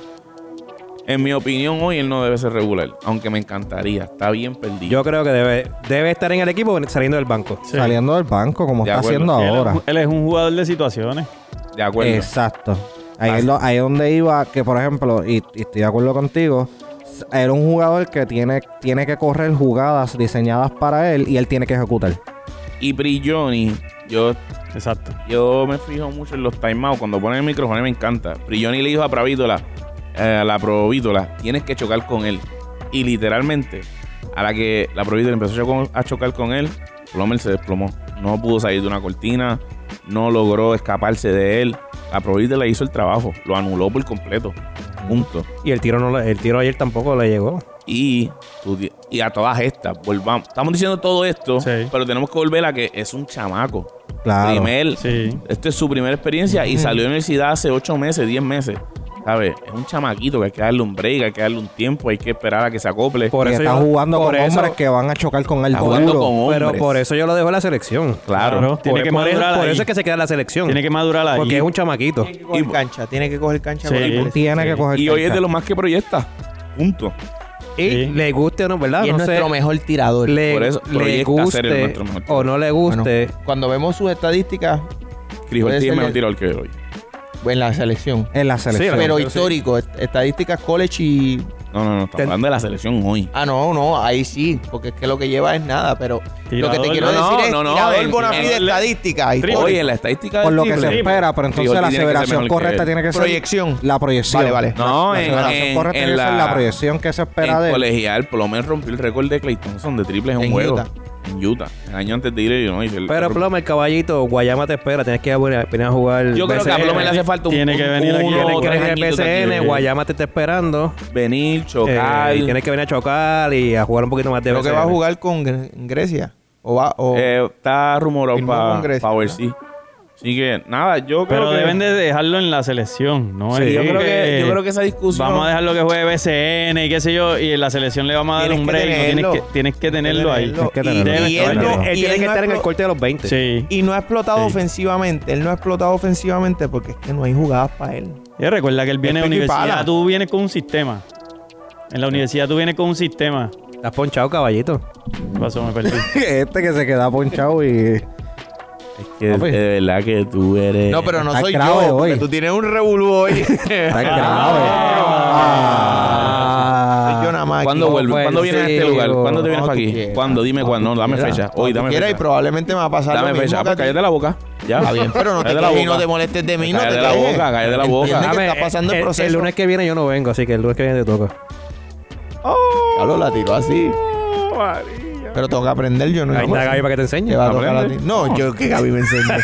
En mi opinión, hoy él no debe ser regular. Aunque me encantaría. Está bien perdido. Yo creo que debe, debe estar en el equipo saliendo del banco. Sí. Saliendo del banco, como De está acuerdo. haciendo Él es, ahora. un- él es un jugador de situaciones. De acuerdo. Exacto. Ahí Ah. es, lo- ahí es donde iba, que por ejemplo, y, y estoy de acuerdo contigo, s- era un jugador que tiene, tiene que correr jugadas diseñadas para él y él tiene que ejecutar. Y Prigioni, yo, Exacto. yo me fijo mucho en los timeouts. Cuando ponen el micrófono, a mí me encanta. Prigioni le dijo a Provítola, eh, a la Provítola, tienes que chocar con él. Y literalmente, a la que la Provítola empezó a chocar, a chocar con él, Plomer se desplomó. No pudo salir de una cortina, no logró escaparse de él. La Provítola hizo el trabajo, lo anuló por completo. Punto. Y el tiro no le- el tiro ayer tampoco le llegó. Y, tú di- y a todas estas, volvamos. Estamos diciendo todo esto, Sí. pero tenemos que volver a que es un chamaco. Claro. Primer, Sí. Esta es su primera experiencia y salió de la universidad hace ocho meses, diez meses. ¿Sabes? Es un chamaquito que hay que darle un break, hay que darle un tiempo, hay que esperar a que se acople. Por y eso está yo- jugando por con eso- hombres que van a chocar con él Está jugando duro. con hombres. Pero por eso yo lo dejo en la selección. Claro. Claro. Tiene por, que por eso- madurar por ahí. eso es que se queda en la selección. Tiene que madurar ahí. Porque es un chamaquito. Tiene que coger Y- cancha, tiene que coger cancha. Sí. con él. Tiene que Sí. coger Y hoy es cancha. de los más que proyecta. Punto. Y Sí. le guste o no, ¿verdad? Y es no sé, nuestro mejor tirador. le, Por eso le proyecta ser el guste nuestro mejor o tirador. no le Bueno, guste. cuando vemos sus estadísticas Crijol Puede tiene ser mejor el- tirador que hoy. en la selección. En la selección. Sí, Pero sí. histórico, est- estadísticas college y... No, no, no. Estamos Ten- hablando de la selección hoy. Ah, no, no, ahí sí, porque es que lo que lleva es nada, pero lo que te Tirador, quiero no, decir es no, no, tirador en- bona fide en- estadística. Triple. Oye, en la estadística del Por lo que triple, se espera, pero entonces Crijol la tiene que ser aseveración mejor que correcta él. tiene que ser Proyección. la proyección. Vale, vale. No, la, en- la aseveración en- correcta en tiene que ser la- la proyección que se espera En de él. colegial, Plomer rompió el récord de Klay Thompson de triples en un En juego. Utah. En Utah. El año antes de ir, ¿no? Y el- Pero Ploma, el caballito, Guayama te espera. Tienes que venir venir a jugar. Yo creo que a B C N. Plomer le hace falta un Tiene que venir aquí. uno Tienes o que tres venir al añitos B C N, aquí. Guayama te está esperando. Venir, chocar. Eh, tienes que venir a chocar y a jugar un poquito más de Creo que B C N. va a jugar con Gre- Grecia. O va, o... Eh, está rumorado Firmó para con Grecia. ver si. Así que, nada, yo creo Pero que... deben de dejarlo en la selección, ¿no? Sí, Es yo, creo que, yo creo que esa discusión... Vamos a dejarlo que juegue B C N y qué sé yo, y en la selección le vamos a dar Tienes un que break. no tenerlo. Tienes, que, tienes que tenerlo ahí. Tienes que Y- tenerlo. y Debe él estar no- ahí. Él y tiene él que no estar en ha el explo- corte de los veinte. Sí. Y no ha explotado Sí. ofensivamente. Él no ha explotado ofensivamente porque es que no hay jugadas para él. Y recuerda que él viene de Esto universidad, equipara. tú vienes con un sistema. En la universidad tú vienes con un sistema. Estás ponchado, caballito. ¿Qué pasó? Me perdí. Este que se queda ponchado y... Es que Papi. de verdad que tú eres... No, pero no Está soy grave yo, porque hoy. tú tienes un revolú hoy. Está grave. Ah. Soy yo nada más. ¿Cuándo aquí. vuelves? fue ¿Cuándo el vienes a este ciego. lugar? ¿Cuándo te vienes No, para tú aquí? quieras. ¿Cuándo? Dime No, cuándo. tú Dame quieras. fecha. Hoy, Cuando dame quieras, fecha. y probablemente me va a pasar Dame lo mismo fecha. que a Pues ti. cállate la boca. Ya. Está bien, pero no te Cállate la quejes y no boca. te molestes de mí, no te Cállate la quejes. boca, cállate la boca. Entiende que Dame, está pasando el el, proceso. el lunes que viene yo no vengo, así que el lunes que viene te toca. Diablo, la tiró así. Pero tengo que aprender yo, ¿no? Ahí está Gaby para que te enseñe. Te va a tocar a Aprende. ti. No, yo que Gaby me enseñe.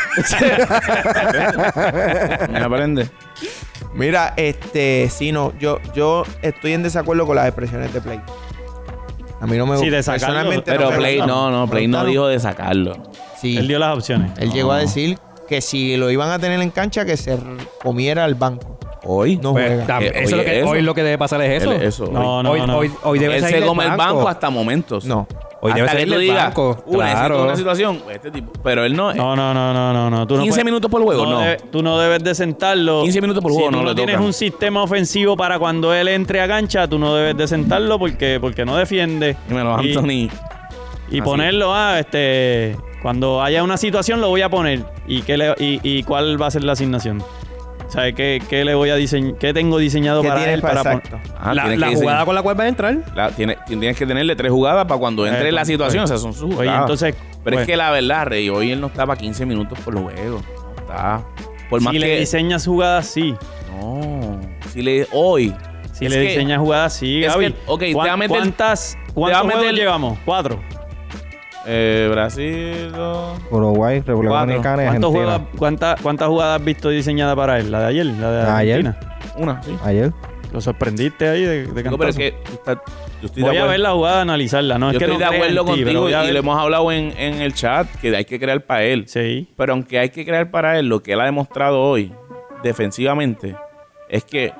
Me aprende. Mira, este, sí, no, yo, yo estoy en desacuerdo con las expresiones de Play. A mí no me Sí, gusta. de sacarlo, Personalmente Pero me Play, gusta. no, no. Play no gustaron. dijo de sacarlo. Sí, Él dio las opciones. él llegó a decir que si lo iban a tener en cancha, que se r- comiera al banco. Hoy. No Pues, juega. tam- Eh, eso es lo oye, que, eso. hoy lo que debe pasar es eso. Él- eso. No, no, hoy, no. hoy, hoy debe Él salir se del come el banco hasta momentos. No. Hoy debe hasta salir que tú del digas, banco. "Uh, necesito Claro. una situación. Este tipo. Pero él no. No, no, no, no, no, no. Tú no quince puedes- minutos por juego, no. debe- tú no debes de sentarlo. quince minutos por si juego, tú no no le tienes tocan. un sistema ofensivo para cuando él entre a cancha, tú no debes de sentarlo porque, porque no defiende. Dímelo, Y- Anthony. Y Así. ponerlo, ah, este, cuando haya una situación lo voy a poner. ¿Y, qué le, y, y cuál va a ser la asignación? ¿Sabes qué, qué le voy a diseñar? ¿Qué tengo diseñado ¿Qué para tienes él? para- Para exacto? pon- Ah, La, tienes la que jugada diseñar- con la cual va a entrar. la- tiene- tienes que tenerle tres jugadas para cuando entre Eh, en la pues, situación. pues. O sea, son sus Oye, jugadas. entonces... Pero pues, es que la verdad, Rey, hoy él no está para quince minutos por juego. No está. Por más si que... le diseñas jugadas, sí. No. Si le... Hoy... Si Es le que- diseñas jugadas, sí, es Gaby. que, ok, te ¿Cuán- va a meter- ¿Cuántas, va ¿Cuántos a meter- juegos llevamos? Cuatro. Eh, Brasil... dos. Uruguay, República Cuatro. Dominicana y ¿Cuántos Argentina. juegos, cuántas, ¿Cuántas jugadas has visto diseñadas para él? ¿La de ayer? ¿La de Ayer. Argentina? Una, sí. Ayer. Lo sorprendiste ahí de, de No, pero es cantazo. que... tú estás- yo estoy Voy de a acuerdo. ver la jugada, analizarla. No, Yo es que estoy no de crea en acuerdo ti, pero contigo voy a y ver- lo hemos hablado en, en el chat que hay que crear para él. Sí. Pero aunque hay que crear para él, lo que él ha demostrado hoy defensivamente es que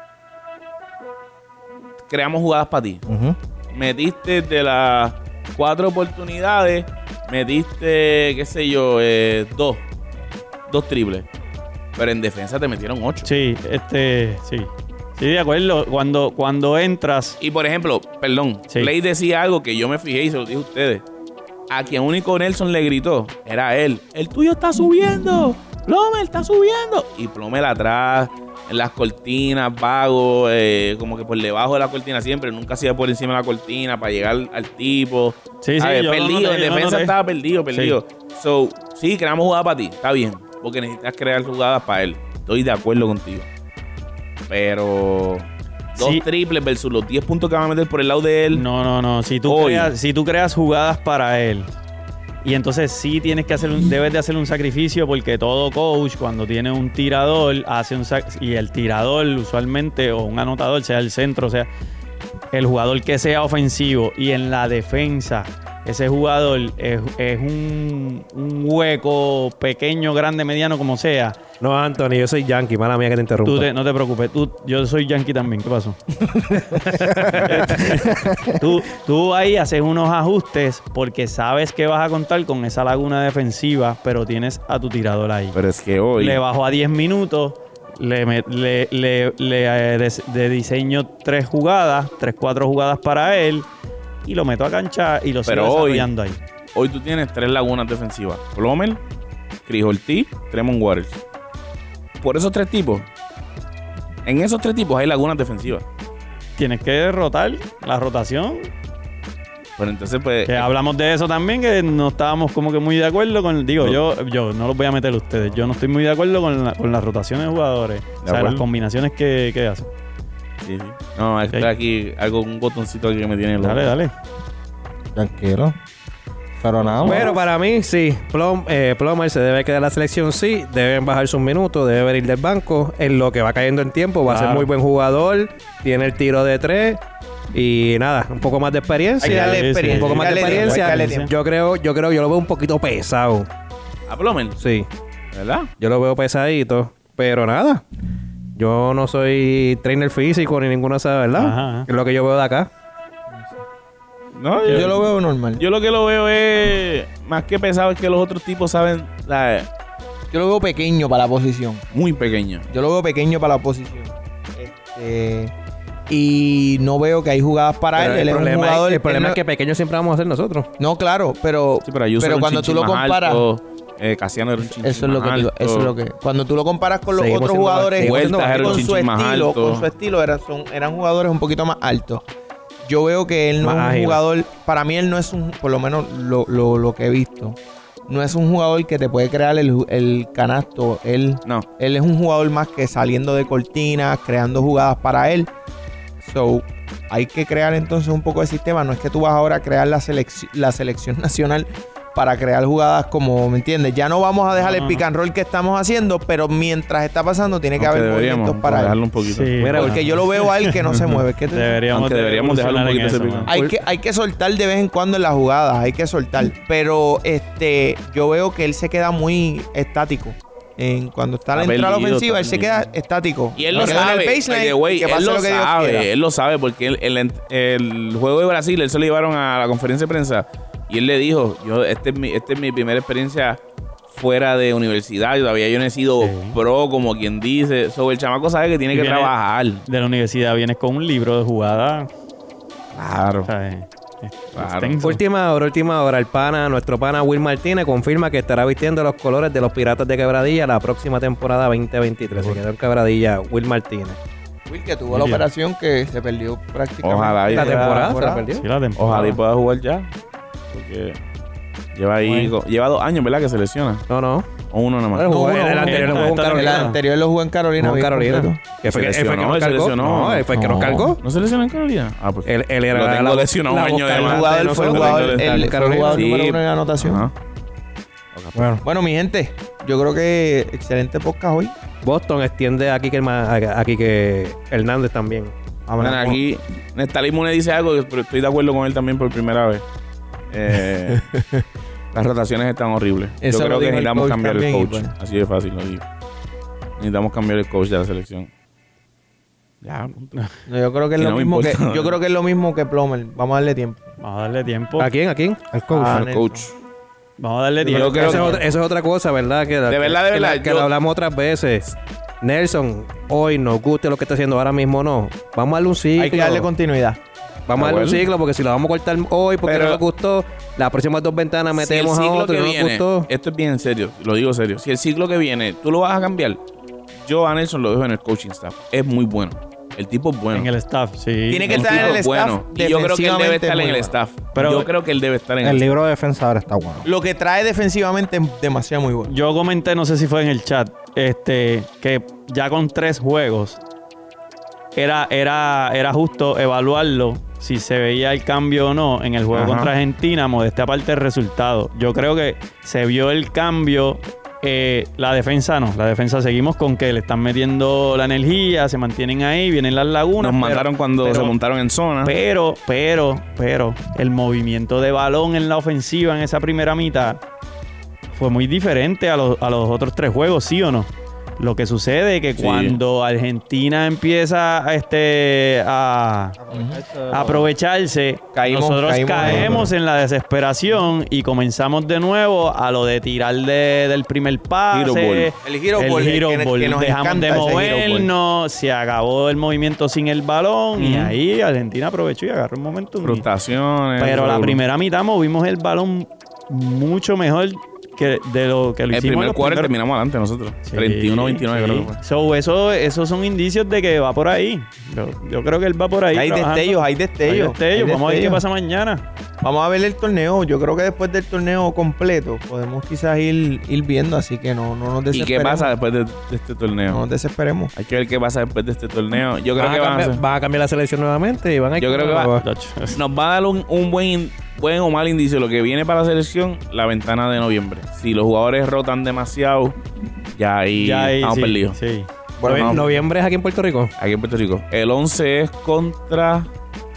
creamos jugadas para ti. Ujú. Metiste de las cuatro oportunidades, metiste, qué sé yo, eh, dos. Dos triples. Pero en defensa te metieron ocho. Sí, este, sí. Sí, de acuerdo. Cuando, cuando entras... Y por ejemplo, perdón, Sí. Play decía algo que yo me fijé y se lo dije a ustedes. A quien único Nelson le gritó era él. El tuyo está subiendo. Plumel está subiendo. Y Plumel atrás, en las cortinas, vago, eh, como que por debajo de la cortina siempre. Nunca hacía por encima de la cortina para llegar al tipo. Sí, sí, ¿Sabes? yo lo Perdido, noté, en yo lo defensa noté. estaba perdido, perdido. So, sí, creamos jugadas para ti. Está bien. Porque necesitas crear jugadas para él. Estoy de acuerdo contigo. Pero... Dos Sí. triples versus los diez puntos que va a meter por el lado de él. No, no, no. Si tú, Hoy. creas, si tú creas jugadas para él, y entonces sí tienes que hacer un, debes de hacer un sacrificio porque todo coach cuando tiene un tirador hace un sac- y el tirador usualmente o un anotador, sea el centro, o sea el jugador que sea ofensivo y en la defensa ese jugador es, es un, un hueco pequeño, grande, mediano, como sea. No, Anthony, yo soy yankee. Mala mía que te interrumpa. Tú te- no te preocupes, tú, yo soy yankee también. ¿Qué pasó? tú, tú ahí haces unos ajustes porque sabes que vas a contar con esa laguna defensiva, pero tienes a tu tirador ahí. Pero es que hoy... Le bajo a diez minutos, le, met- le, le, le, eh, des- de diseño tres jugadas, tres, cuatro jugadas para él y lo meto a cancha y lo sigo Pero hoy- desarrollando ahí. Hoy tú tienes tres lagunas defensivas. Plumel, Chris Ortiz, Tremont Waters. Por esos tres tipos. En esos tres tipos hay lagunas defensivas. Tienes que derrotar la rotación. Pero entonces, pues... Que hablamos de eso también, que no estábamos como que muy de acuerdo con... Digo, yo yo no los voy a meter a ustedes. Yo no estoy muy de acuerdo con, la- con las rotaciones de jugadores. O sea, acuerdo. las combinaciones que, que hacen. Sí, sí. No, es que Ok. aquí algo, un botoncito aquí que me tiene loco. Dale, dale. Tranquilo. Pero nada, Pero para mí, sí. Plum, eh, Plummer se debe quedar en la selección, sí. Deben bajar sus minutos, debe venir del banco. En lo que va cayendo en tiempo, va a ser Claro. muy buen jugador. Tiene el tiro de tres. Y nada, un poco más de experiencia. Hay que darle Sí, sí. experiencia. Un poco más de Hay que darle tiempo, experiencia. hay que darle tiempo. Yo creo, yo creo, yo lo veo un poquito pesado. A Plumel, Sí. ¿verdad? Yo lo veo pesadito. Pero nada. Yo no soy trainer físico ni ninguno de esas, ¿verdad? Ajá, ajá. Es lo que yo veo de acá. No, Yo lo veo normal. Yo lo que lo veo es... Más que pesado es que los otros tipos saben... la- Yo lo veo pequeño para la posición. muy pequeño. Yo lo veo pequeño para la posición. Este, y no veo que hay jugadas para Pero él. el Él es un problema, jugador. es, el problema él no- es que pequeños siempre vamos a ser nosotros. No, claro, pero, Sí, pero Ayuso pero era un cuando tú chinchín lo más comparas. alto, eh, Casiano era un chinchín Eso es lo que más digo, alto. eso es lo que. Cuando tú lo comparas con los Seguimos otros siendo más- jugadores seguimos siendo Vueltas más- era un con su chinchín más estilo, alto. con su estilo eran, son, eran jugadores un poquito más altos. Yo veo que él no Más es un ágiles. jugador, para mí él no es un, por lo menos lo, lo, lo que he visto, no es un jugador que te puede crear el, el canasto. Él, No. él es un jugador más que saliendo de cortinas, creando jugadas para él. So, hay que crear entonces un poco de sistema. No es que tú vas ahora a crear la, selec- la selección nacional para crear jugadas como, ¿me entiendes? Ya no vamos a dejar No, el no, pick and roll que estamos haciendo, pero mientras está pasando tiene que Aunque haber deberíamos movimientos para dejarlo él. un poquito. Sí, Mira, Porque yo lo veo a él que no se mueve. ¿Qué te- Deberíamos, Aunque de deberíamos dejarlo un evolucionar poquito en ese eso, pico. ¿no? Hay que, hay que soltar de vez en cuando en las jugadas, hay que soltar. Pero este, yo veo que él se queda muy estático. En, cuando está la Está entrada perdido, ofensiva, él está se queda perdido. estático. Y él lo Se queda en sabe, el by baseline, the way, que él pase lo lo que Dios sabe, quiera. él lo sabe, porque él- el, el juego de Brasil, él se lo llevaron a la conferencia de prensa y él le dijo, yo este es mi, este es mi primera experiencia fuera de universidad, todavía yo no he sido Sí. pro, como quien dice, sobre el chamaco sabe que tiene Y que viene- trabajar. De la universidad vienes con un libro de jugada. Claro. ¿Sabes? Claro. Extenso. Última hora, última hora. El pana, nuestro pana Will Martínez confirma que estará vistiendo los colores de los Piratas de Quebradilla la próxima temporada veinte veintitrés. Se quedó en Quebradilla Will Martínez. Will, que tuvo la operación que se perdió prácticamente. Ojalá y La pueda- temporada se la perdió. Sí, la temporada. Ojalá y pueda jugar ya. Porque lleva ahí. Bueno. Lleva dos años, ¿verdad? Que se lesiona. No, no. O uno nomás. El, No, jugó- uno, el uno. anterior lo Esta- jugó con esta El Carolina. anterior lo jugó en Carolina. Con bien Carolina. completo. Que fue, Se que- él fue que lesionó, nos se cargó. lesionó. No, él fue el que nos No. cargó. ¿No se lesionó en Carolina? Ah, pues. Él, él era Lo tengo la, lesionado un la año boca de El más. de jugador, nosotros. fue el Lo jugador, tengo el, de- fue el Carolina. jugador Sí. número uno en anotación. Ajá. Bueno, Bueno, mi gente, yo creo que excelente podcast hoy. Boston extiende aquí que aquí que Hernández también. Bueno, aquí Nestalí Mune dice algo, pero estoy de acuerdo con él también por primera vez. Eh, las rotaciones están horribles. Eso Yo lo creo que dijo el necesitamos coach cambiar también, el y coach. bueno. Así de fácil lo digo. Necesitamos cambiar el coach de la selección. Ya, punto. No, yo creo que es Y lo no me mismo que importa. yo creo que es lo mismo que Plomer. Vamos a darle tiempo. Vamos a darle tiempo. ¿A quién? ¿A quién? el coach. Ah, el coach. Vamos a darle Yo tiempo. creo eso, que- es otra, eso es otra cosa, ¿verdad? Que, De que- verdad, de que la- verdad, Que, yo- lo hablamos otras veces. Nelson, hoy nos guste lo que está haciendo ahora mismo, no. Vamos a darle un ciclo. Hay que darle continuidad. Vamos a darle un Acuerdo. ciclo porque si lo vamos a cortar hoy porque Pero- no nos gustó, las próximas dos ventanas metemos si el a ciclo otro y que no nos viene, gustó. esto es bien en serio, lo digo serio. Si el ciclo que viene tú lo vas a cambiar, yo a Nelson lo dejo en el coaching staff. Es muy bueno. El tipo es bueno. En el staff, sí. Tiene que El estar en tipo el es staff. bueno. Y yo creo que él debe defensivamente estar en muy el bueno. staff. Pero- yo creo que él debe estar en El el libro de defensa ahora está bueno. Lo que trae defensivamente es demasiado muy bueno. Yo comenté, no sé si fue en el chat, este, que ya con tres juegos era, era, era justo evaluarlo si se veía el cambio o no en el juego Ajá. contra Argentina, modestia aparte del resultado. Yo creo que se vio el cambio. Eh, la defensa no, la defensa seguimos con que le están metiendo la energía, se mantienen ahí, vienen las lagunas. Nos pero- mandaron cuando pero- se montaron en zona. Pero, pero, pero, el movimiento de balón en la ofensiva en esa primera mitad fue muy diferente a los, a los otros tres juegos, ¿sí o no? Lo que sucede es que Sí. cuando Argentina empieza a, este, a, a aprovecharse, Caímos- nosotros caímos- caemos en la desesperación y comenzamos de nuevo a lo de tirar de- del primer pase. Hero ball. El hero El ball, el hero que- ball. que nos Dejamos encanta de ese hero ball. movernos, se acabó el movimiento sin el balón y Ujú. ahí Argentina aprovechó y agarró un momento. Frustraciones. Pero la seguro. primera mitad movimos el balón mucho mejor que de lo que lo El hicimos. en primer los cuarto primeros- terminamos adelante nosotros. Sí, treinta y uno veintinueve sí. creo que fue. So, eso, esos son indicios de que va por ahí. Yo, yo creo que él va por ahí. Hay trabajando. destellos, hay Hay destellos. destellos. hay Vamos a ver qué destellos. pasa mañana. Vamos a ver el torneo. Yo creo que después del torneo completo podemos quizás ir, ir viendo, así que no, no nos ¿Y desesperemos. qué pasa después de, de este torneo? No nos desesperemos. Hay que ver qué pasa después de este torneo. Yo creo Van que a van a cambiar, hacer- van a cambiar la selección nuevamente y van a Yo creo que va- Tacho. nos va a dar un, un buen, buen o mal indicio lo que viene para la selección, la ventana de noviembre. Si los jugadores rotan demasiado, ya ahí Ya ahí, estamos sí, perdidos. sí. Bueno, Novie- vamos. Noviembre es aquí en Puerto Rico. Aquí en Puerto Rico. El once es contra.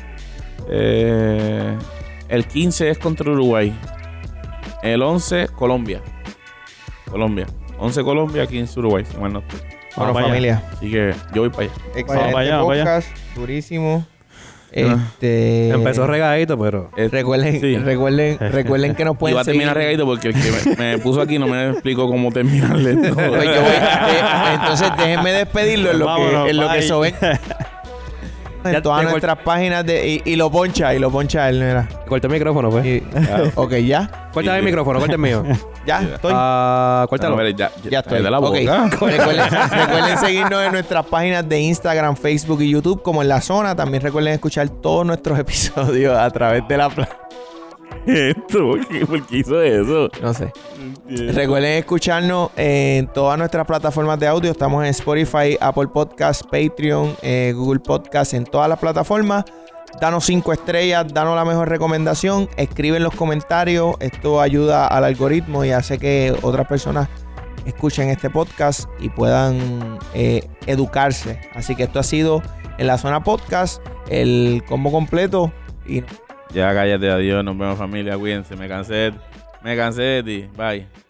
eh, el quince es contra Uruguay. El once, Colombia. Colombia. once Colombia, quince Uruguay. Si mal no estoy. Bueno, Vamos para familia. Así que yo voy para allá. Excelente Vamos para allá, vamos para podcast. Durísimo. Este, Empezó regadito, pero... Eh, Recuerden, sí. recuerden, recuerden que nos Y pueden va a seguir. terminar regadito porque el que me, me puso aquí no me explicó cómo terminarle todo. Pues yo voy- eh, entonces déjenme despedirlo en lo Vámonos, que, en lo que bye. eso ven. En Ya todas tengo el- nuestras páginas de y, y lo poncha y lo poncha él, mira. Corta el micrófono, pues. Y- ok, ya, Corta el micrófono, corta el mío. ya, estoy. Ah, córtalo. No, mire, ya, Ya estoy. de la Ok. boca. Recuerden, recuerden seguirnos en nuestras páginas de Instagram, Facebook y YouTube como en La Zona. También recuerden escuchar todos nuestros episodios a través de la... pla- Esto, ¿por qué, por qué hizo eso? No sé. Recuerden escucharnos en todas nuestras plataformas de audio. Estamos en Spotify, Apple Podcasts, Patreon, eh, Google Podcasts, en todas las plataformas. Danos cinco estrellas, danos la mejor recomendación, escribe en los comentarios. Esto ayuda al algoritmo y hace que otras personas escuchen este podcast y puedan eh, educarse. Así que esto ha sido en La Zona Podcast, el combo completo. Y Ya cállate, adiós, nos vemos familia, cuídense, me cansé, me cansé de ti, bye.